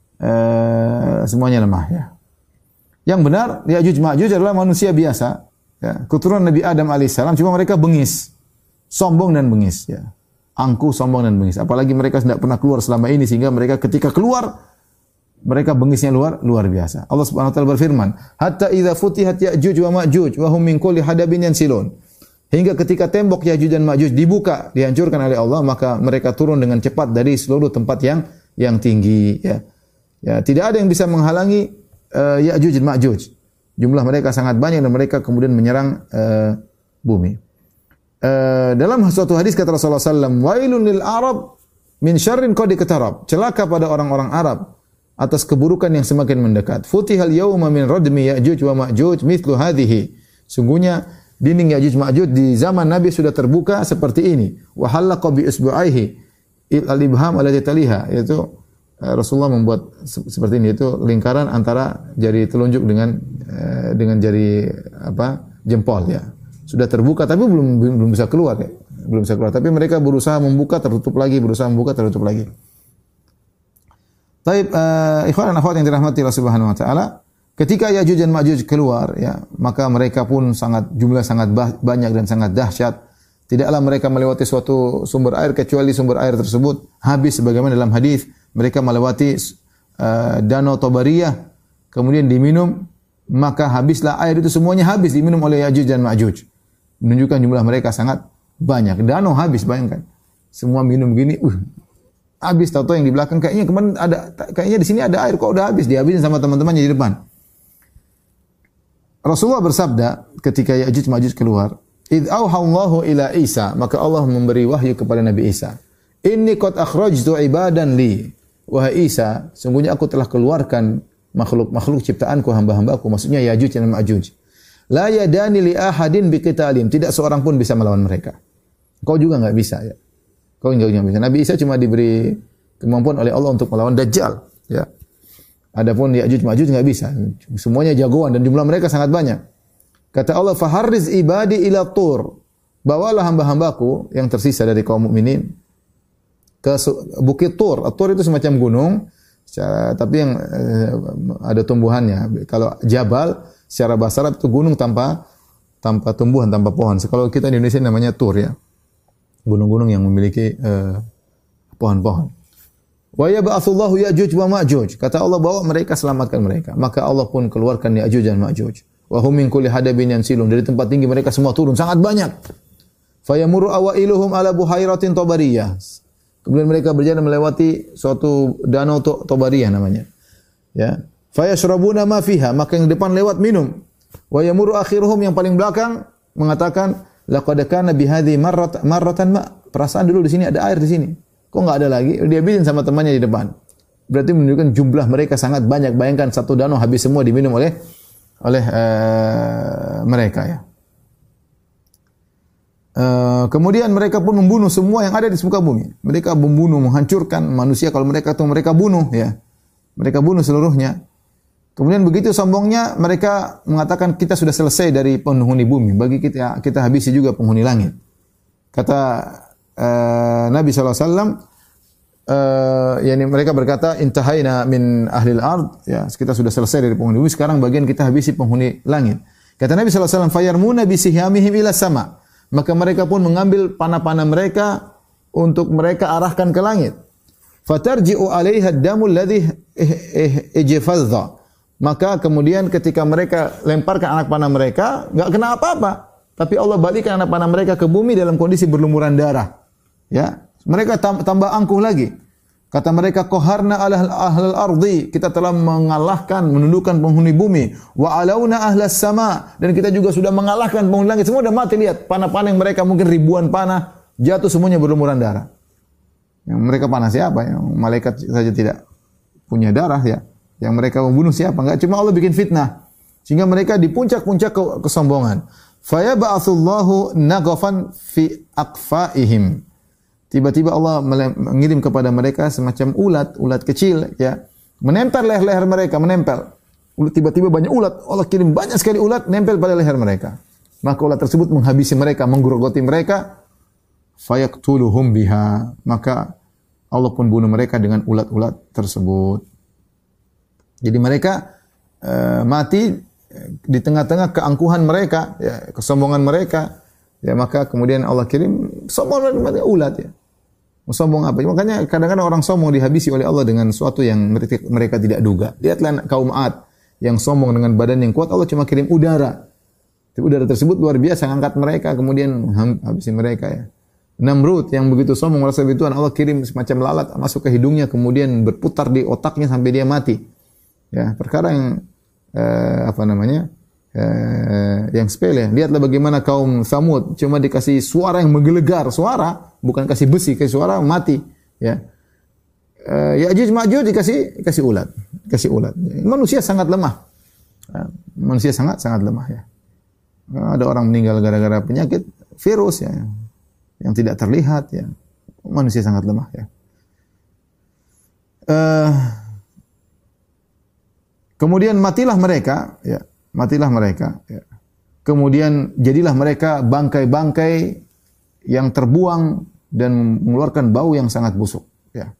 Semuanya lemah, ya. Yang benar, Ya'juj Ma'juj adalah manusia biasa, ya, keturunan Nabi Adam alaihissalam, cuma mereka bengis, sombong dan bengis, ya. Angkuh, sombong dan bengis. Apalagi mereka tidak pernah keluar selama ini, sehingga mereka ketika keluar, mereka bengisnya luar biasa. Allah Subhanahu wa taala berfirman, "Hatta idza futihat Ya'juj wa Ma'juj wa hum min kulli hadabin yansilun." Hingga ketika tembok Ya'juj dan Ma'juj dibuka, dihancurkan oleh Allah, maka mereka turun dengan cepat dari seluruh tempat yang tinggi, ya. Ya, tidak ada yang bisa menghalangi Ya'juj dan Ma'juj. Jumlah mereka sangat banyak dan mereka kemudian menyerang bumi. Dalam suatu hadis kata Rasulullah SAW, "Wailun lil Arab min syarrin qad iqtarab." Celaka pada orang-orang Arab atas keburukan yang semakin mendekat. "Futihal yawma min radmi Ya'juj wa Ma'juj mithlu hadhihi." Sungguhnya dinding Ya'juj Ma'juj di zaman Nabi sudah terbuka seperti ini. Wa halaqa bi isbu'aihi al-ibham allati taliha, yaitu Rasulullah membuat seperti ini, itu lingkaran antara jari telunjuk dengan jari jempol, ya. Sudah terbuka tapi belum bisa keluar, ya. Belum bisa keluar, tapi mereka berusaha membuka, tertutup lagi, berusaha membuka, tertutup lagi. Taib, ikhwan dan akhwat yang dirahmati Allah Subhanahu wa taala, ketika Ya'juj dan Ma'juj keluar, ya, maka mereka pun jumlah sangat banyak dan sangat dahsyat. Tidaklah mereka melewati suatu sumber air kecuali sumber air tersebut habis, sebagaimana dalam hadis mereka melewati danau Tabariyah, kemudian diminum, maka habislah air itu, semuanya habis diminum oleh Ya'juj dan Ma'juj. Menunjukkan jumlah mereka sangat banyak. Danau habis, bayangkan. Semua minum gini, habis. Tahu-tahu yang di belakang kayaknya di sini ada air, kok udah habis, dihabisin sama teman-temannya di depan. Rasulullah bersabda ketika Ya'juj Ma'juj keluar, "Idz auhallahu ila Isa", maka Allah memberi wahyu kepada Nabi Isa. "Inni qad akhrajtu ibadan li." Wahai Isa, sungguhnya aku telah keluarkan makhluk ciptaanku, hamba-hambaku. Maksudnya Yajuj dan Majuj. La yadani li ahadin biqitalihim. Tidak seorang pun bisa melawan mereka. Kau juga enggak bisa ya. Kau enggak bisa. Nabi Isa cuma diberi kemampuan oleh Allah untuk melawan Dajjal, ya. Adapun Yajuj Majuj enggak bisa. Semuanya jagoan dan jumlah mereka sangat banyak. Kata Allah, "Faharriz ibadi ila tur." Bawalah hamba-hambaku yang tersisa dari kaum mukminin ke Bukit Tur. Tur itu semacam gunung, tapi yang ada tumbuhannya. Kalau Jabal secara bahasa Arab itu gunung tanpa tumbuhan, tanpa pohon. Kalau kita di Indonesia namanya Tur ya. Gunung-gunung yang memiliki pohon-pohon. Wa yab'atsullahu Ya'juj wa Ma'juj. Kata Allah, bawa mereka, selamatkan mereka. Maka Allah pun keluarkan Ya'juj dan Ma'juj. Wa hum min kulli hadabin yansilun. Dari tempat tinggi mereka semua turun, sangat banyak. Fayamurru awailuhum ala buhairatin Tabariyah. Kemudian mereka berjalan melewati suatu danau Tabariyah namanya. Ya. Fayashrabuna ma fiha, maka yang depan lewat minum. Wa yamurru akhiruhum, yang paling belakang mengatakan, laqad kana bihadhi marratan ma. Perasaan dulu di sini ada air di sini. Kok enggak ada lagi? Dia habisin sama temannya di depan. Berarti menunjukkan jumlah mereka sangat banyak. Bayangkan satu danau habis semua diminum oleh mereka ya. Kemudian mereka pun membunuh semua yang ada di muka bumi. Mereka membunuh, menghancurkan manusia. Kalau mereka bunuh ya. Mereka bunuh seluruhnya. Kemudian begitu sombongnya mereka mengatakan kita sudah selesai dari penghuni bumi. Bagi kita habisi juga penghuni langit. Kata Nabi SAW, yani mereka berkata intahaina min ahlil ard, ya kita sudah selesai dari penghuni bumi. Sekarang bagian kita habisi penghuni langit. Kata Nabi SAW, fayarmuna bisihamihim ila sama. Maka mereka pun mengambil panah-panah mereka untuk mereka arahkan ke langit. Fatarji'u 'alaiha ad-damul ladzi ijfadha. Maka kemudian ketika mereka lemparkan anak panah mereka, enggak kena apa-apa. Tapi Allah balikkan anak panah mereka ke bumi dalam kondisi berlumuran darah. Ya, mereka tambah angkuh lagi. Kata mereka, qaharna ahlal ardi, kita telah mengalahkan, menundukkan penghuni bumi. Wa alauna ahlas sama, dan kita juga sudah mengalahkan penghuni langit. Semua sudah mati, lihat panah-panah yang mereka mungkin ribuan panah jatuh semuanya berlumuran darah. Yang mereka panah siapa? Yang malaikat saja tidak punya darah ya. Yang mereka membunuh siapa? Enggak, cuma Allah bikin fitnah sehingga mereka di puncak-puncak kesombongan. Fa yab'atsullahu naghafan fi aqfaihim. Tiba-tiba Allah mengirim kepada mereka semacam ulat kecil ya, menempel leher mereka, menempel. Tiba-tiba banyak ulat, Allah kirim banyak sekali ulat nempel pada leher mereka. Maka ulat tersebut menghabisi mereka, menggerogoti mereka. Fayaqtuluhum biha. Maka Allah pun bunuh mereka dengan ulat-ulat tersebut. Jadi mereka mati di tengah-tengah keangkuhan mereka, ya, kesombongan mereka. Ya, maka kemudian Allah kirim sombong ulat ya. Sombong apa? Makanya kadang-kadang orang sombong dihabisi oleh Allah dengan sesuatu yang mereka tidak duga. Lihatlah kaum 'Ad yang sombong dengan badan yang kuat, Allah cuma kirim udara. Udara tersebut luar biasa ngangkat mereka, kemudian habisin mereka ya. Namrud yang begitu sombong merasa lebih Tuhan, Allah kirim semacam lalat masuk ke hidungnya, kemudian berputar di otaknya sampai dia mati. Ya, perkara yang yang sepele. Lihatlah bagaimana kaum Tsamud cuma dikasih suara yang menggelegar, suara bukan kasih besi, kasih suara mati. Ya, Ya'juj Ma'juj dikasih ulat, Manusia sangat lemah. Manusia sangat lemah ya. Ada orang meninggal gara-gara penyakit virus ya, yang tidak terlihat ya. Manusia sangat lemah ya. Kemudian matilah mereka ya. Ya. Kemudian jadilah mereka bangkai-bangkai yang terbuang dan mengeluarkan bau yang sangat busuk. Ya.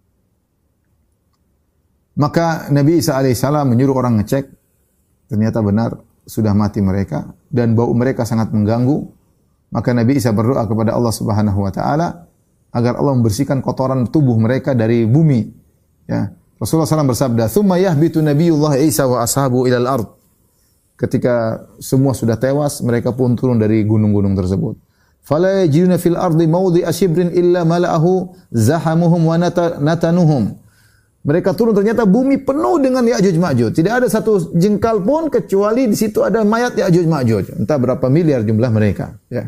Maka Nabi Isa alaihissalam menyuruh orang ngecek, ternyata benar sudah mati mereka dan bau mereka sangat mengganggu. Maka Nabi Isa berdoa kepada Allah Subhanahu wa taala agar Allah membersihkan kotoran tubuh mereka dari bumi. Ya. Rasulullah SAW bersabda, "Tsumma yahbitu Nabiyullah Isa wa ashabu ilal ard." Ketika semua sudah tewas, mereka pun turun dari gunung-gunung tersebut. Fala yajiduna fil ardi mawdi'a shibrin illa mala'ahu zahamuhum wa natanuhum. Mereka turun, ternyata bumi penuh dengan Ya'juj Ma'juj. Tidak ada satu jengkal pun kecuali di situ ada mayat Ya'juj Ma'juj. Entah berapa miliar jumlah mereka, ya.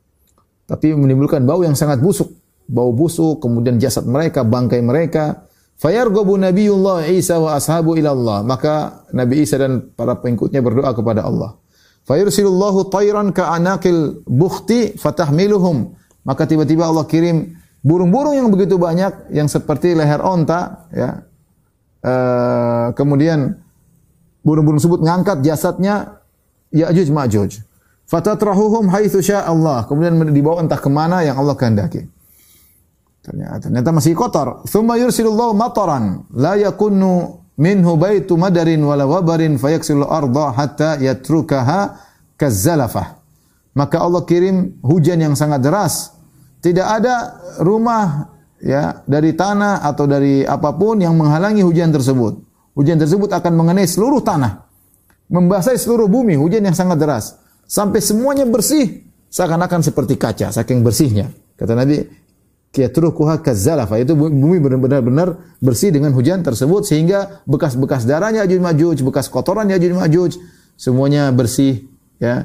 Tapi menimbulkan bau yang sangat busuk. Bau busuk, kemudian jasad mereka, bangkai mereka. Fayarghabu Nabiyullah Isa wa ashabu ila Allah. Maka Nabi Isa dan para pengikutnya berdoa kepada Allah. Fayursilullahu tayran ka'anaqil bukhti fatahmiluhum. Maka tiba-tiba Allah kirim burung-burung yang begitu banyak yang seperti leher onta, ya. Kemudian burung-burung tersebut mengangkat jasadnya Ya'juj Ma'juj. Fatatrahuhum haitsu syaa Allah. Kemudian dibawa entah ke mana yang Allah kehendaki. Ternyata masih kotor. Tsumma yursilullahu mataran la yakunu minhu baitu madarin wala wabarin fayaksilu arda hatta yatrukaha kazzalafah. Maka Allah kirim hujan yang sangat deras. Tidak ada rumah, ya, dari tanah atau dari apapun yang menghalangi hujan tersebut. Hujan tersebut akan mengenai seluruh tanah, membasahi seluruh bumi. Hujan yang sangat deras sampai semuanya bersih seakan-akan seperti kaca, saking bersihnya. Kata Nabi, Kiyatrukuha kazzalafa, itu bumi benar-benar bersih dengan hujan tersebut sehingga bekas-bekas darahnya Ya'juj Ma'juj, bekas kotoran Ya'juj Ma'juj semuanya bersih, ya,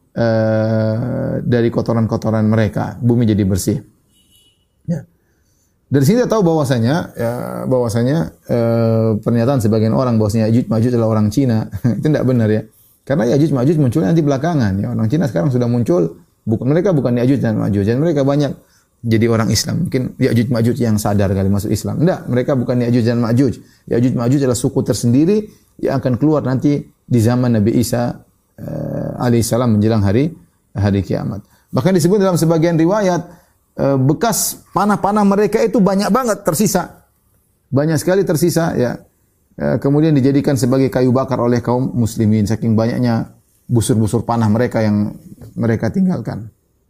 dari kotoran-kotoran mereka, bumi jadi bersih. Ya. Dari sini kita tahu bahwasanya pernyataan sebagian orang bahwasanya Ya'juj Ma'juj adalah orang Cina itu tidak benar, ya. Karena Ya'juj Ma'juj munculnya nanti belakangan, ya. Orang Cina sekarang sudah muncul, mereka bukan Ya'juj dan Ma'juj, dan mereka banyak jadi orang Islam. Mungkin Ya'juj Ma'juj yang sadar kali masuk Islam. Enggak, mereka bukan Ya'juj dan Ma'juj. Ya'juj Ma'juj adalah suku tersendiri yang akan keluar nanti di zaman Nabi Isa alaihissalam menjelang hari kiamat. Bahkan disebut dalam sebagian riwayat bekas panah-panah mereka itu banyak banget tersisa. Banyak sekali tersisa, ya. Kemudian dijadikan sebagai kayu bakar oleh kaum muslimin saking banyaknya busur-busur panah mereka yang mereka tinggalkan.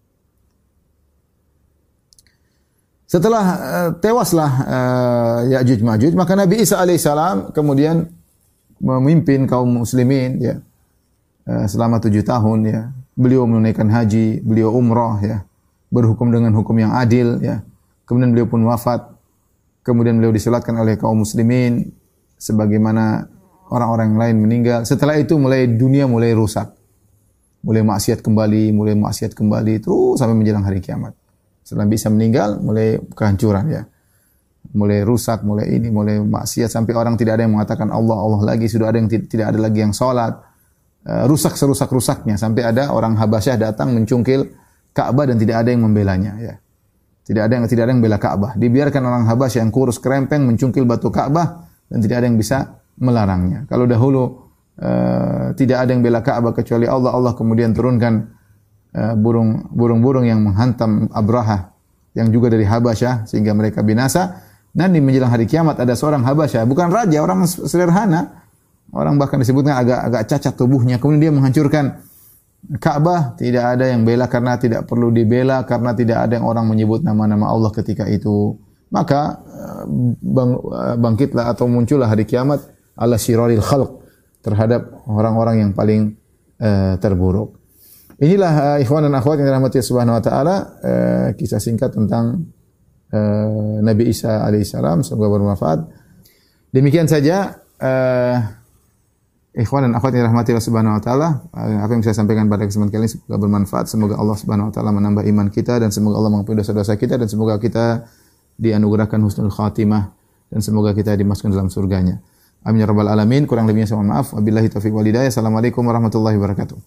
Setelah tewaslah Ya'juj Ma'juj, maka Nabi Isa alaihissalam kemudian memimpin kaum muslimin, ya, selama 7 tahun, ya. Beliau menunaikan haji, beliau umrah, ya, berhukum dengan hukum yang adil, ya. Kemudian beliau pun wafat. Kemudian beliau disolatkan oleh kaum muslimin sebagaimana orang-orang yang lain meninggal. Setelah itu dunia mulai rusak. Mulai maksiat kembali terus sampai menjelang hari kiamat. Setelah bisa meninggal, mulai kehancuran, ya. Mulai rusak, mulai maksiat sampai orang tidak ada yang mengatakan Allah lagi, sudah ada yang tidak ada lagi yang salat. Rusak serusak-rusaknya sampai ada orang Habasyah datang mencungkil Ka'bah dan tidak ada yang membelanya, ya. Tidak ada yang bela Ka'bah. Dibiarkan orang Habasyah yang kurus kerempeng mencungkil batu Ka'bah dan tidak ada yang bisa melarangnya. Kalau dahulu tidak ada yang bela Ka'bah kecuali Allah. Allah kemudian turunkan burung-burung yang menghantam Abraha yang juga dari Habasyah sehingga mereka binasa. Dan di menjelang hari kiamat ada seorang Habasyah, bukan raja, orang sederhana, orang bahkan disebutnya agak cacat tubuhnya, kemudian dia menghancurkan Ka'bah. Tidak ada yang bela karena tidak perlu dibela, karena tidak ada yang orang menyebut nama-nama Allah ketika itu. Maka bangkitlah atau muncullah hari kiamat ala syiraril khalq, terhadap orang-orang yang paling terburuk. Inilah ikhwan dan akhwat yang dirahmati Subhanahu wa taala, kisah singkat tentang Nabi Isa alaihissalam, semoga bermanfaat. Demikian saja ikhwan dan akhwat yang dirahmati Subhanahu wa taala, apa yang saya sampaikan pada kesempatan kali ini semoga bermanfaat. Semoga Allah Subhanahu wa taala menambah iman kita dan semoga Allah mengampuni dosa-dosa kita dan semoga kita dianugerahkan husnul khatimah dan semoga kita dimasukkan dalam surganya. Amin ya rabbal alamin. Kurang lebihnya saya mohon maaf. Wabillahi taufiq wal hidayah. Assalamualaikum warahmatullahi wabarakatuh.